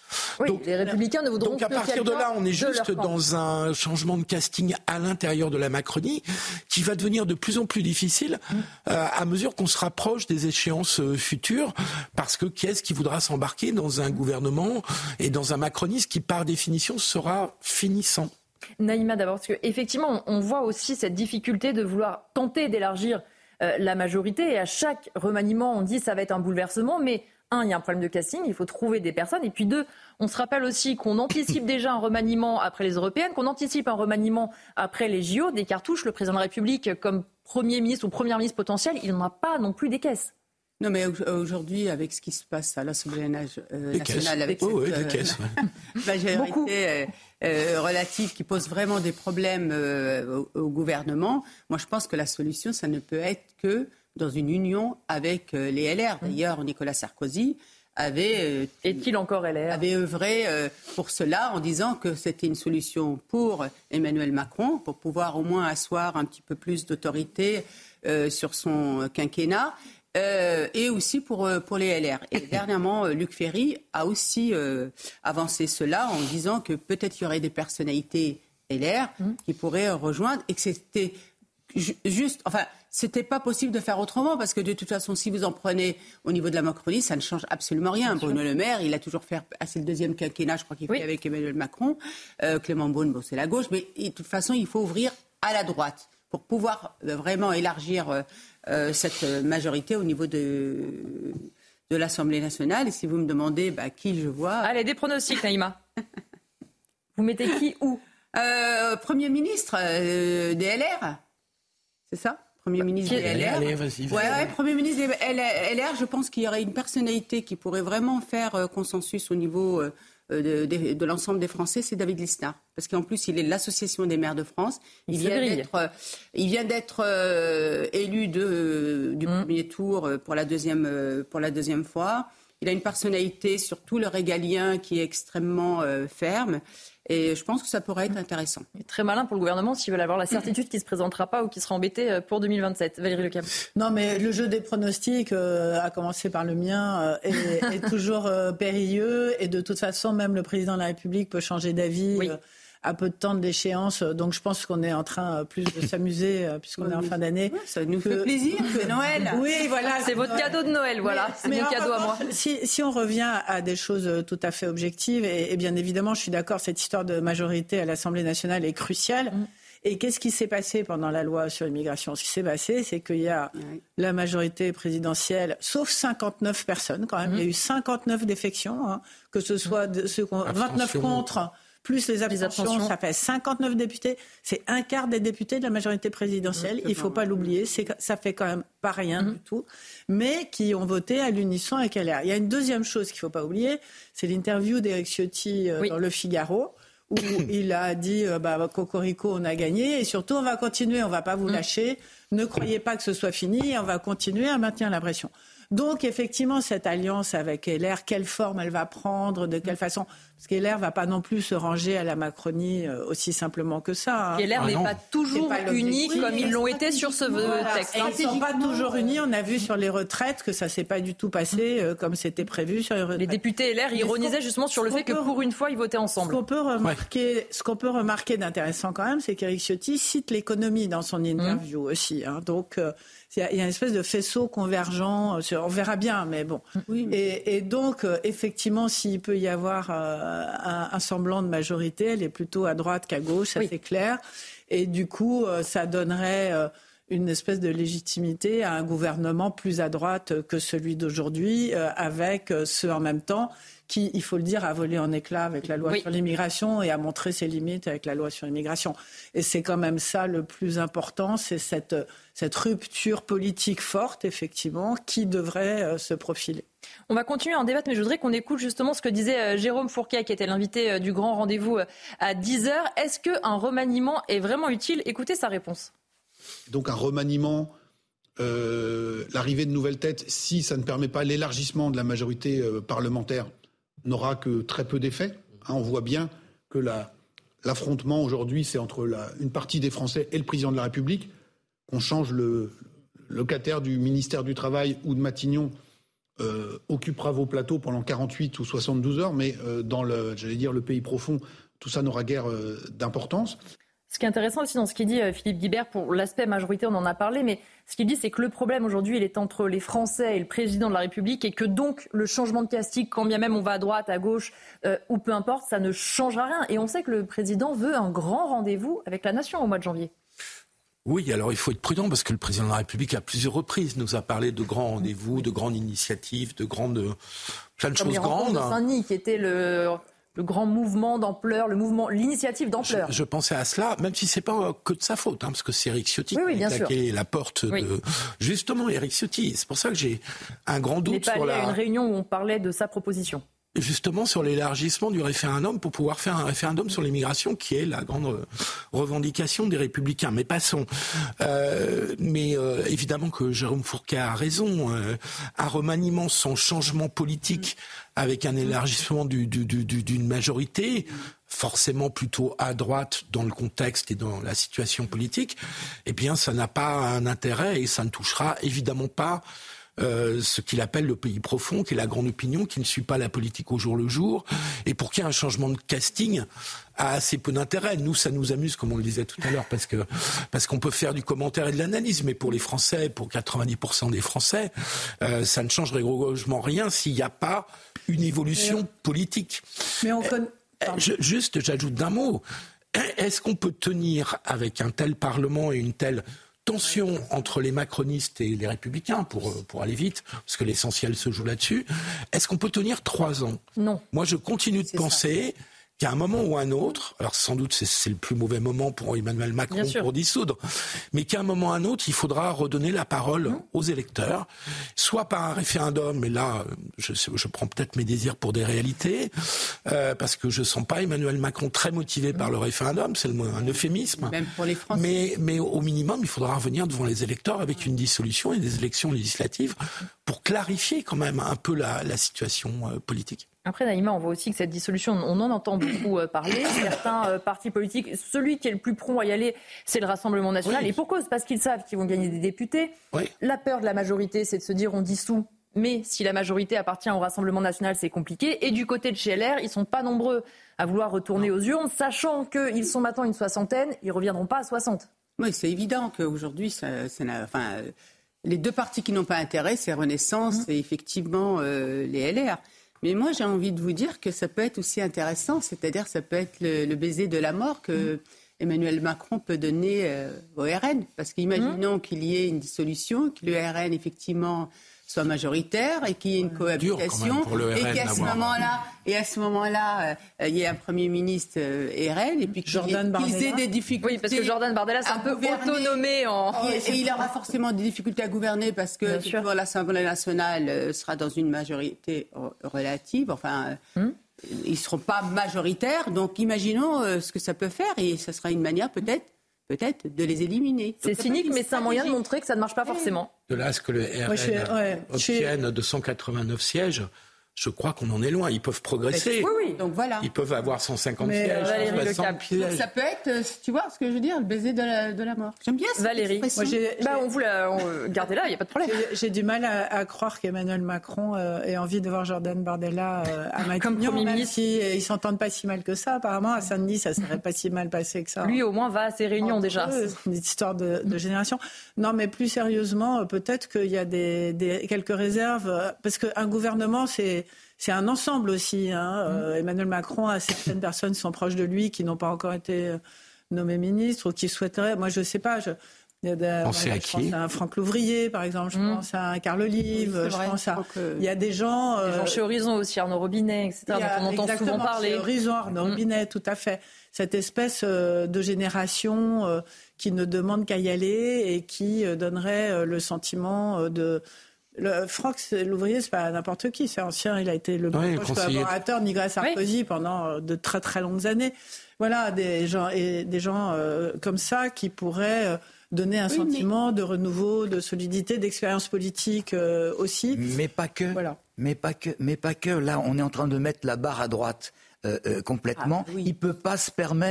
Oui, donc, les Républicains ne voudront donc à que partir de là, on est juste dans un changement de casting à l'intérieur de la Macronie qui va devenir de plus en plus difficile mmh. euh, à mesure qu'on se rapproche des échéances euh, futures, parce que qui est-ce qui voudra s'embarquer dans un gouvernement et dans un macronisme qui, par définition, sera finissant. Naïma, d'abord, parce qu'effectivement, on voit aussi cette difficulté de vouloir tenter d'élargir euh, la majorité, et à chaque remaniement, on dit ça va être un bouleversement, mais un, il y a un problème de casting, il faut trouver des personnes. Et puis deux, on se rappelle aussi qu'on anticipe déjà un remaniement après les européennes, qu'on anticipe un remaniement après les J O, des cartouches. Le président de la République, comme Premier ministre ou Première ministre potentiel, il n'en a pas non plus des caisses. Non, mais aujourd'hui, avec ce qui se passe à l'Assemblée euh, nationale, avec oh, cette oui, des caisses, ouais. majorité euh, euh, relative qui pose vraiment des problèmes euh, au, au gouvernement, moi je pense que la solution, ça ne peut être que dans une union avec euh, les L R. D'ailleurs, Nicolas Sarkozy avait, euh, est-il encore L R avait œuvré euh, pour cela en disant que c'était une solution pour Emmanuel Macron, pour pouvoir au moins asseoir un petit peu plus d'autorité euh, sur son quinquennat. Euh, et aussi pour, pour les L R. Et dernièrement, Luc Ferry a aussi euh, avancé cela en disant que peut-être il y aurait des personnalités L R mmh. qui pourraient rejoindre et que c'était ju- juste... Enfin, c'était pas possible de faire autrement parce que de toute façon, si vous en prenez au niveau de la Macronie, ça ne change absolument rien. Bien Bruno sûr. Le Maire, il a toujours fait... Ah, c'est le deuxième quinquennat, je crois qu'il fait oui. avec Emmanuel Macron. Euh, Clément Beaune, bon, c'est la gauche. Mais de toute façon, il faut ouvrir à la droite pour pouvoir euh, vraiment élargir... Euh, Euh, cette majorité au niveau de, de l'Assemblée nationale. Et si vous me demandez bah, qui je vois... Allez, des pronostics, Naïma. Vous mettez qui où euh, Premier ministre euh, des L R. C'est ça Premier ministre qui... des L R. Allez, vas-y, vas-y. Ouais, ouais, Premier ministre des L R, je pense qu'il y aurait une personnalité qui pourrait vraiment faire euh, consensus au niveau... Euh, De, de, de l'ensemble des Français, c'est David Lisnard. Parce qu'en plus, il est de l'Association des maires de France. Il, il vient d'être, euh, il vient d'être euh, élu de, euh, du mmh. premier tour pour la, deuxième, euh, pour la deuxième fois. Il a une personnalité sur tout le régalien qui est extrêmement euh, ferme. Et je pense que ça pourrait être intéressant. Et très malin pour le gouvernement s'ils veulent avoir la certitude qu'il ne se présentera pas ou qu'il sera embêté pour deux mille vingt-sept. Valérie Lecam. Non, mais le jeu des pronostics, euh, à commencer par le mien, euh, est, est toujours euh, périlleux. Et de toute façon, même le président de la République peut changer d'avis oui. euh, à peu de temps de l'échéance. Donc je pense qu'on est en train euh, plus de s'amuser euh, puisqu'on oui. est en fin d'année. Ouais, ça nous que... fait plaisir, c'est Noël. Oui, voilà. C'est votre cadeau de Noël, voilà. C'est mon cadeau à moi. Si, si on revient à des choses tout à fait objectives, et, et bien évidemment, je suis d'accord, cette histoire de majorité à l'Assemblée nationale est cruciale. Mmh. Et qu'est-ce qui s'est passé pendant la loi sur l'immigration ? Ce qui s'est passé, c'est qu'il y a oui. la majorité présidentielle, sauf cinquante-neuf personnes quand même. Mmh. Il y a eu cinquante-neuf défections, hein, que ce soit de, ceux qu'on, vingt-neuf contre... Plus les abstentions, les abstentions, ça fait cinquante-neuf députés. C'est un quart des députés de la majorité présidentielle. Il ne faut pas l'oublier. C'est, ça fait quand même pas rien mmh. du tout. Mais qui ont voté à l'unisson avec L R. Il y a une deuxième chose qu'il ne faut pas oublier. C'est l'interview d'Éric Ciotti euh, oui. dans Le Figaro, où il a dit euh, bah, Cocorico, on a gagné. Et surtout, on va continuer. On ne va pas vous lâcher. Mmh. Ne croyez pas que ce soit fini. On va continuer à maintenir la pression. Donc, effectivement, cette alliance avec L R, quelle forme elle va prendre, de quelle façon ? Parce qu'L R ne va pas non plus se ranger à la Macronie aussi simplement que ça. Hein. L R ah n'est non. pas toujours pas unis oui, comme ils l'ont été sur ce voilà. texte. Et ils ne sont pas toujours unis. On a vu sur les retraites que ça ne s'est pas du tout passé euh, comme c'était prévu sur les retraites. Les députés L R ironisaient justement sur le fait que peut, pour une fois, ils votaient ensemble. Ce qu'on peut remarquer, ouais. ce qu'on peut remarquer d'intéressant quand même, c'est qu'Éric Ciotti cite l'économie dans son interview mmh. aussi. Hein. Donc, euh, il y a une espèce de faisceau convergent. On verra bien, mais bon. Oui, mais... Et, et donc, euh, effectivement, s'il peut y avoir euh, un, un semblant de majorité, elle est plutôt à droite qu'à gauche, ça oui. c'est clair. Et du coup, euh, ça donnerait euh, une espèce de légitimité à un gouvernement plus à droite que celui d'aujourd'hui, euh, avec euh, ceux en même temps qui, il faut le dire, a volé en éclats avec la loi oui. sur l'immigration et a montré ses limites avec la loi sur l'immigration. Et c'est quand même ça le plus important, c'est cette, cette rupture politique forte, effectivement, qui devrait euh, se profiler. On va continuer à en débattre, mais je voudrais qu'on écoute justement ce que disait euh, Jérôme Fourquet, qui était l'invité euh, du grand rendez-vous euh, à dix heures. Est-ce qu'un remaniement est vraiment utile ? Écoutez sa réponse. Donc un remaniement... Euh, l'arrivée de nouvelles têtes, si ça ne permet pas l'élargissement de la majorité euh, parlementaire, n'aura que très peu d'effet. Hein, on voit bien que la, l'affrontement aujourd'hui, c'est entre la, une partie des Français et le président de la République. Qu'on change le locataire du ministère du Travail ou de Matignon, euh, occupera vos plateaux pendant quarante-huit ou soixante-douze heures, mais euh, dans le, j'allais dire, le pays profond, tout ça n'aura guère euh, d'importance. Ce qui est intéressant aussi dans ce qu'il dit Philippe Guibert, pour l'aspect majorité, on en a parlé, mais ce qu'il dit, c'est que le problème aujourd'hui, il est entre les Français et le président de la République, et que donc le changement de casting, quand bien même on va à droite, à gauche, euh, ou peu importe, ça ne changera rien. Et on sait que le président veut un grand rendez-vous avec la nation au mois de janvier. Oui, alors il faut être prudent parce que le président de la République, à plusieurs reprises, nous a parlé de grands rendez-vous, de grandes initiatives, de grandes, plein de Comme choses les rencontres grandes. de Saint-Denis, qui était le... le grand mouvement d'ampleur, le mouvement, l'initiative d'ampleur. Je, je pensais à cela, même si c'est pas que de sa faute, hein, parce que c'est Éric Ciotti oui, oui, qui a claqué la porte oui. de... Justement, Éric Ciotti, c'est pour ça que j'ai un grand doute sur la... Il n'est pas allé la... à une réunion où on parlait de sa proposition. Justement sur l'élargissement du référendum pour pouvoir faire un référendum sur l'immigration qui est la grande revendication des Républicains. Mais passons. Euh, mais euh, évidemment que Jérôme Fourquet a raison. Euh, un remaniement sans changement politique avec un élargissement du, du, du, du, d'une majorité, forcément plutôt à droite dans le contexte et dans la situation politique, eh bien ça n'a pas un intérêt et ça ne touchera évidemment pas Euh, ce qu'il appelle le pays profond, qui est la grande opinion, qui ne suit pas la politique au jour le jour, et pour qui un changement de casting a assez peu d'intérêt. Nous, ça nous amuse, comme on le disait tout à l'heure, parce que parce qu'on peut faire du commentaire et de l'analyse, mais pour les Français, pour quatre-vingt-dix pour cent des Français, euh, ça ne change rigoureusement rien s'il n'y a pas une évolution politique. Mais on connaît... Je, juste, j'ajoute d'un mot. Est-ce qu'on peut tenir avec un tel Parlement et une telle tension entre les macronistes et les républicains, pour, pour aller vite, parce que l'essentiel se joue là-dessus, est-ce qu'on peut tenir trois ans ? Non. Moi, je continue de penser ça. qu'à un moment ou un autre, alors sans doute c'est, c'est le plus mauvais moment pour Emmanuel Macron pour dissoudre, mais qu'à un moment ou un autre, il faudra redonner la parole mmh. aux électeurs, soit par un référendum, mais là, je, je prends peut-être mes désirs pour des réalités, euh, parce que je sens pas Emmanuel Macron très motivé mmh. par le référendum, c'est le, un euphémisme. Même pour les Français. Mais, mais au minimum, il faudra revenir devant les électeurs avec une dissolution et des élections législatives pour clarifier quand même un peu la, la situation euh, politique. Après, Naïma, on voit aussi que cette dissolution, on en entend beaucoup parler. Certains euh, partis politiques, celui qui est le plus prompt à y aller, c'est le Rassemblement national. Oui. Et pour cause, parce qu'ils savent qu'ils vont gagner des députés. Oui. La peur de la majorité, c'est de se dire on dissout. Mais si la majorité appartient au Rassemblement national, c'est compliqué. Et du côté de chez L R, ils ne sont pas nombreux à vouloir retourner non. aux urnes, sachant qu'ils sont maintenant une soixantaine, ils ne reviendront pas à soixante. Oui, c'est évident qu'aujourd'hui, ça, ça n'a... Enfin, les deux partis qui n'ont pas intérêt, c'est Renaissance mmh. et effectivement euh, les L R. Mais moi, j'ai envie de vous dire que ça peut être aussi intéressant, c'est-à-dire ça peut être le, le baiser de la mort que mmh. Emmanuel Macron peut donner euh, au R N. Parce qu'imaginons mmh. qu'il y ait une dissolution, que le R N, effectivement, soit majoritaire et qu'il y ait une cohabitation et qu'à ce moment-là, et à ce moment-là, euh, il y ait un Premier ministre euh, R N et puis qu'il Jordan y ait des difficultés. Oui, parce que Jordan Bardella, c'est un peu autonomé en... Et, et il aura forcément des difficultés à gouverner parce que l'Assemblée nationale euh, sera dans une majorité relative, enfin... Hum. Ils ne seront pas majoritaires, donc imaginons euh, ce que ça peut faire et ce sera une manière peut-être peut-être de les éliminer. C'est donc, cynique, mais c'est un moyen de montrer que ça ne marche pas forcément. De là à ce que le R N ouais, je, ouais, obtienne je... deux cent quatre-vingt-neuf sièges, je crois qu'on en est loin. Ils peuvent progresser. Oui, oui. Donc voilà. Ils peuvent avoir cent cinquante mais sièges, Valérie soixante sièges. Donc ça peut être, tu vois ce que je veux dire, le baiser de la, de la mort. J'aime bien cette Valérie. expression. Moi, j'ai, bah, on vous la, on, gardez-la, il n'y a pas de problème. J'ai, j'ai du mal à, à croire qu'Emmanuel Macron euh, ait envie de voir Jordan Bardella euh, à Matignon, comme Premier même ministre. Si euh, ils s'entendent pas si mal que ça. Apparemment, à Saint-Denis, ça serait pas si mal passé que ça. Lui, au moins, va à ses réunions déjà. Eux, c'est une histoire de, de génération. Non, mais plus sérieusement, peut-être qu'il y a des, des quelques réserves, parce qu'un gouvernement, c'est C'est un ensemble aussi. Hein. Euh, Emmanuel Macron a certaines personnes qui sont proches de lui qui n'ont pas encore été nommées ministres ou qui souhaiteraient. Moi, je ne sais pas. Je, il y a des, Pensez moi, à je qui pense à un Franck Louvrier, par exemple. Je mmh. pense à un Carl Olive. Oui, je vrai, pense à. que... Il y a des gens. Euh... Des gens chez Horizon aussi, Arnaud Robinet, et cetera. Dont on entend souvent parler. Chez Horizon, Arnaud mmh. Robinet, tout à fait. Cette espèce euh, de génération euh, qui ne demande qu'à y aller et qui euh, donnerait euh, le sentiment euh, de. Le Franck Louvrier, c'est pas n'importe qui, c'est ancien, il a été le oui, proche collaborateur de Nicolas Sarkozy oui. pendant de très très longues années. Voilà, des gens, et des gens euh, comme ça qui pourraient euh, donner un oui, sentiment mais... de renouveau, de solidité, d'expérience politique euh, aussi. Mais pas que. Voilà. Mais pas que. Mais pas que. Là, on est en train de mettre la barre à droite. Euh, euh, complètement, ah, oui. il peut pas se permettre,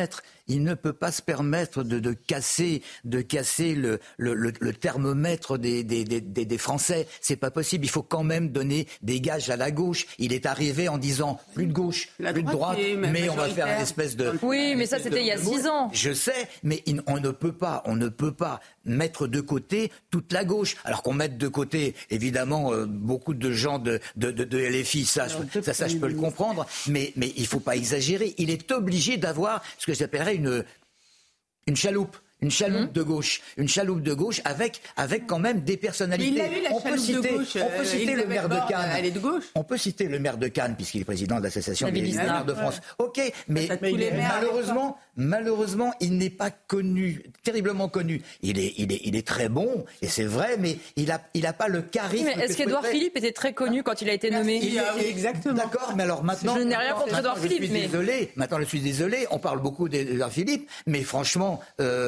il ne peut pas se permettre de, de casser, de casser le, le, le, le thermomètre des, des, des, des Français. C'est pas possible. Il faut quand même donner des gages à la gauche. Il est arrivé en disant plus de gauche, la plus de droite, mais on va faire une espèce de... Oui, mais ça c'était il y a six ans. Je sais, mais il, on ne peut pas, on ne peut pas mettre de côté toute la gauche. Alors qu'on mette de côté, évidemment, euh, beaucoup de gens de, de, de, de L F I, ça, je, ça, ça je peux le comprendre, mais, mais il ne faut pas exagérer. Il est obligé d'avoir ce que j'appellerais une, une chaloupe. Une chaloupe mmh. de gauche, une chaloupe de gauche avec avec quand même des personnalités. Mais il a eu la on peut citer, de gauche. On peut citer euh, le maire de Cannes. Elle est de gauche. On peut citer le maire de Cannes puisqu'il est président de l'association des maires de France. Ouais. Ok, mais, mais malheureusement, malheureusement, il n'est pas connu, terriblement connu. Il est il est il est très bon et c'est vrai, mais il a il a pas le charisme. Oui, mais est-ce qu'Édouard Philippe était très connu quand il a été nommé? Il est, exactement. D'accord, mais alors maintenant. Je n'ai rien contre Édouard Philippe, je suis mais désolé. Maintenant, je suis désolé. On parle beaucoup d'Édouard Philippe, mais franchement.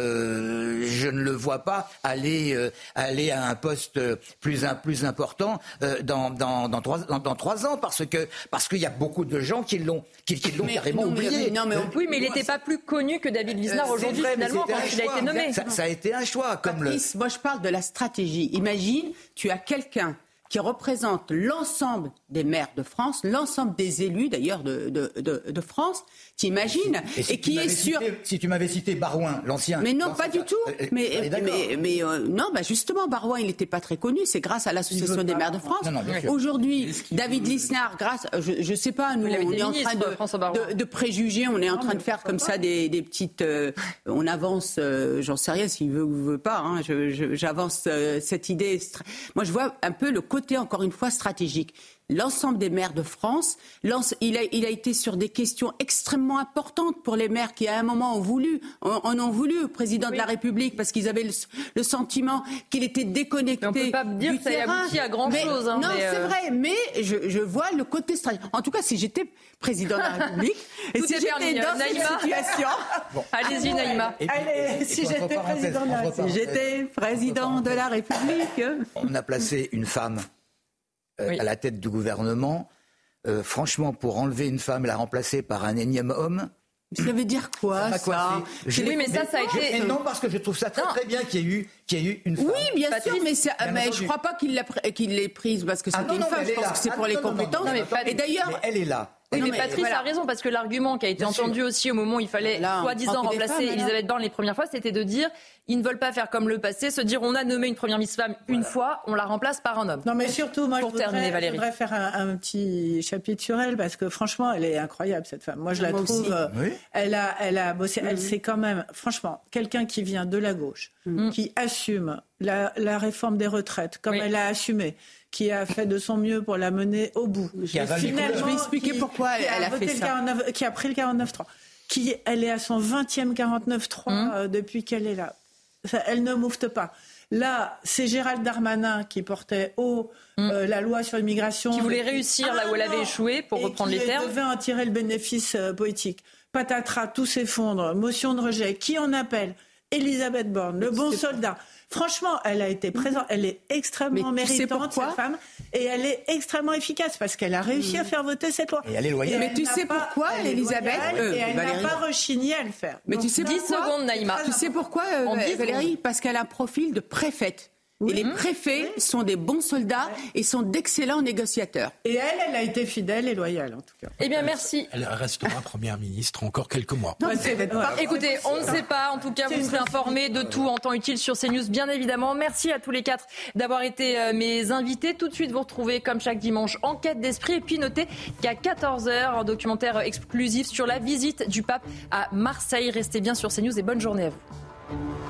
Euh, je ne le vois pas aller, euh, aller à un poste plus, un, plus important euh, dans, dans, dans, trois, dans, dans trois ans parce que parce qu'il y a beaucoup de gens qui l'ont, qui, qui l'ont mais, carrément non, oublié. Mais, non, mais on, oui, mais il n'était pas plus connu que David Lisnard euh, aujourd'hui vrai, finalement quand il a été nommé. Ça, ça a été un choix. Comme Patrice, le... moi je parle de la stratégie. Imagine, tu as quelqu'un qui représente l'ensemble des maires de France, l'ensemble des élus d'ailleurs de, de, de, de France, t'imagines, et, si et qui est sûr... Cité, si tu m'avais cité Barouin, l'ancien... Mais non, pas du tout. Mais, mais, mais, mais euh, non, bah justement, Barouin, il n'était pas très connu, c'est grâce à l'Association des maires de France. Non, non, Aujourd'hui, David Lisnard, grâce, je ne sais pas, nous, on est en train de, de, de préjuger, on est en train de faire comme ça des, des petites... Euh, on avance, euh, j'en sais rien s'il veut ou veut pas, hein, je, je, j'avance euh, cette idée... Moi, je vois un peu le côté, encore une fois, stratégique. L'ensemble des maires de France, il a, il a été sur des questions extrêmement importantes pour les maires qui, à un moment, ont voulu, en ont voulu au président oui. de la République parce qu'ils avaient le, le sentiment qu'il était déconnecté mais on peut pas dire du que ça terrain. ait abouti à grand-chose. Hein, non, mais c'est euh... vrai, mais je, je vois le côté stratégique. En tout cas, si j'étais président de la République et si j'étais permis, dans Naïma. Cette situation... Bon. Allez-y, Naïma. Et puis, Allez, et si j'étais président, de la... si j'étais président de la République... On a placé une femme euh, oui. à la tête du gouvernement... Euh, franchement, pour enlever une femme, la remplacer par un énième homme. Ça veut dire quoi, ça, ça je, Oui, mais ça, ça a été. Je, non, parce que je trouve ça très, très bien qu'il y ait eu, qu'il y ait eu une femme. Oui, bien Patrice, sûr, mais, c'est, bien mais je ne crois pas qu'il, l'a, qu'il l'ait prise parce que c'était ah, non, une non, femme. Je pense là. que c'est ah, pour non, les non, compétences. Non, mais, et d'ailleurs, mais elle est là. Oui, non, mais Patrice voilà. a raison, parce que l'argument qui a été Bien entendu sûr. aussi au moment où il fallait là, soi-disant remplacer femmes, Elisabeth Borne les premières fois, c'était de dire ils ne veulent pas faire comme le passé, se dire on a nommé une première Miss Femme une voilà. fois, on la remplace par un homme. Non, mais surtout, moi, Pour je, voudrais, terminer, Valérie. je voudrais faire un, un petit chapitre sur elle, parce que franchement, elle est incroyable, cette femme. Moi, je la moi trouve. Euh, oui. Elle a, elle a bossé, mmh. elle sait quand même, franchement, quelqu'un qui vient de la gauche, mmh. qui assume la, la réforme des retraites, comme oui. elle a assumé. Qui a fait de son mieux pour la mener au bout. Qui a Finalement, je vais expliquer qui, pourquoi qui elle a, a fait ça. quarante-neuf, qui a pris le quarante-neuf trois. Qui, elle est à son vingtième quarante-neuf trois mmh. euh, depuis qu'elle est là. Ça, elle ne moufte pas. Là, c'est Gérald Darmanin qui portait haut mmh. euh, la loi sur l'immigration. Qui voulait réussir là où elle avait échoué, pour reprendre les termes. Et qui devait en tirer le bénéfice euh, poétique. Patatras, tout s'effondre. Motion de rejet. Qui en appelle ? Elisabeth Borne, le bon soldat. Franchement, elle a été présente, elle est extrêmement méritante, cette femme, et elle est extrêmement efficace parce qu'elle a réussi mmh. à faire voter cette loi. Et elle est loyale. Mais tu sais pas, pourquoi, Elisabeth euh, Et elle Valérie. n'a pas rechigné à le faire. Mais Donc, tu sais dix pourquoi secondes, Naïma. Tu sais pourquoi, euh, Valérie ? Parce qu'elle a un profil de préfète. Oui. Et les préfets oui. sont des bons soldats ouais. et sont d'excellents négociateurs. Et elle, elle a été fidèle et loyale, en tout cas. Eh bien, merci. Elle restera première ministre encore quelques mois. Non, c'est ouais. Écoutez, on ne sait pas. En tout cas, vous serez informés de tout en temps utile sur CNews, bien évidemment. Merci à tous les quatre d'avoir été mes invités. Tout de suite, vous retrouvez, comme chaque dimanche, Enquête d'esprit. Et puis, notez qu'à quatorze heures, un documentaire exclusif sur la visite du pape à Marseille. Restez bien sur CNews et bonne journée à vous.